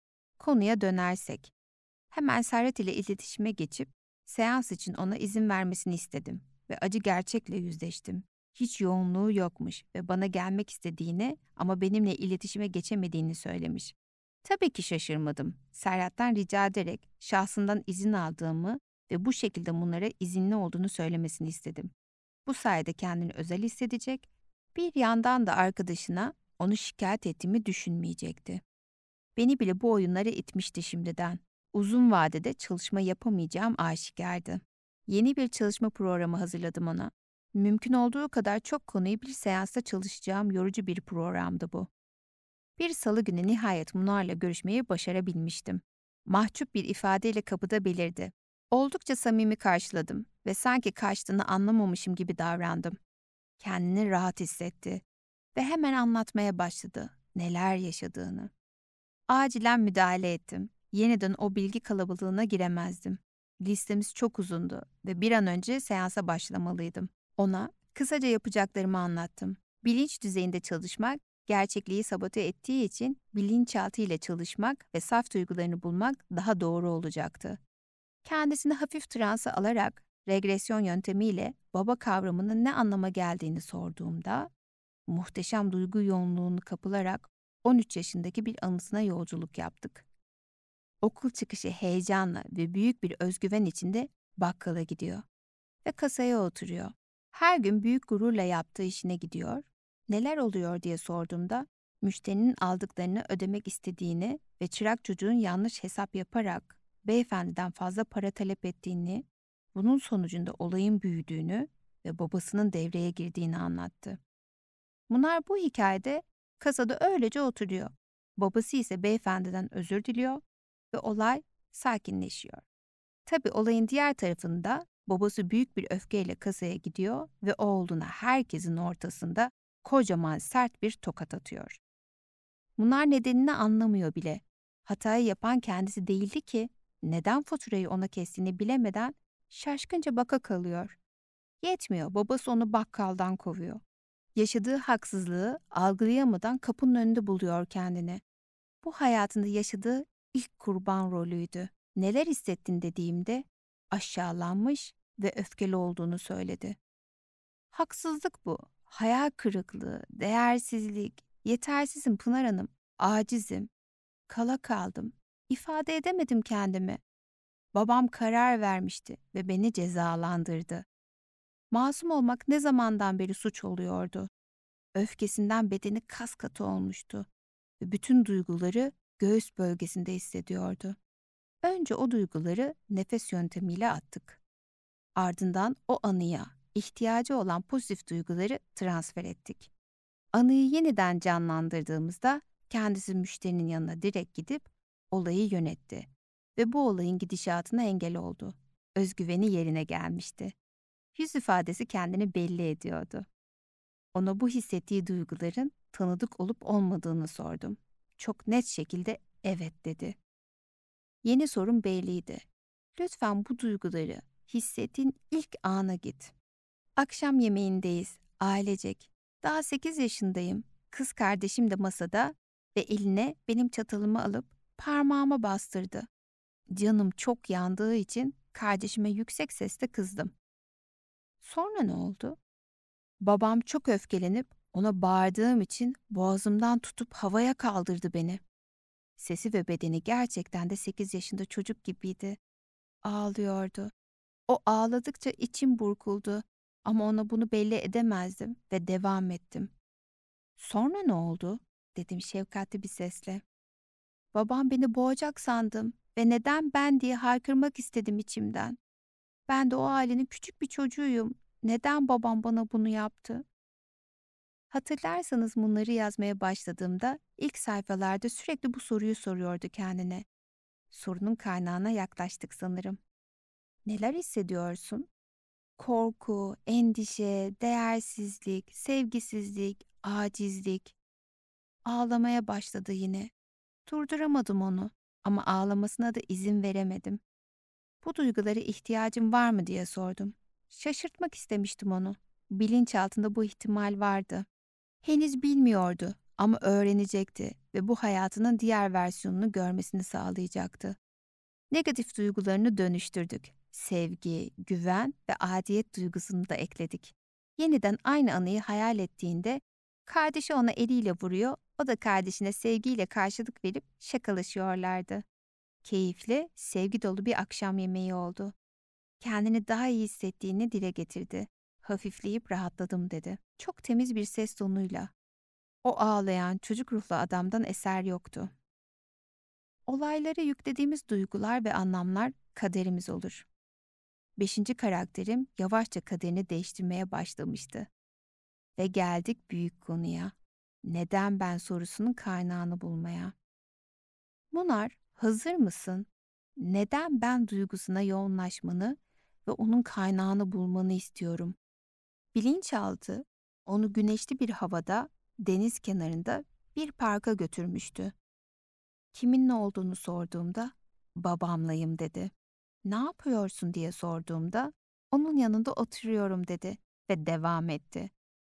Konuya dönersek, hemen Serhat ile iletişime geçip seans için ona izin vermesini istedim ve acı gerçekle yüzleştim. Hiç yoğunluğu yokmuş ve bana gelmek istediğini ama benimle iletişime geçemediğini söylemiş. Tabii ki şaşırmadım. Serhat'tan rica ederek şahsından izin aldığımı ve bu şekilde bunlara izinli olduğunu söylemesini istedim. Bu sayede kendini özel hissedecek, bir yandan da arkadaşına onu şikayet ettiğimi düşünmeyecekti. Beni bile bu oyunlara itmişti şimdiden. Uzun vadede çalışma yapamayacağım aşikardı. Yeni bir çalışma programı hazırladım ona. Mümkün olduğu kadar çok konuyu bir seansta çalışacağım yorucu bir programdı bu. Bir salı günü nihayet Munar'la görüşmeyi başarabilmiştim. Mahcup bir ifadeyle kapıda belirdi. Oldukça samimi karşıladım ve sanki kaçtığını anlamamışım gibi davrandım. Kendini rahat hissetti ve hemen anlatmaya başladı neler yaşadığını. Acilen müdahale ettim. Yeniden o bilgi kalabalığına giremezdim. Listemiz çok uzundu ve bir an önce seansa başlamalıydım. Ona kısaca yapacaklarımı anlattım. Bilinç düzeyinde çalışmak, gerçekliği sabote ettiği için bilinçaltı ile çalışmak ve saf duygularını bulmak daha doğru olacaktı. Kendisini hafif transa alarak regresyon yöntemiyle baba kavramının ne anlama geldiğini sorduğumda, muhteşem duygu yoğunluğunu kapılarak 13 yaşındaki bir anısına yolculuk yaptık. Okul çıkışı heyecanla ve büyük bir özgüven içinde bakkala gidiyor ve kasaya oturuyor. Her gün büyük gururla yaptığı işine gidiyor. Neler oluyor diye sorduğumda müşterinin aldıklarını ödemek istediğini ve çırak çocuğun yanlış hesap yaparak beyefendiden fazla para talep ettiğini, bunun sonucunda olayın büyüdüğünü ve babasının devreye girdiğini anlattı. Bunlar bu hikayede kasada öylece oturuyor. Babası ise beyefendiden özür diliyor ve olay sakinleşiyor. Tabii olayın diğer tarafında babası büyük bir öfkeyle kasaya gidiyor ve oğluna herkesin ortasında kocaman sert bir tokat atıyor. Bunlar nedenini anlamıyor bile. Hatayı yapan kendisi değildi ki neden faturayı ona kestiğini bilemeden şaşkınca baka kalıyor. Yetmiyor, babası onu bakkaldan kovuyor. Yaşadığı haksızlığı algılayamadan kapının önünde buluyor kendini. Bu hayatında yaşadığı ilk kurban rolüydü. Neler hissettin dediğimde aşağılanmış ve öfkeli olduğunu söyledi. Haksızlık bu. Hayal kırıklığı, değersizlik, yetersizim Pınar Hanım, acizim, kala kaldım. İfade edemedim kendimi. Babam karar vermişti ve beni cezalandırdı. Masum olmak ne zamandan beri suç oluyordu. Öfkesinden bedeni kas katı olmuştu ve bütün duyguları göğüs bölgesinde hissediyordu. Önce o duyguları nefes yöntemiyle attık. Ardından o anıya ihtiyacı olan pozitif duyguları transfer ettik. Anıyı yeniden canlandırdığımızda kendisi müşterinin yanına direkt gidip olayı yönetti ve bu olayın gidişatına engel oldu. Özgüveni yerine gelmişti. Yüz ifadesi kendini belli ediyordu. Ona bu hissettiği duyguların tanıdık olup olmadığını sordum. Çok net şekilde evet dedi. Yeni sorum belliydi. Lütfen bu duyguları hissettiğin ilk ana git. Akşam yemeğindeyiz, ailecek. Daha 8 yaşındayım. Kız kardeşim de masada ve eline benim çatalımı alıp parmağıma bastırdı. Canım çok yandığı için kardeşime yüksek sesle kızdım. Sonra ne oldu? Babam çok öfkelenip ona bağırdığım için boğazımdan tutup havaya kaldırdı beni. Sesi ve bedeni gerçekten de 8 yaşında çocuk gibiydi. Ağlıyordu. O ağladıkça içim burkuldu ama ona bunu belli edemezdim ve devam ettim. Sonra ne oldu? Dedim şefkatli bir sesle. Babam beni boğacak sandım ve neden ben diye haykırmak istedim içimden. Ben de o ailenin küçük bir çocuğuyum. Neden babam bana bunu yaptı? Hatırlarsanız bunları yazmaya başladığımda ilk sayfalarda sürekli bu soruyu soruyordu kendine. Sorunun kaynağına yaklaştık sanırım. Neler hissediyorsun? Korku, endişe, değersizlik, sevgisizlik, acizlik. Ağlamaya başladı yine. Durduramadım onu ama ağlamasına da izin veremedim. Bu duygulara ihtiyacın var mı diye sordum. Şaşırtmak istemiştim onu. Bilinçaltında bu ihtimal vardı. Henüz bilmiyordu ama öğrenecekti ve bu hayatının diğer versiyonunu görmesini sağlayacaktı. Negatif duygularını dönüştürdük. Sevgi, güven ve aidiyet duygusunu da ekledik. Yeniden aynı anıyı hayal ettiğinde kardeşi ona eliyle vuruyor, o da kardeşine sevgiyle karşılık verip şakalaşıyorlardı. Keyifli, sevgi dolu bir akşam yemeği oldu. Kendini daha iyi hissettiğini dile getirdi. Hafifleyip rahatladım dedi. Çok temiz bir ses tonuyla. O ağlayan çocuk ruhlu adamdan eser yoktu. Olaylara yüklediğimiz duygular ve anlamlar kaderimiz olur. Beşinci karakterim yavaşça kaderini değiştirmeye başlamıştı. Ve geldik büyük konuya. Neden ben sorusunun kaynağını bulmaya. Munar, hazır mısın? Neden ben duygusuna yoğunlaşmanı ve onun kaynağını bulmanı istiyorum? Bilinçaltı onu güneşli bir havada, deniz kenarında bir parka götürmüştü. Kiminle olduğunu sorduğumda babamlayım dedi. Ne yapıyorsun diye sorduğumda onun yanında oturuyorum dedi ve devam etti.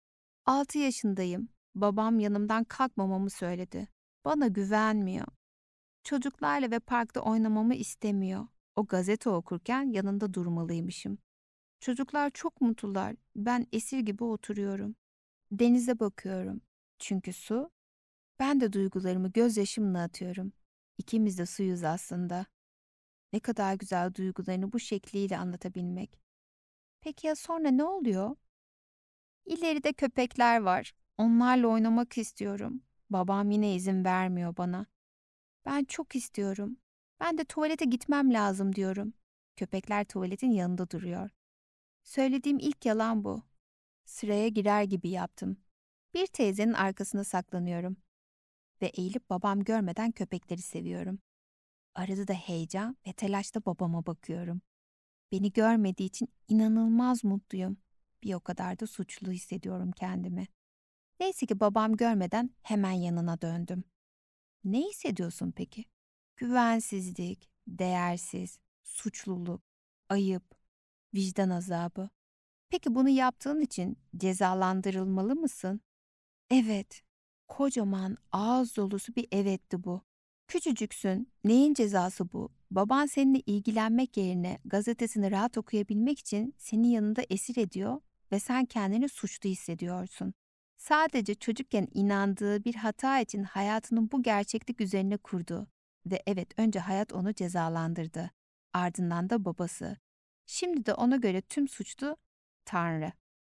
6 yaşındayım. Babam yanımdan kalkmamamı söyledi. Bana güvenmiyor. Çocuklarla ve parkta oynamamı istemiyor. O gazete okurken yanında durmalıymışım. Çocuklar çok mutlular. Ben esir gibi oturuyorum. Denize bakıyorum. Çünkü su, ben de duygularımı gözyaşımla atıyorum. İkimiz de suyuz aslında. Ne kadar güzel duygularını bu şekliyle anlatabilmek. Peki ya sonra ne oluyor? İleride köpekler var. Onlarla oynamak istiyorum. Babam yine izin vermiyor bana. Ben çok istiyorum. Ben de tuvalete gitmem lazım diyorum. Köpekler tuvaletin yanında duruyor. Söylediğim ilk yalan bu. Sıraya girer gibi yaptım. Bir teyzenin arkasına saklanıyorum ve eğilip babam görmeden köpekleri seviyorum. Arada da heyecan ve telaşla babama bakıyorum. Beni görmediği için inanılmaz mutluyum. Bir o kadar da suçlu hissediyorum kendimi. Neyse ki babam görmeden hemen yanına döndüm. Ne hissediyorsun peki? Güvensizlik, değersiz, suçluluk, ayıp, vicdan azabı. Peki bunu yaptığın için cezalandırılmalı mısın? Evet. Kocaman ağız dolusu bir evetti bu. Küçücüksün. Neyin cezası bu? Baban seninle ilgilenmek yerine gazetesini rahat okuyabilmek için seni yanında esir ediyor ve sen kendini suçlu hissediyorsun. Sadece çocukken inandığı bir hata için hayatını bu gerçeklik üzerine kurdu. Ve evet, önce hayat onu cezalandırdı. Ardından da babası. Şimdi de ona göre tüm suçlu Tanrı.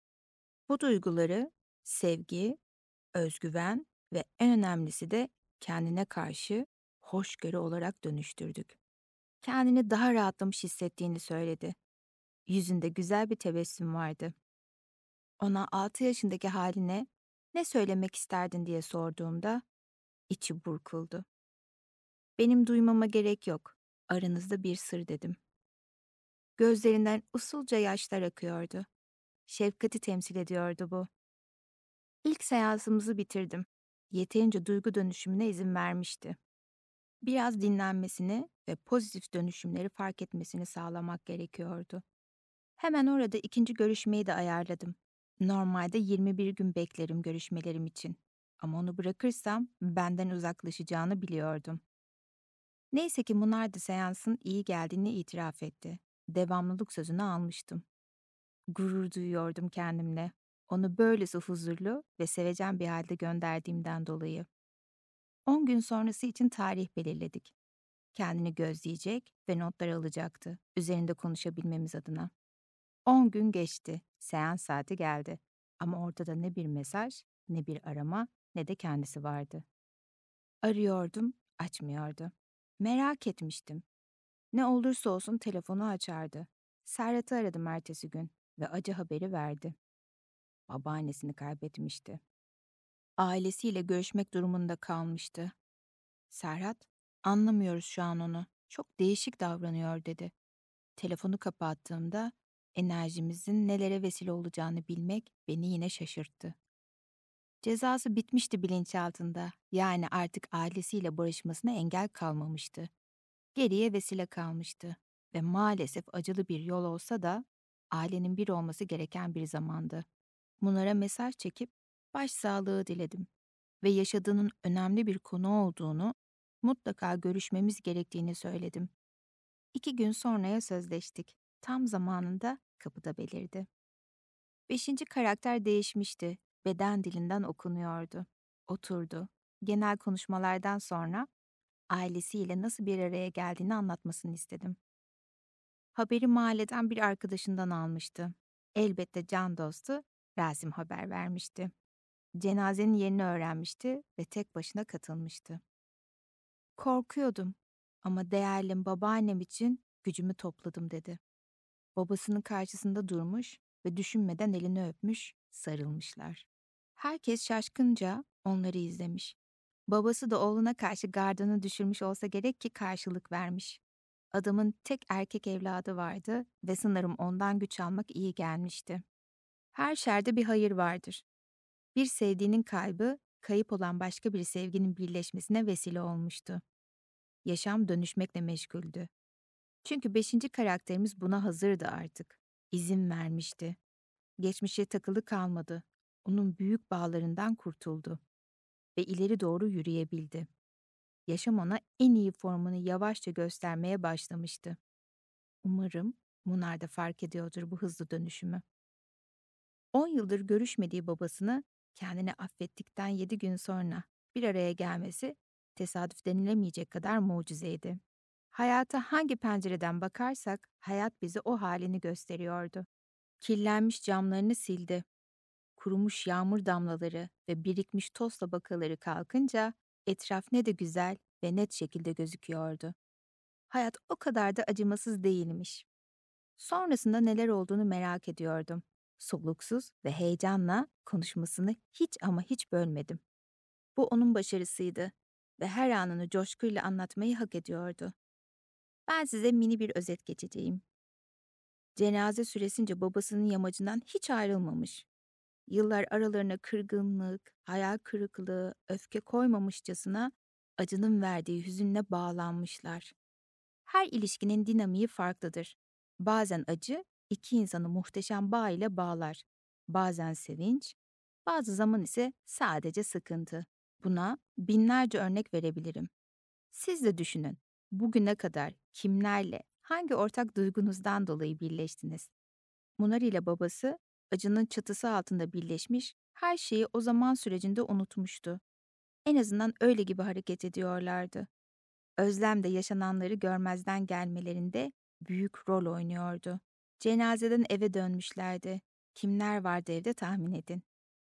Bu duyguları sevgi, özgüven ve en önemlisi de kendine karşı hoşgörü olarak dönüştürdük. Kendini daha rahatlamış hissettiğini söyledi. Yüzünde güzel bir tebessüm vardı. Ona 6 yaşındaki haline ne söylemek isterdin diye sorduğumda içi burkuldu. Benim duymama gerek yok. Aranızda bir sır dedim. Gözlerinden usulca yaşlar akıyordu. Şefkati temsil ediyordu bu. İlk seansımızı bitirdim. Yeterince duygu dönüşümüne izin vermişti. Biraz dinlenmesini ve pozitif dönüşümleri fark etmesini sağlamak gerekiyordu. Hemen orada ikinci görüşmeyi de ayarladım. Normalde 21 gün beklerim görüşmelerim için. Ama onu bırakırsam benden uzaklaşacağını biliyordum. Neyse ki Munar da seansın iyi geldiğini itiraf etti. Devamlılık sözünü almıştım. Gurur duyuyordum kendimle. Onu böylesi huzurlu ve sevecen bir halde gönderdiğimden dolayı. 10 gün sonrası için tarih belirledik. Kendini gözleyecek ve notlar alacaktı, üzerinde konuşabilmemiz adına. 10 gün geçti, seans saati geldi. Ama ortada ne bir mesaj, ne bir arama, ne de kendisi vardı. Arıyordum, açmıyordu. Merak etmiştim. Ne olursa olsun telefonu açardı. Serhat'ı aradım ertesi gün ve acı haberi verdi. Babaannesini kaybetmişti. Ailesiyle görüşmek durumunda kalmıştı. Serhat, anlamıyoruz şu an onu. Çok değişik davranıyor dedi. Telefonu kapattığımda enerjimizin nelere vesile olacağını bilmek beni yine şaşırttı. Cezası bitmişti bilinçaltında. Yani artık ailesiyle barışmasına engel kalmamıştı. Geriye vesile kalmıştı. Ve maalesef acılı bir yol olsa da ailenin bir olması gereken bir zamandı. Munar'a mesaj çekip başsağlığı diledim ve yaşadığının önemli bir konu olduğunu, mutlaka görüşmemiz gerektiğini söyledim. 2 gün sonraya sözleştik. Tam zamanında kapıda belirdi. Beşinci karakter değişmişti. Beden dilinden okunuyordu. Oturdu. Genel konuşmalardan sonra ailesiyle nasıl bir araya geldiğini anlatmasını istedim. Haberi mahalleden bir arkadaşından almıştı. Elbette can dostu Rasim haber vermişti. Cenazenin yerini öğrenmişti ve tek başına katılmıştı. Korkuyordum ama değerlim babaannem için gücümü topladım dedi. Babasının karşısında durmuş ve düşünmeden elini öpmüş, sarılmışlar. Herkes şaşkınca onları izlemiş. Babası da oğluna karşı gardını düşürmüş olsa gerek ki karşılık vermiş. Adamın tek erkek evladı vardı ve sanırım ondan güç almak iyi gelmişti. Her şerde bir hayır vardır. Bir sevdiğinin kaybı, kayıp olan başka bir sevginin birleşmesine vesile olmuştu. Yaşam dönüşmekle meşguldü. Çünkü beşinci karakterimiz buna hazırdı artık. İzin vermişti. Geçmişe takılı kalmadı. Onun büyük bağlarından kurtuldu ve ileri doğru yürüyebildi. Yaşam ona en iyi formunu yavaşça göstermeye başlamıştı. Umarım Munar da fark ediyordur bu hızlı dönüşümü. 10 yıldır görüşmediği babasını kendini affettikten 7 gün sonra bir araya gelmesi tesadüf denilemeyecek kadar mucizeydi. Hayata hangi pencereden bakarsak hayat bize o halini gösteriyordu. Kirlenmiş camlarını sildi. Kurumuş yağmur damlaları ve birikmiş toz tabakaları kalkınca etraf ne de güzel ve net şekilde gözüküyordu. Hayat o kadar da acımasız değilmiş. Sonrasında neler olduğunu merak ediyordum. Soluksuz ve heyecanla konuşmasını hiç ama hiç bölmedim. Bu onun başarısıydı ve her anını coşkuyla anlatmayı hak ediyordu. Ben size mini bir özet geçeceğim. Cenaze süresince babasının yamacından hiç ayrılmamış. Yıllar aralarına kırgınlık, hayal kırıklığı, öfke koymamışçasına acının verdiği hüzünle bağlanmışlar. Her ilişkinin dinamiği farklıdır. Bazen acı iki insanı muhteşem bağ ile bağlar. Bazen sevinç, bazı zaman ise sadece sıkıntı. Buna binlerce örnek verebilirim. Siz de düşünün. Bugüne kadar kimlerle, hangi ortak duygunuzdan dolayı birleştiniz? Munari ile babası acının çatısı altında birleşmiş, her şeyi o zaman sürecinde unutmuştu. En azından öyle gibi hareket ediyorlardı. Özlem de yaşananları görmezden gelmelerinde büyük rol oynuyordu. Cenazeden eve dönmüşlerdi. Kimler vardı evde tahmin edin.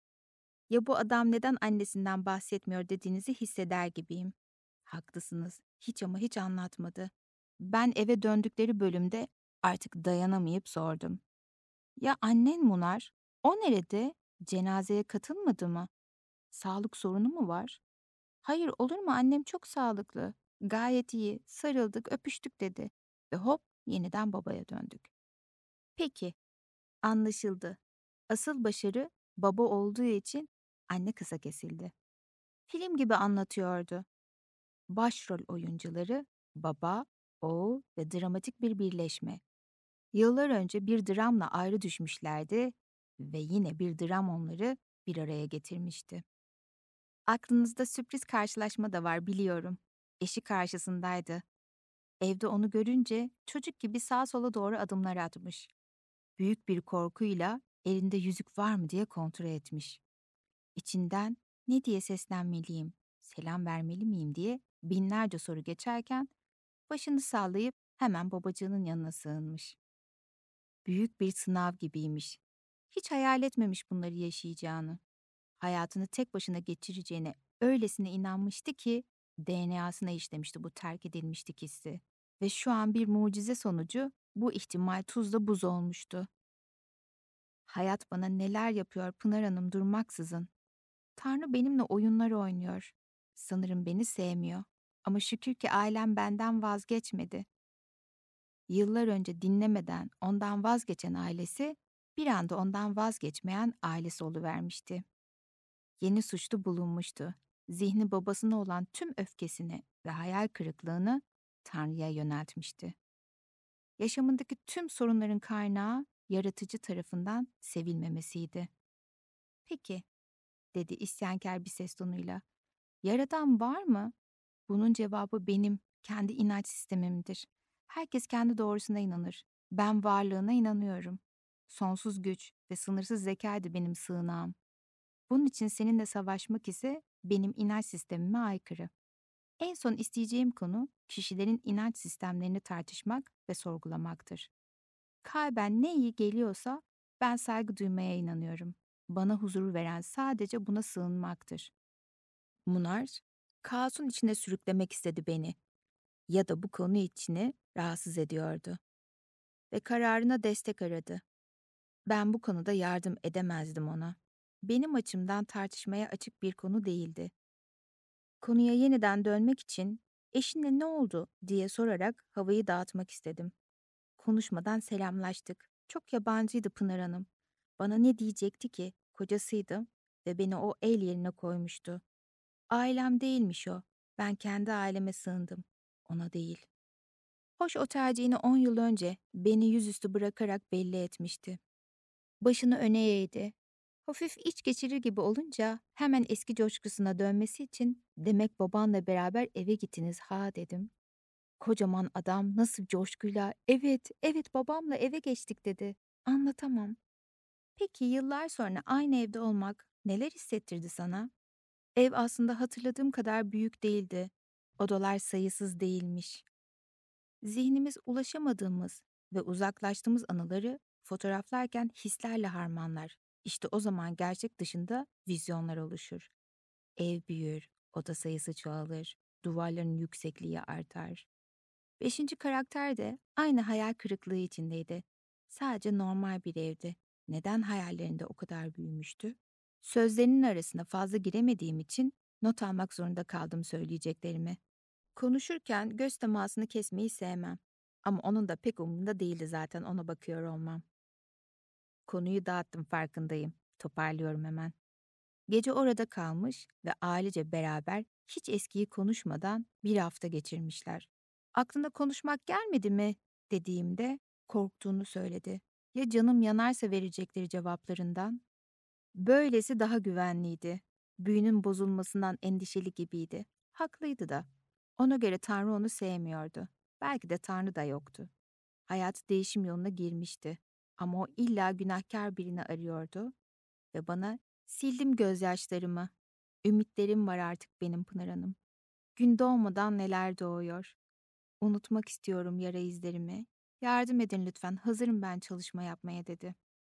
Ya bu adam neden annesinden bahsetmiyor dediğinizi hisseder gibiyim. Haklısınız. Hiç ama hiç anlatmadı. Ben eve döndükleri bölümde artık dayanamayıp sordum. Ya annen Munar? O nerede? Cenazeye katılmadı mı? Sağlık sorunu mu var? Hayır olur mu annem çok sağlıklı. Gayet iyi. Sarıldık, öpüştük dedi. Ve hop yeniden babaya döndük. Peki, anlaşıldı. Asıl başarı baba olduğu için anne kısa kesildi. Film gibi anlatıyordu. Başrol oyuncuları baba, oğul ve dramatik bir birleşme. Yıllar önce bir dramla ayrı düşmüşlerdi ve yine bir dram onları bir araya getirmişti. Aklınızda sürpriz karşılaşma da var biliyorum. Eşi karşısındaydı. Evde onu görünce çocuk gibi sağa sola doğru adımlar atmış. Büyük bir korkuyla elinde yüzük var mı diye kontrol etmiş. İçinden ne diye seslenmeliyim, selam vermeli miyim diye binlerce soru geçerken başını sallayıp hemen babacığının yanına sığınmış. Büyük bir sınav gibiymiş. Hiç hayal etmemiş bunları yaşayacağını. Hayatını tek başına geçireceğine öylesine inanmıştı ki DNA'sına işlemişti bu terk edilmişlik hissi. Ve şu an bir mucize sonucu bu ihtimal tuzla buz olmuştu. Hayat bana neler yapıyor Pınar Hanım durmaksızın. Tanrı benimle oyunlar oynuyor. Sanırım beni sevmiyor. Ama şükür ki ailem benden vazgeçmedi. Yıllar önce dinlemeden ondan vazgeçen ailesi bir anda ondan vazgeçmeyen ailesi oluvermişti. Yeni suçlu bulunmuştu. Zihni babasına olan tüm öfkesini ve hayal kırıklığını Tanrı'ya yöneltmişti. Yaşamındaki tüm sorunların kaynağı yaratıcı tarafından sevilmemesiydi. Peki, dedi isyankar bir ses tonuyla. Yaradan var mı? Bunun cevabı benim, kendi inanç sistemimdir. Herkes kendi doğrusuna inanır. Ben varlığına inanıyorum. Sonsuz güç ve sınırsız zekaydı benim sığınağım. Bunun için seninle savaşmak ise benim inanç sistemime aykırı. En son isteyeceğim konu kişilerin inanç sistemlerini tartışmak ve sorgulamaktır. Kalben ne iyi geliyorsa ben saygı duymaya inanıyorum. Bana huzur veren sadece buna sığınmaktır. Munar, kaosun içine sürüklemek istedi beni ya da bu konu içini rahatsız ediyordu. ve kararına destek aradı. Ben bu konuda yardım edemezdim ona. Benim açımdan tartışmaya açık bir konu değildi. Konuya yeniden dönmek için eşinle ne oldu diye sorarak havayı dağıtmak istedim. Konuşmadan selamlaştık. Çok yabancıydı Pınar Hanım. Bana ne diyecekti ki? Kocasıydı ve beni o el yerine koymuştu. Ailem değilmiş o. Ben kendi aileme sığındım. Ona değil. Hoş o tercihini 10 yıl önce beni yüzüstü bırakarak belli etmişti. Başını öne eğdi. Hafif iç geçirir gibi olunca hemen eski coşkusuna dönmesi için demek babanla beraber eve gittiniz ha dedim. Kocaman adam nasıl coşkuyla evet evet babamla eve geçtik dedi. Anlatamam. Peki yıllar sonra aynı evde olmak neler hissettirdi sana? Ev aslında hatırladığım kadar büyük değildi. Odalar sayısız değilmiş. Zihnimiz ulaşamadığımız ve uzaklaştığımız anıları fotoğraflarken hislerle harmanlar. İşte o zaman gerçek dışında vizyonlar oluşur. Ev büyür, oda sayısı çoğalır, duvarların yüksekliği artar. Beşinci karakter de aynı hayal kırıklığı içindeydi. Sadece normal bir evdi. Neden hayallerinde o kadar büyümüştü? Sözlerinin arasına fazla giremediğim için not almak zorunda kaldım söyleyeceklerimi. Konuşurken göz temasını kesmeyi sevmem. Ama onun da pek umurunda değildi zaten ona bakıyor olmam. Konuyu dağıttım farkındayım. Toparlıyorum hemen. Gece orada kalmış ve ailece beraber hiç eskiyi konuşmadan bir hafta geçirmişler. Aklına konuşmak gelmedi mi dediğimde korktuğunu söyledi. Ya canım yanarsa verecekleri cevaplarından? Böylesi daha güvenliydi. Büyünün bozulmasından endişeli gibiydi. Haklıydı da. Ona göre Tanrı onu sevmiyordu. Belki de Tanrı da yoktu. Hayatı değişim yoluna girmişti. Ama o illa günahkar birini arıyordu ve bana sildim gözyaşlarımı. Ümitlerim var artık benim Pınar Hanım. Gün doğmadan neler doğuyor. Unutmak istiyorum yara izlerimi. Yardım edin lütfen, hazırım ben çalışma yapmaya dedi.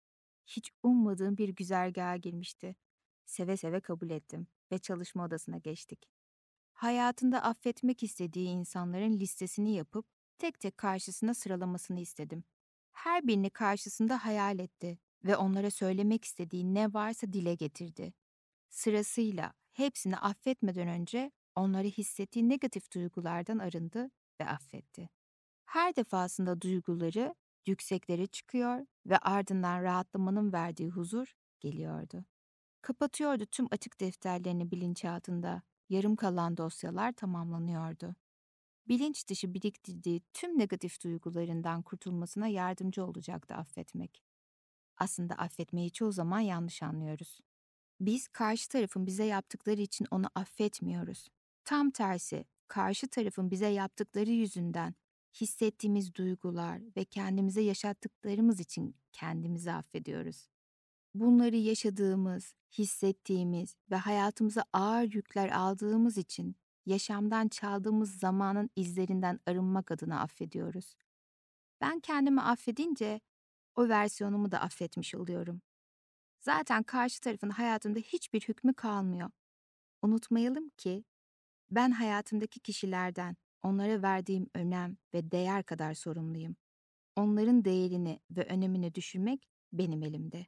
Hiç ummadığım bir güzergaha girmişti. Seve seve kabul ettim ve çalışma odasına geçtik. Hayatında affetmek istediği insanların listesini yapıp tek tek karşısına sıralamasını istedim. Her birini karşısında hayal etti ve onlara söylemek istediği ne varsa dile getirdi. Sırasıyla hepsini affetmeden önce onları hissettiği negatif duygulardan arındı ve affetti. Her defasında duyguları yükseklere çıkıyor ve ardından rahatlamanın verdiği huzur geliyordu. Kapatıyordu tüm açık defterlerini bilinçaltında. Yarım kalan dosyalar tamamlanıyordu. Bilinç dışı biriktirdiği tüm negatif duygularından kurtulmasına yardımcı olacaktı affetmek. Aslında affetmeyi çoğu zaman yanlış anlıyoruz. Biz karşı tarafın bize yaptıkları için onu affetmiyoruz. Tam tersi, karşı tarafın bize yaptıkları yüzünden hissettiğimiz duygular ve kendimize yaşattıklarımız için kendimizi affediyoruz. Bunları yaşadığımız, hissettiğimiz ve hayatımıza ağır yükler aldığımız için yaşamdan çaldığımız zamanın izlerinden arınmak adına affediyoruz. Ben kendimi affedince o versiyonumu da affetmiş oluyorum. Zaten karşı tarafın hayatımda hiçbir hükmü kalmıyor. Unutmayalım ki ben hayatımdaki kişilerden, onlara verdiğim önem ve değer kadar sorumluyum. Onların değerini ve önemini düşürmek benim elimde.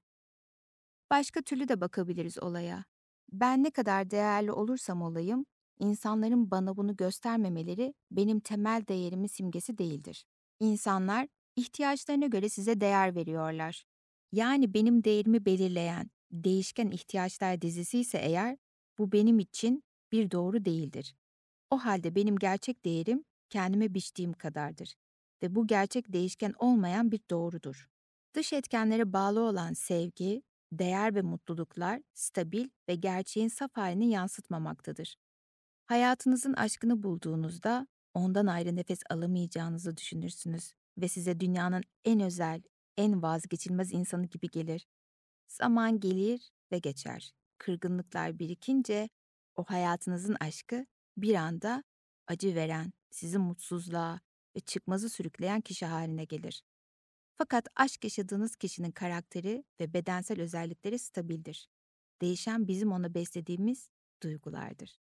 Başka türlü de bakabiliriz olaya. Ben ne kadar değerli olursam olayım, insanların bana bunu göstermemeleri benim temel değerimin simgesi değildir. İnsanlar ihtiyaçlarına göre size değer veriyorlar. Yani benim değerimi belirleyen değişken ihtiyaçlar dizisi ise eğer, bu benim için bir doğru değildir. O halde benim gerçek değerim kendime biçtiğim kadardır ve bu gerçek değişken olmayan bir doğrudur. Dış etkenlere bağlı olan sevgi, değer ve mutluluklar stabil ve gerçeğin saf halini yansıtmamaktadır. Hayatınızın aşkını bulduğunuzda ondan ayrı nefes alamayacağınızı düşünürsünüz ve size dünyanın en özel, en vazgeçilmez insanı gibi gelir. Zaman gelir ve geçer. Kırgınlıklar birikince o hayatınızın aşkı bir anda acı veren, sizi mutsuzluğa ve çıkmazı sürükleyen kişi haline gelir. Fakat aşk yaşadığınız kişinin karakteri ve bedensel özellikleri stabildir. Değişen bizim ona beslediğimiz duygulardır.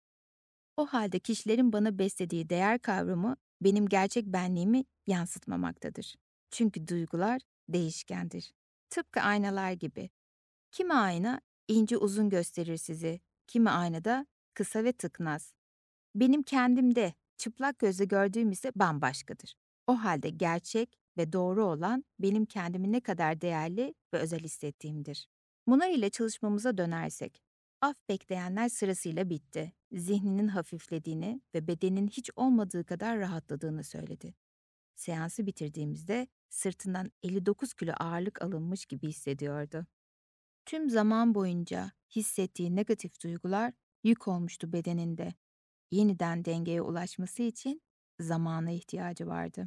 O halde kişilerin bana beslediği değer kavramı benim gerçek benliğimi yansıtmamaktadır. Çünkü duygular değişkendir. Tıpkı aynalar gibi. Kimi ayna ince uzun gösterir sizi, kimi ayna da kısa ve tıknaz. Benim kendimde çıplak gözle gördüğüm ise bambaşkadır. O halde gerçek ve doğru olan benim kendimi ne kadar değerli ve özel hissettiğimdir. Bunlar ile çalışmamıza dönersek, af bekleyenler sırasıyla bitti. Zihninin hafiflediğini ve bedenin hiç olmadığı kadar rahatladığını söyledi. Seansı bitirdiğimizde sırtından 59 kilo ağırlık alınmış gibi hissediyordu. Tüm zaman boyunca hissettiği negatif duygular yük olmuştu bedeninde. Yeniden dengeye ulaşması için zamana ihtiyacı vardı.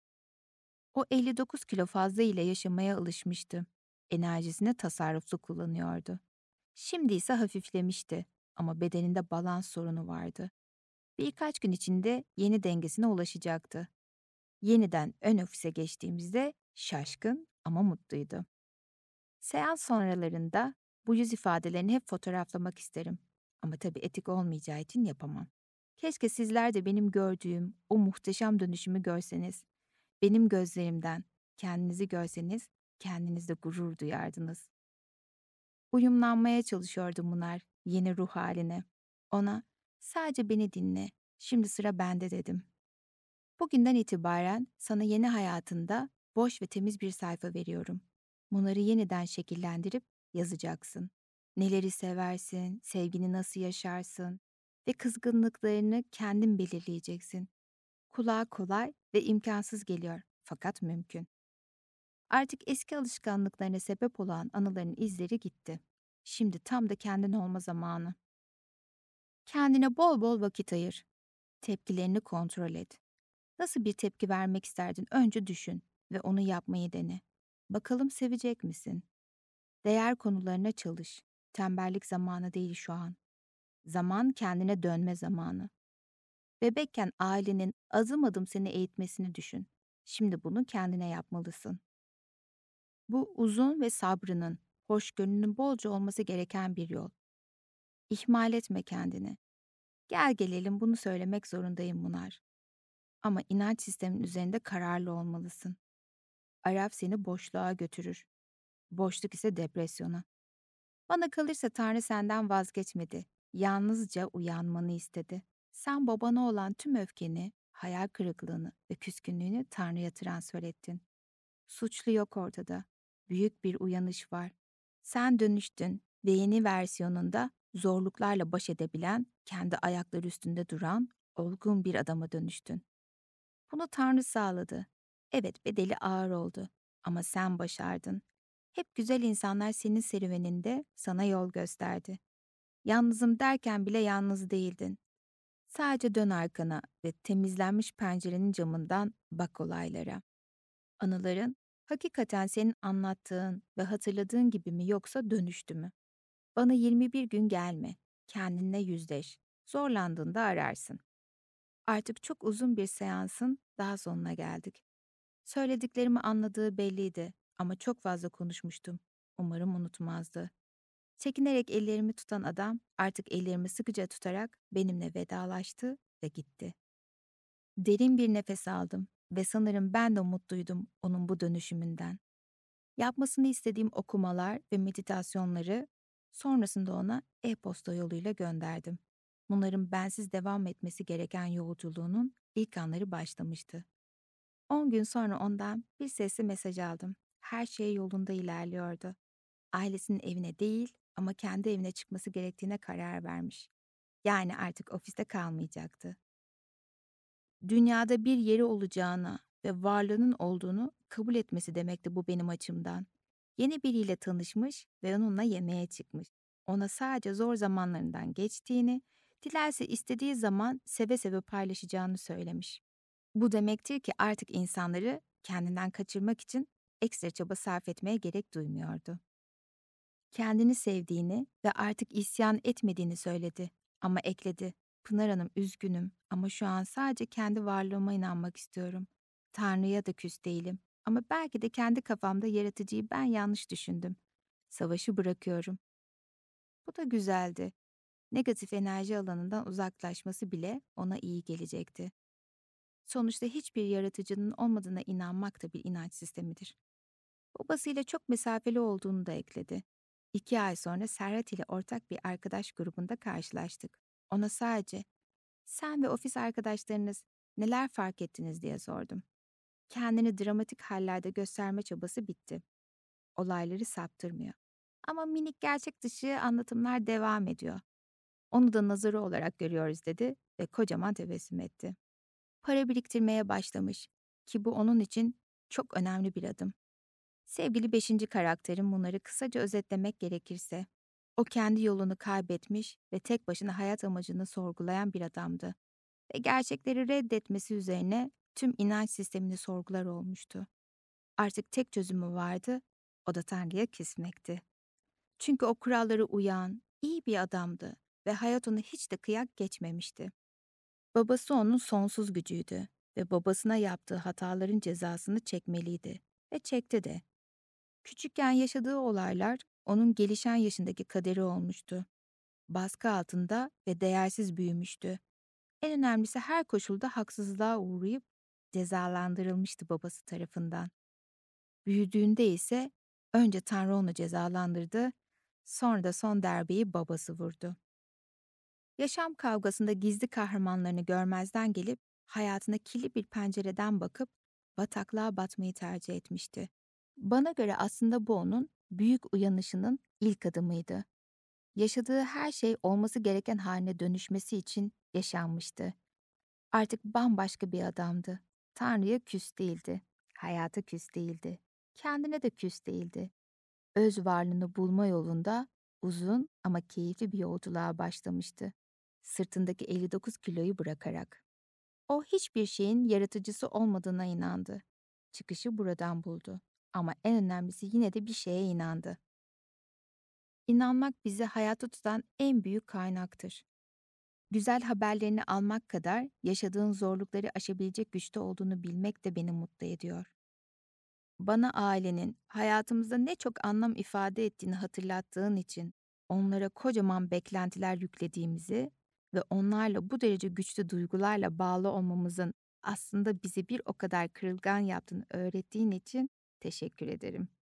O 59 kilo fazla ile yaşamaya alışmıştı. Enerjisini tasarruflu kullanıyordu. Şimdi ise hafiflemişti ama bedeninde balans sorunu vardı. Birkaç gün içinde yeni dengesine ulaşacaktı. Yeniden ön ofise geçtiğimizde şaşkın ama mutluydu. Seans sonralarında bu yüz ifadelerini hep fotoğraflamak isterim. Ama tabii etik olmayacağı için yapamam. Keşke sizler de benim gördüğüm o muhteşem dönüşümü görseniz. Benim gözlerimden kendinizi görseniz kendinizde gurur duyardınız. Uyumlanmaya çalışıyordu Munar yeni ruh haline. Ona sadece beni dinle, şimdi sıra bende dedim. Bugünden itibaren sana yeni hayatında boş ve temiz bir sayfa veriyorum. Bunları yeniden şekillendirip yazacaksın. Neleri seversin, sevgini nasıl yaşarsın ve kızgınlıklarını kendin belirleyeceksin. Kulağa kolay ve imkansız geliyor fakat mümkün. Artık eski alışkanlıklarına sebep olan anıların izleri gitti. Şimdi tam da kendin olma zamanı. Kendine bol bol vakit ayır. Tepkilerini kontrol et. Nasıl bir tepki vermek isterdin önce düşün ve onu yapmayı dene. Bakalım sevecek misin? Değer konularına çalış. Tembellik zamanı değil şu an. Zaman kendine dönme zamanı. Bebekken ailenin adım adım seni eğitmesini düşün. Şimdi bunu kendine yapmalısın. Bu uzun ve sabrının, hoşgörünün bolca olması gereken bir yol. İhmal etme kendini. Gel gelelim bunu söylemek zorundayım Munar. Ama inanç sistemin üzerinde kararlı olmalısın. Araf seni boşluğa götürür. Boşluk ise depresyona. Bana kalırsa Tanrı senden vazgeçmedi. Yalnızca uyanmanı istedi. Sen babana olan tüm öfkeni, hayal kırıklığını ve küskünlüğünü Tanrı'ya transfer ettin. Suçlu yok ortada. Büyük bir uyanış var. Sen dönüştün ve yeni versiyonunda zorluklarla baş edebilen, kendi ayakları üstünde duran, olgun bir adama dönüştün. Bunu Tanrı sağladı. Evet, bedeli ağır oldu ama sen başardın. Hep güzel insanlar senin serüveninde sana yol gösterdi. Yalnızım derken bile yalnız değildin. Sadece dön arkana ve temizlenmiş pencerenin camından bak olaylara. Anıların hakikaten senin anlattığın ve hatırladığın gibi mi yoksa dönüştü mü? Bana 21 gün gelme. Kendinle yüzleş. Zorlandığında ararsın. Artık çok uzun bir seansın daha sonuna geldik. Söylediklerimi anladığı belliydi ama çok fazla konuşmuştum. Umarım unutmazdı. Çekinerek ellerimi tutan adam artık ellerimi sıkıca tutarak benimle vedalaştı ve gitti. Derin bir nefes aldım ve sanırım ben de mutluydum onun bu dönüşümünden. Yapmasını istediğim okumalar ve meditasyonları sonrasında ona e-posta yoluyla gönderdim. Bunların bensiz devam etmesi gereken yolculuğunun ilk anları başlamıştı. 10 gün sonra ondan bir sesli mesaj aldım. Her şey yolunda ilerliyordu. Ailesinin evine değil ama kendi evine çıkması gerektiğine karar vermiş. Yani artık ofiste kalmayacaktı. Dünyada bir yeri olacağına ve varlığının olduğunu kabul etmesi demekti bu benim açımdan. Yeni biriyle tanışmış ve onunla yemeğe çıkmış. Ona sadece zor zamanlarından geçtiğini, dilerse istediği zaman seve seve paylaşacağını söylemiş. Bu demektir ki artık insanları kendinden kaçırmak için ekstra çaba sarf etmeye gerek duymuyordu. Kendini sevdiğini ve artık isyan etmediğini söyledi ama ekledi. Pınar Hanım üzgünüm ama şu an sadece kendi varlığıma inanmak istiyorum. Tanrı'ya da küs değilim ama belki de kendi kafamda yaratıcıyı ben yanlış düşündüm. Savaşı bırakıyorum. Bu da güzeldi. Negatif enerji alanından uzaklaşması bile ona iyi gelecekti. Sonuçta hiçbir yaratıcının olmadığına inanmak da bir inanç sistemidir. Babasıyla çok mesafeli olduğunu da ekledi. 2 ay sonra Serhat ile ortak bir arkadaş grubunda karşılaştık. Ona sadece "Sen ve ofis arkadaşlarınız neler fark ettiniz?" diye sordum. Kendini dramatik hallerde gösterme çabası bitti. Olayları saptırmıyor. Ama minik gerçek dışı anlatımlar devam ediyor. Onu da nazarı olarak görüyoruz dedi ve kocaman tebessüm etti. Para biriktirmeye başlamış ki bu onun için çok önemli bir adım. Sevgili beşinci karakterim bunları kısaca özetlemek gerekirse. O kendi yolunu kaybetmiş ve tek başına hayat amacını sorgulayan bir adamdı. Ve gerçekleri reddetmesi üzerine tüm inanç sistemini sorgular olmuştu. Artık tek çözümü vardı, o da Tanrı'ya küsmekti. Çünkü o kurallara uyan, iyi bir adamdı ve hayat onu hiç de kıyak geçmemişti. Babası onun sonsuz gücüydü ve babasına yaptığı hataların cezasını çekmeliydi ve çekti de. Küçükken yaşadığı olaylar onun gelişen yaşındaki kaderi olmuştu. Baskı altında ve değersiz büyümüştü. En önemlisi her koşulda haksızlığa uğrayıp cezalandırılmıştı babası tarafından. Büyüdüğünde ise önce Tanrı onu cezalandırdı, sonra da son darbeyi babası vurdu. Yaşam kavgasında gizli kahramanlarını görmezden gelip hayatına kirli bir pencereden bakıp bataklığa batmayı tercih etmişti. Bana göre aslında bu onun büyük uyanışının ilk adımıydı. Yaşadığı her şey olması gereken haline dönüşmesi için yaşanmıştı. Artık bambaşka bir adamdı. Tanrı'ya küs değildi. Hayata küs değildi. Kendine de küs değildi. Öz varlığını bulma yolunda uzun ama keyifli bir yolculuğa başlamıştı. Sırtındaki 59 kiloyu bırakarak. O hiçbir şeyin yaratıcısı olmadığına inandı. Çıkışı buradan buldu. Ama en önemlisi yine de bir şeye inandı. İnanmak bizi hayatta tutan en büyük kaynaktır. Güzel haberlerini almak kadar yaşadığın zorlukları aşabilecek güçte olduğunu bilmek de beni mutlu ediyor. Bana ailenin hayatımızda ne çok anlam ifade ettiğini hatırlattığın için onlara kocaman beklentiler yüklediğimizi ve onlarla bu derece güçlü duygularla bağlı olmamızın aslında bizi bir o kadar kırılgan yaptığını öğrettiğin için teşekkür ederim.